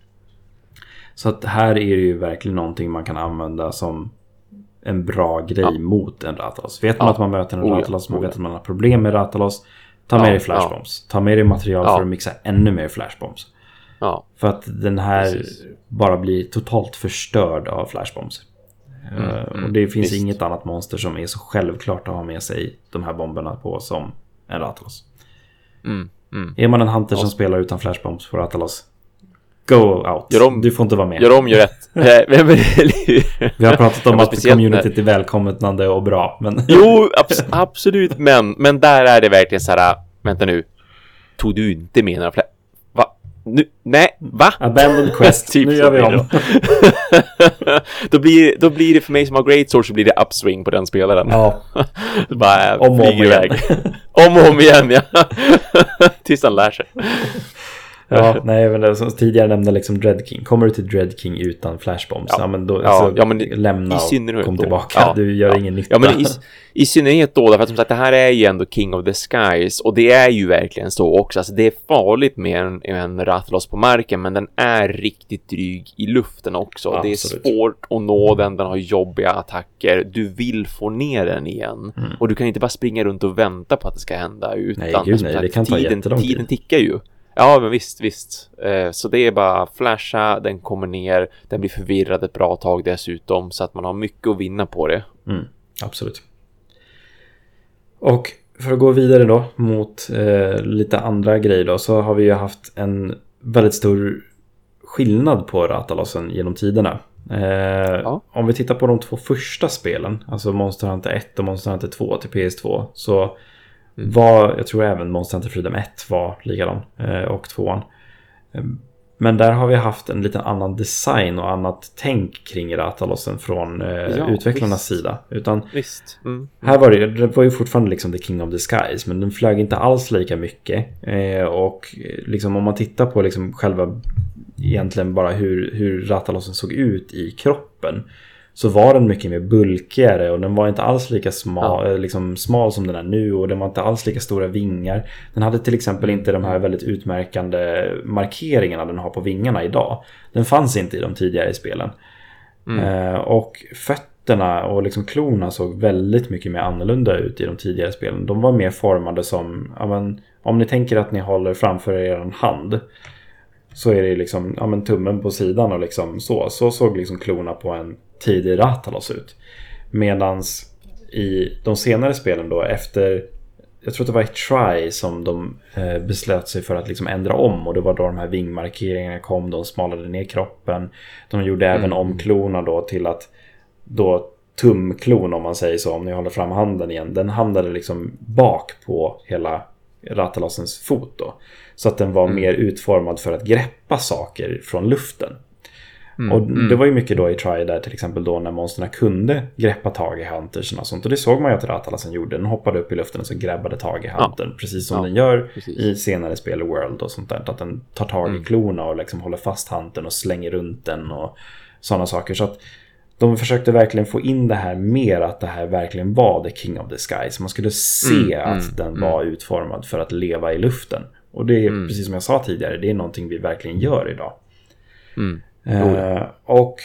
Så att här är det ju verkligen någonting man kan använda som en bra grej ja. mot en Rathalos. Vet man ja. att man möter en oh, Rathalos, man oh, vet att man har problem med Rathalos, ta med ja. dig flashbombs. Ta med dig material ja. för att mixa ännu mer flashbombs. Ja. För att den här Precis. bara blir totalt förstörd av flashbombs. Mm, uh, mm, och det finns visst. inget annat monster som är så självklart att ha med sig de här bomberna på som en Rathalos. Mm, mm. Är man en hunter ja. som spelar utan flashbombs på Rathalos, go out. Om, du får inte vara med. Gör om, gör rätt. Vi har pratat om att communityt är välkomnande och bra. Men jo, abs- absolut. Men, men där är det verkligen så här, vänta nu, tog du inte med några flash? Nu, nej, va? Abandoned quest, typ nu gör vi om. då, blir, då blir det för mig som har great sword, så blir det upswing på den spelaren. Ja. Bara om och om igen. om och om igen, ja. Tills han lär sig. Ja, nej, men det, som tidigare nämnde liksom Dread King. Kommer du till Dread King utan flashbombs, ja, ja men då ja, alltså, ja, men lämna och kom då. tillbaka. Ja, du gör ja. ingen nytta. Ja, men i, i synnerhet då, för att som sagt, det här är ju ändå King of the Skies, och det är ju verkligen så också. Alltså, det är farligt med en, en Rathalos på marken, men den är riktigt dryg i luften också. Ja, det är absolut. svårt att nå den, den har jobbiga attacker. Du vill få ner den igen. Mm. Och du kan inte bara springa runt och vänta på att det ska hända, utan nej, gud, nej, det kan ta tiden, tiden tickar ju. Ja, men visst, visst. Eh, så det är bara flasha, den kommer ner, den blir förvirrad ett bra tag dessutom, så att man har mycket att vinna på det. Mm, absolut. Och för att gå vidare då mot eh, lite andra grejer då, så har vi ju haft en väldigt stor skillnad på Rathalosen genom tiderna. Eh, ja. Om vi tittar på de två första spelen, alltså Monster Hunter ett och Monster Hunter två till P S två, så Mm. var, jag tror även Monster Hunter Freedom ett var likadan, eh, och tvåan. Men där har vi haft en liten annan design och annat tänk kring Rathalosen från eh, ja, utvecklarnas visst. sida. Utan visst. Mm. Mm. Här var det, det var ju fortfarande liksom the King of the Skies, men den flög inte alls lika mycket. Eh, och liksom om man tittar på liksom själva egentligen bara hur, hur Rathalosen såg ut i kroppen, så var den mycket mer bulkigare, och den var inte alls lika smal, ja. liksom smal som den är nu, och den var inte alls lika stora vingar. Den hade till exempel inte de här väldigt utmärkande markeringarna den har på vingarna idag. Den fanns inte i de tidigare spelen. Mm. Eh, och fötterna och liksom klorna såg väldigt mycket mer annorlunda ut i de tidigare spelen. De var mer formade som, ja, men, om ni tänker att ni håller framför er hand, så är det liksom, ja, men tummen på sidan och liksom så. Så såg liksom klorna på en tidig Rathalos ut. Medans i de senare spelen då, efter, jag tror att det var ett try som de eh, beslöt sig för att liksom ändra om, och det var då de här vingmarkeringarna kom, de smalade ner kroppen. De gjorde mm. även om klorna då till att då tumklon, om man säger så, om ni håller fram handen igen, den hamnade liksom bak på hela Rathalosens fot då. Så att den var mm. mer utformad för att greppa saker från luften. Mm, och mm. det var ju mycket då i Tri där till exempel då när monsterna kunde greppa tag i Hunters och sånt. Och det såg man ju att Rathalosen gjorde. Den hoppade upp i luften och så grabbade tag i Huntern. Ja. Precis som ja, den gör precis. I senare spel i World och sånt där. Att den tar tag mm. i klorna och liksom håller fast Huntern och slänger runt den och sådana saker. Så att de försökte verkligen få in det här mer, att det här verkligen var the King of the Sky. Så man skulle se mm, att mm, den var mm. utformad för att leva i luften. Och det är mm. precis som jag sa tidigare, det är någonting vi verkligen gör idag. Mm. Uh, och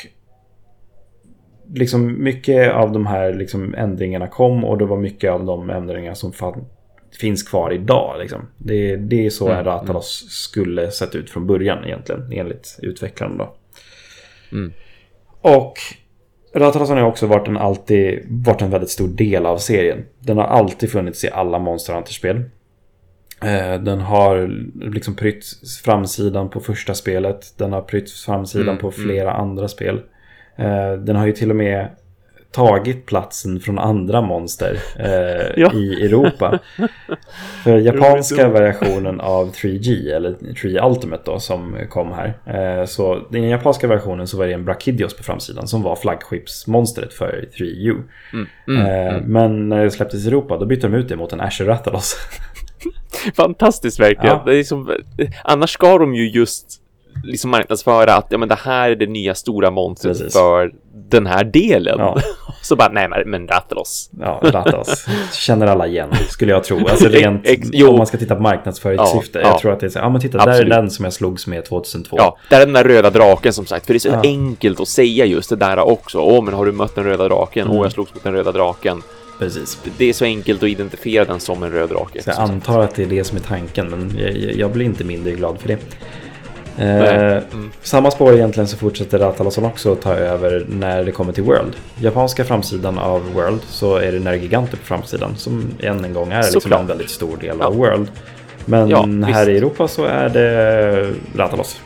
liksom mycket av de här liksom ändringarna kom, och det var mycket av de ändringar som fan, finns kvar idag liksom. det, det är så mm. en Rathalos skulle sett ut från början egentligen, enligt utvecklaren då. Mm. Och Rathalosen har också varit en, alltid, varit en väldigt stor del av serien. Den har alltid funnits i alla Monster Hunter-spel. Den har liksom prytt framsidan på första spelet. Den har prytt framsidan mm, på flera mm. andra spel. Den har ju till och med tagit platsen från andra monster eh, ja. i Europa. För japanska versionen av tre G, eller tre Ultimate då, som kom här. Eh, så i den japanska versionen så var det en Brachydios på framsidan som var flaggskeppsmonstret för tre U. Mm, mm, eh, mm. Men när det släpptes i Europa, då bytte de ut det mot en Asher Rathalos. Fantastiskt verkligen. Ja. Det är liksom, annars ska de ju just liksom marknadsföra att ja, men det här är det nya stora monstret Precis. För den här delen. Ja. Så bara, nej men Rathalos. Ja, Rathalos. Känner alla igen, skulle jag tro. Alltså rent, Ex- om man ska titta på marknadsföringssyfte. Ja, jag ja. tror att det är så, ja men titta, Absolut. Där är den som jag slogs med tjugohundratvå. Ja, där är den där röda draken som sagt. För det är så ja. enkelt att säga just det där också. Åh, men har du mött den röda draken? Åh, mm. jag slogs mot den röda draken. Precis. Det är så enkelt att identifiera den som en röd drake. Så jag antar sagt. Att det är det som är tanken, men jag, jag blir inte mindre glad för det. Eh, mm. Samma spår egentligen, så fortsätter Rathalosen också att ta över när det kommer till World. Japanska framsidan av World, så är det Nergiganter på framsidan, som än en gång är liksom en väldigt stor del ja. Av World. Men ja, här i Europa så är det Rathalos.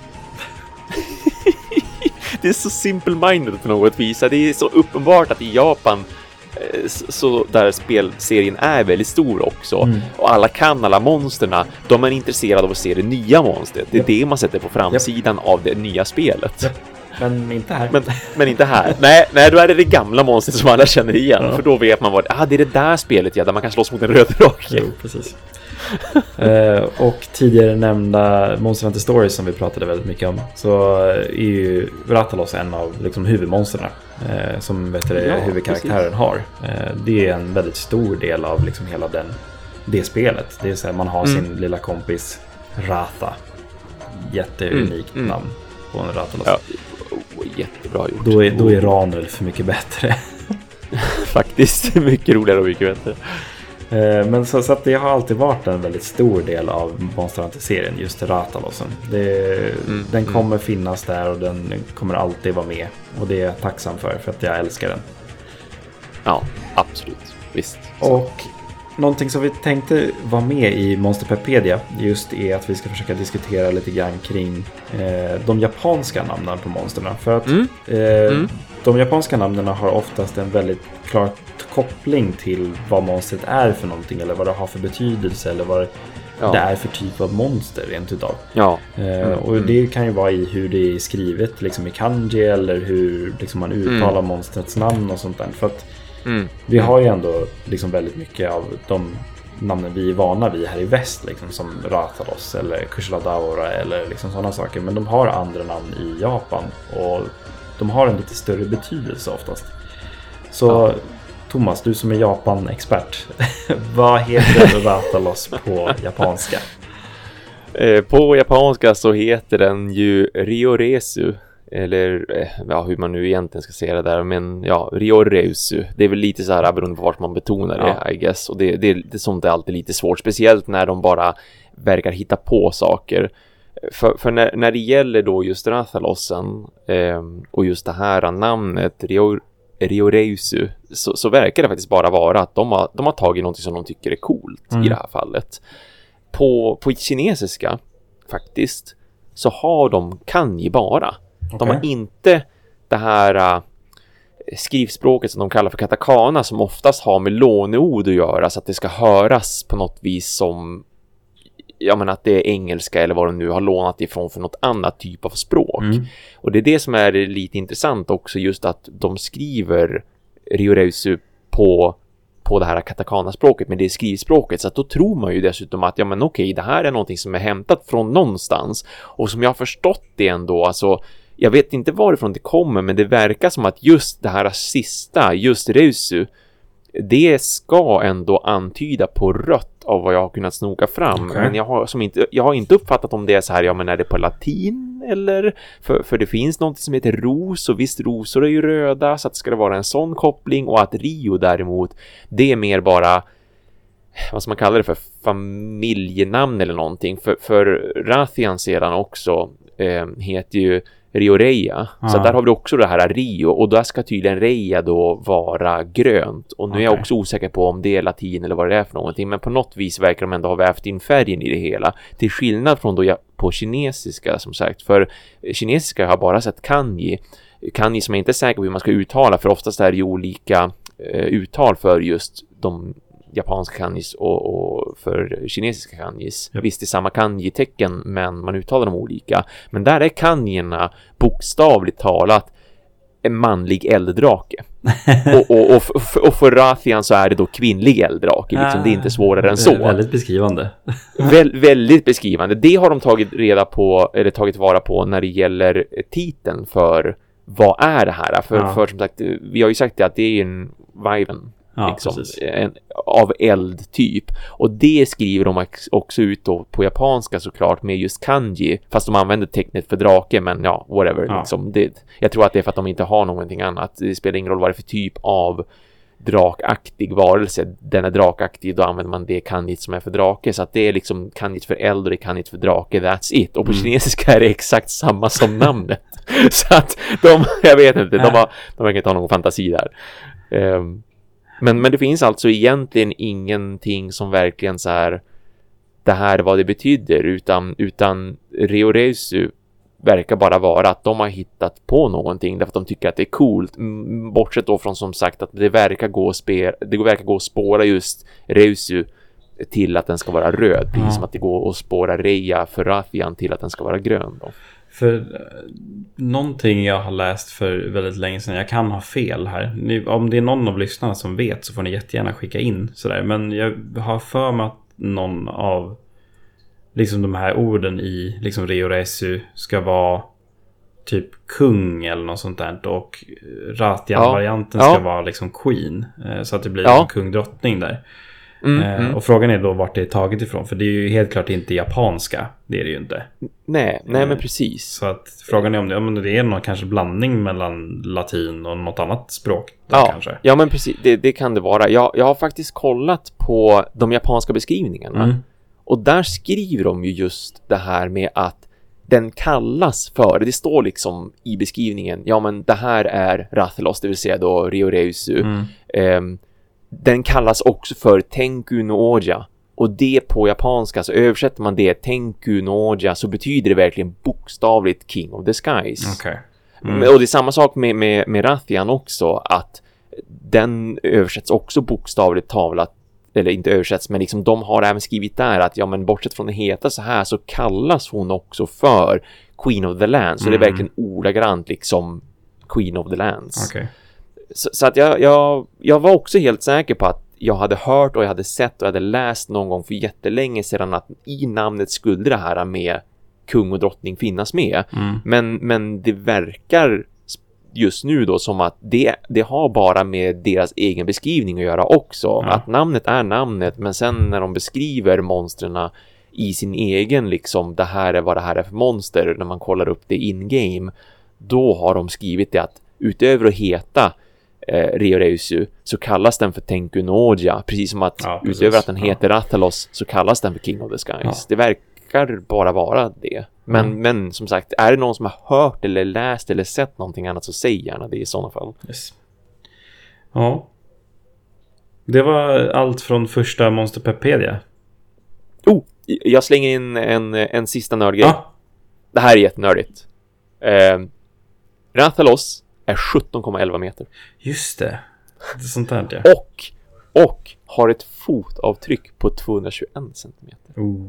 Det är så simple-minded på något vis. Det är så uppenbart att i Japan så där spelserien är väldigt stor också mm. och alla kan alla monsterna, de är intresserade av att se det nya monstret. Det är yep. det man sätter på framsidan yep. av det nya spelet. Yep. Men inte här. Men, men inte här. nej, nej, då är det det gamla monstret som alla känner igen. Ja. För då vet man vad ah, det är det där spelet ja, där man kan slåss mot en röd drake. Jo, precis. uh, och tidigare nämnda Monster Hunter Stories som vi pratade väldigt mycket om, så är ju Rathalos en av liksom, huvudmonsterna uh, som vet du, ja, huvudkaraktären precis. Har. Uh, det är en väldigt stor del av liksom, hela den, det spelet. Det är så här, man har mm. sin lilla kompis Ratha. Jätteunikt mm. namn på en Rathalos. Ja. Oh, jättebra gjort. Då är, då är Ranulf mycket bättre. Faktiskt, mycket roligare och mycket bättre. Men så, så att det har alltid varit en väldigt stor del av Monster Hunter-serien, just Rathalosen. Det, mm, den kommer mm. finnas där och den kommer alltid vara med. Och det är jag tacksam för, för att jag älskar den. Ja, absolut. Visst. Och någonting som vi tänkte vara med i Monsterpedia just är att vi ska försöka diskutera lite grann kring eh, de japanska namnen på monsterna. För att mm. Eh, mm. de japanska namnen har oftast en väldigt klar koppling till vad monstret är för någonting, eller vad det har för betydelse, eller vad ja. Det är för typ av monster rent utav. Ja. Eh, mm. Och det kan ju vara i hur det är skrivet liksom i kanji, eller hur liksom, man uttalar mm. monstrets namn och sånt där. För att Mm. vi har ju ändå liksom väldigt mycket av de namnen vi är vana vid här i väst, liksom, som Rathalos eller Kushaladaura eller liksom sådana saker. Men de har andra namn i Japan och de har en lite större betydelse oftast. Så ja. Thomas, du som är Japan-expert, vad heter Rathalos på japanska? Eh, på japanska så heter den ju Ryoresu. Eller ja, hur man nu egentligen ska säga det där. Men ja, Ryoreusu. Det är väl lite så här beroende på vart man betonar det, ja. I guess. Och det, det, det sånt är alltid lite svårt. Speciellt när de bara verkar hitta på saker. För, för när, när det gäller då just Rathalosen eh, och just det här namnet Rior, Ryoreusu, så, så verkar det faktiskt bara vara att de har, de har tagit något som de tycker är coolt mm. i det här fallet. På, på kinesiska faktiskt så har de kanji bara. Okay. De har inte det här uh, skrivspråket som de kallar för katakana, som oftast har med låneord att göra, så att det ska höras på något vis som ja, men att det är engelska eller vad de nu har lånat ifrån för något annat typ av språk. Mm. Och det är det som är lite intressant också, just att de skriver Ryoreusu på på det här katakana-språket, men det är skrivspråket, så att då tror man ju dessutom att ja men okej, det här är någonting som är hämtat från någonstans, och som jag har förstått det ändå, alltså jag vet inte varifrån det kommer, men det verkar som att just det här sista, just Reusu, det ska ändå antyda på rött av vad jag har kunnat snoka fram. Okay. Men jag har, som inte, jag har inte uppfattat om det är så här, ja men är det på latin eller? För, för det finns något som heter ros, och visst rosor är ju röda, så att det ska vara en sån koppling, och att Rio däremot, det är mer bara, vad ska man kalla det för, familjenamn eller någonting. För, för Rathian sedan också eh, heter ju Rioreia. Ah. Så där har vi också det här Rio, och där ska tydligen Reia då vara grönt. Och nu okay. är jag också osäker på om det är latin eller vad det är för någonting, men på något vis verkar de ändå ha vävt in färgen i det hela. Till skillnad från då på kinesiska, som sagt. För kinesiska har bara sett kanji. Kanji som jag inte är säker på hur man ska uttala, för oftast är det ju olika eh, uttal för just de japanska kanjis och, och för kinesiska kanjis. Yep. Visst, det är samma kanji-tecken, men man uttalar dem olika. Men där är kanjierna bokstavligt talat en manlig elddrake. och, och, och, och för Rathian så är det då kvinnlig elddrake. Liksom, det är inte svårare än så. Väldigt beskrivande. Vä- väldigt beskrivande. Det har de tagit reda på, eller tagit vara på när det gäller titeln för vad är det här? För, ja. för som sagt, vi har ju sagt det att det är en Viven. Ja, liksom, en, av eldtyp, och det skriver de också ut då på japanska såklart med just kanji, fast de använder tecknet för drake, men ja, whatever ja. Liksom, det, jag tror att det är för att de inte har någonting annat. Det spelar ingen roll vad det är för typ av drakaktig varelse. Den är drakaktig, då använder man det kanjit som är för drake, så att det är liksom kanjit för eld och det är kanjit för drake, that's it. Och på mm. kinesiska är det exakt samma som namnet. Så att de, jag vet inte, de, har, de verkar inte ha någon fantasi där. um, Men, men det finns alltså egentligen ingenting som verkligen så här, det här är vad det betyder, utan, utan Ryoreusu verkar bara vara att de har hittat på någonting därför att de tycker att det är coolt, bortsett då från som sagt att det verkar gå att spela, det verkar gå att spåra just Reusu till att den ska vara röd, precis ja. som att det går att spåra Reia för Rathian till att den ska vara grön då. För uh, någonting jag har läst för väldigt länge sedan, jag kan ha fel här. Ni, om det är någon av lyssnarna som vet så får ni jättegärna skicka in sådär. Men jag har för mig att någon av liksom de här orden i liksom Ryoreusu ska vara typ kung eller något sånt där. Och Rathian-varianten ja. ska ja. vara liksom queen. Uh, så att det blir ja. en kung-drottning där. Mm, eh, mm. Och frågan är då vart det är taget ifrån. För det är ju helt klart inte japanska. Det är det ju inte. Nej, nej eh, men precis. Så att frågan är om det, om det är någon kanske blandning mellan latin och något annat språk där, ja, kanske. Ja, men precis, det, det kan det vara. Jag, jag har faktiskt kollat på de japanska beskrivningarna. Mm. Och där skriver de ju just det här med att den kallas för, det står liksom i beskrivningen, ja men det här är Rathalos, det vill säga då Ryoreusu. Mm. Eh, Den kallas också för Tenku no Oja. Och det på japanska, så översätter man det Tenku no Oja, så betyder det verkligen bokstavligt King of the Skies. Okay. Mm. Och det är samma sak med, med, med Rathian också, att den översätts också bokstavligt talat, eller inte översätts, men liksom de har även skrivit där att ja men bortsett från det heta så här så kallas hon också för Queen of the Lands. Så mm. det är verkligen ordagrant liksom Queen of the Lands. Okej. Okay. Så, så att jag, jag, jag var också helt säker på att jag hade hört och jag hade sett och jag hade läst någon gång för jättelänge sedan att i namnet skulle det här med kung och drottning finnas med. Mm. Men, men det verkar just nu då som att det, det har bara med deras egen beskrivning att göra också. Ja. Att namnet är namnet, men sen när de beskriver monsterna i sin egen liksom, det här är vad det här är för monster, när man kollar upp det in-game, då har de skrivit det att utöver att heta Eh, Ryoreusu så kallas den för Tenku no Oja, precis som att ja, utöver att den heter ja. Rathalos så kallas den för King of the Skies. Ja. Det verkar bara vara det. Men, mm. men som sagt, är det någon som har hört eller läst eller sett någonting annat så säg gärna det i sådana fall. Yes. Ja. Det var allt från första Monsterpedia. Oh, jag slänger in en, en sista nördgrej. Ja. Det här är jättenördigt. Eh, Rathalos är sjutton komma elva meter. Just det. Det är sånt här, ja. Och, och har ett fotavtryck på tvåhundratjugoen centimeter. Oh.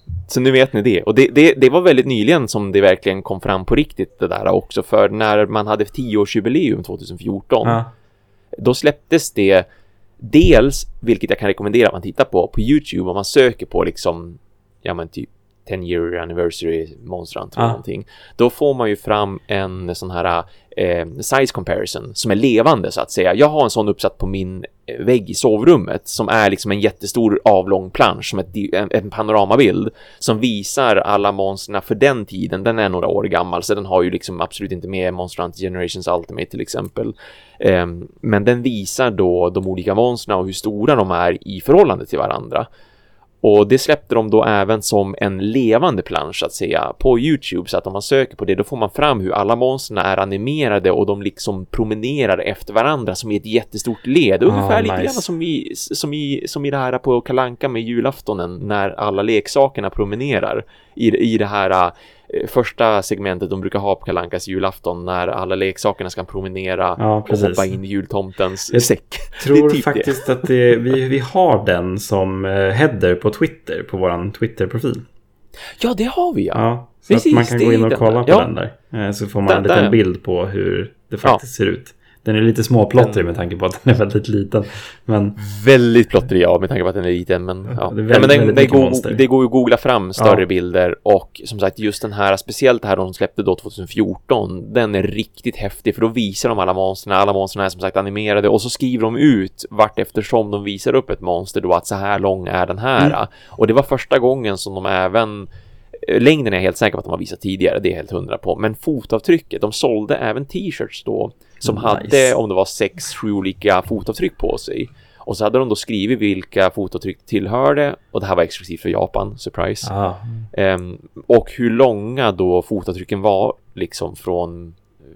Så nu vet ni det. Och det, det, det var väldigt nyligen som det verkligen kom fram på riktigt det där också. För när man hade tioårsjubileum tjugohundrafjorton, ja. Då släpptes det dels, vilket jag kan rekommendera att man tittar på, på YouTube om man söker på liksom, ja men typ ten year anniversary Monster Hunter, ja. Någonting. Då får man ju fram en sån här eh, size comparison som är levande så att säga. Jag har en sån uppsatt på min vägg i sovrummet som är liksom en jättestor avlång plansch som ett, en, en panoramabild som visar alla monsterna för den tiden. Den är några år gammal så den har ju liksom absolut inte med Monster Hunter Generations Ultimate till exempel. Eh, men den visar då de olika monsterna och hur stora de är i förhållande till varandra. Och det släppte de då även som en levande plansch att säga på YouTube, så att om man söker på det då får man fram hur alla monsterna är animerade och de liksom promenerar efter varandra som i ett jättestort led. Ungefär oh, lite nice. Grann som i, som, i, som i det här på Kalle Anka med julaftonen när alla leksakerna promenerar i, i det här första segmentet de brukar ha på Kalle Ankas julafton när alla leksakerna ska promenera ja, och hoppa in i jultomtens jag säck. Jag tror typ faktiskt det. Att det, vi, vi har den som header på Twitter, på våran Twitter-profil. Ja, det har vi ja. ja så precis, att man kan gå in och kolla på ja. Den där. Så får man den, en liten där. Bild på hur det faktiskt ja. Ser ut. Den är lite småplottrig med tanke på att den är väldigt liten. Men... Väldigt plottrig, ja, med tanke på att den är liten. Men, ja. Det, är väldigt, ja, men den, det, går, det går ju att googla fram större ja. Bilder. Och som sagt, just den här, speciellt det här de släppte då tjugohundrafjorton, den är riktigt häftig. För då visar de alla monsterna. Alla monsterna är som sagt animerade. Och så skriver de ut vart eftersom de visar upp ett monster då att så här lång är den här. Mm. Och det var första gången som de även... Längden är jag helt säker på att de har visat tidigare, det är helt hundra på. Men fotavtrycket, de sålde även t-shirts då som nice. Hade, om det var sex, sju olika fotavtryck på sig. Och så hade de då skrivit vilka fotavtryck tillhörde. Och det här var exklusivt för Japan, surprise. Ah. Um, och hur långa då fotavtrycken var liksom från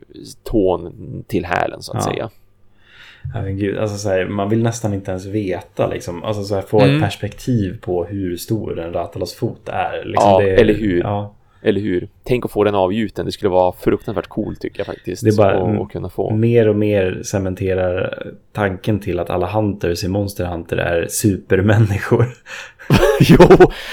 tån till hälen så att ah. säga. Herregud, alltså så här, man vill nästan inte ens veta liksom, alltså så här, få mm. ett perspektiv på hur stor en Rathalos fot är liksom, ja, det, eller hur ja. Eller hur, tänk att få den avgjuten, det skulle vara fruktansvärt coolt tycker jag faktiskt. Det är bara att, att kunna få. Mer och mer cementerar tanken till att alla hunters i Monster Hunter är supermänniskor. Jo,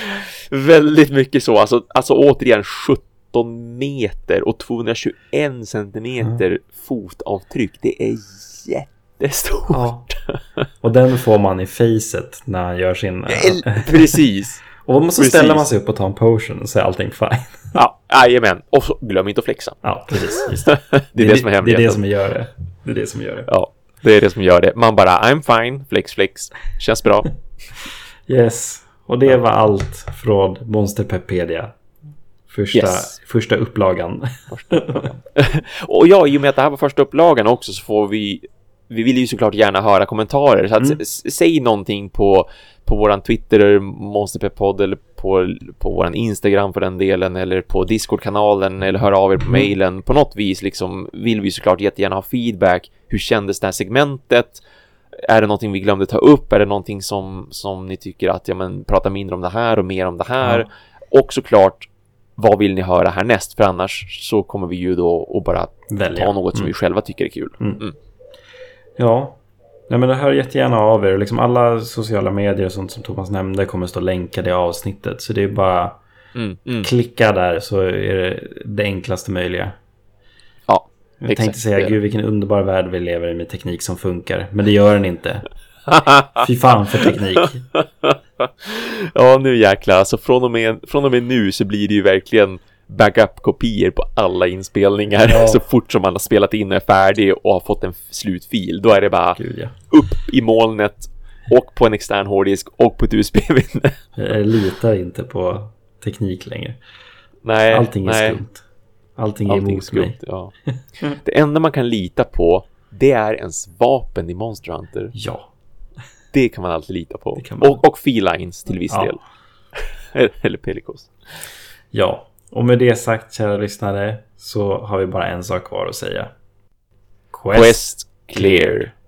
väldigt mycket så, alltså, alltså återigen sjutton meter och tvåhundratjugoen centimeter mm. fotavtryck, det är jätte Det är stort. Ja. Och den får man i facet när han gör sin... Precis. Och så precis. Ställer man sig upp och tar en potion och så är allting fine. Ja, jajamän. Och så glöm inte att flexa. Ja, precis. Just det. det är det, det som är hemligheten. Det är det som gör det. Det är det som gör det. Ja, det är det som gör det. Man bara, I'm fine, flex, flex. Känns bra. Yes. Och det var allt från Monsterpedia. Första, yes. första upplagan. Första upplagan. Och ja, i och med att det här var första upplagan också så får vi... Vi vill ju såklart gärna höra kommentarer. Så att mm. s- säg någonting på, på våran Twitter, Monsterpeppod, eller på, på våran Instagram för den delen, eller på Discord-kanalen, eller hör av er på mm. mailen. På något vis liksom vill vi såklart jättegärna ha feedback. Hur kändes det här segmentet? Är det någonting vi glömde ta upp? Är det någonting som, som ni tycker att ja, men, prata mindre om det här och mer om det här? Mm. Och såklart, vad vill ni höra härnäst? För annars så kommer vi ju då att bara Välja. ta något som mm. vi själva tycker är kul. Mm. Mm. Ja, ja men det hör jättegärna av er. Liksom alla sociala medier och sånt som Thomas nämnde kommer stå länkade i avsnittet. Så det är bara mm, mm. klicka där så är det det enklaste möjliga. Ja, jag exakt. tänkte säga, gud vilken underbar värld vi lever i med teknik som funkar. Men det gör den inte. Fy fan för teknik. Ja, nu jäklar. Så från och, med, från och med nu så blir det ju verkligen backup-kopior på alla inspelningar ja. Så fort som man har spelat in och är färdig och har fått en slutfil. Då är det bara Gud, ja. upp i molnet och på en extern hårddisk och på ett U S B-minne. Jag litar inte på teknik längre. Nej, allting är nej. skumt. Allting är allting emot skumt, mig. Ja. Det enda man kan lita på, det är ens vapen i Monster Hunter. Ja. Det kan man alltid lita på. Man... Och, och felines till viss ja. del. Eller pelikos. Ja. Och med det sagt, kära lyssnare, så har vi bara en sak kvar att säga. Quest, Quest clear.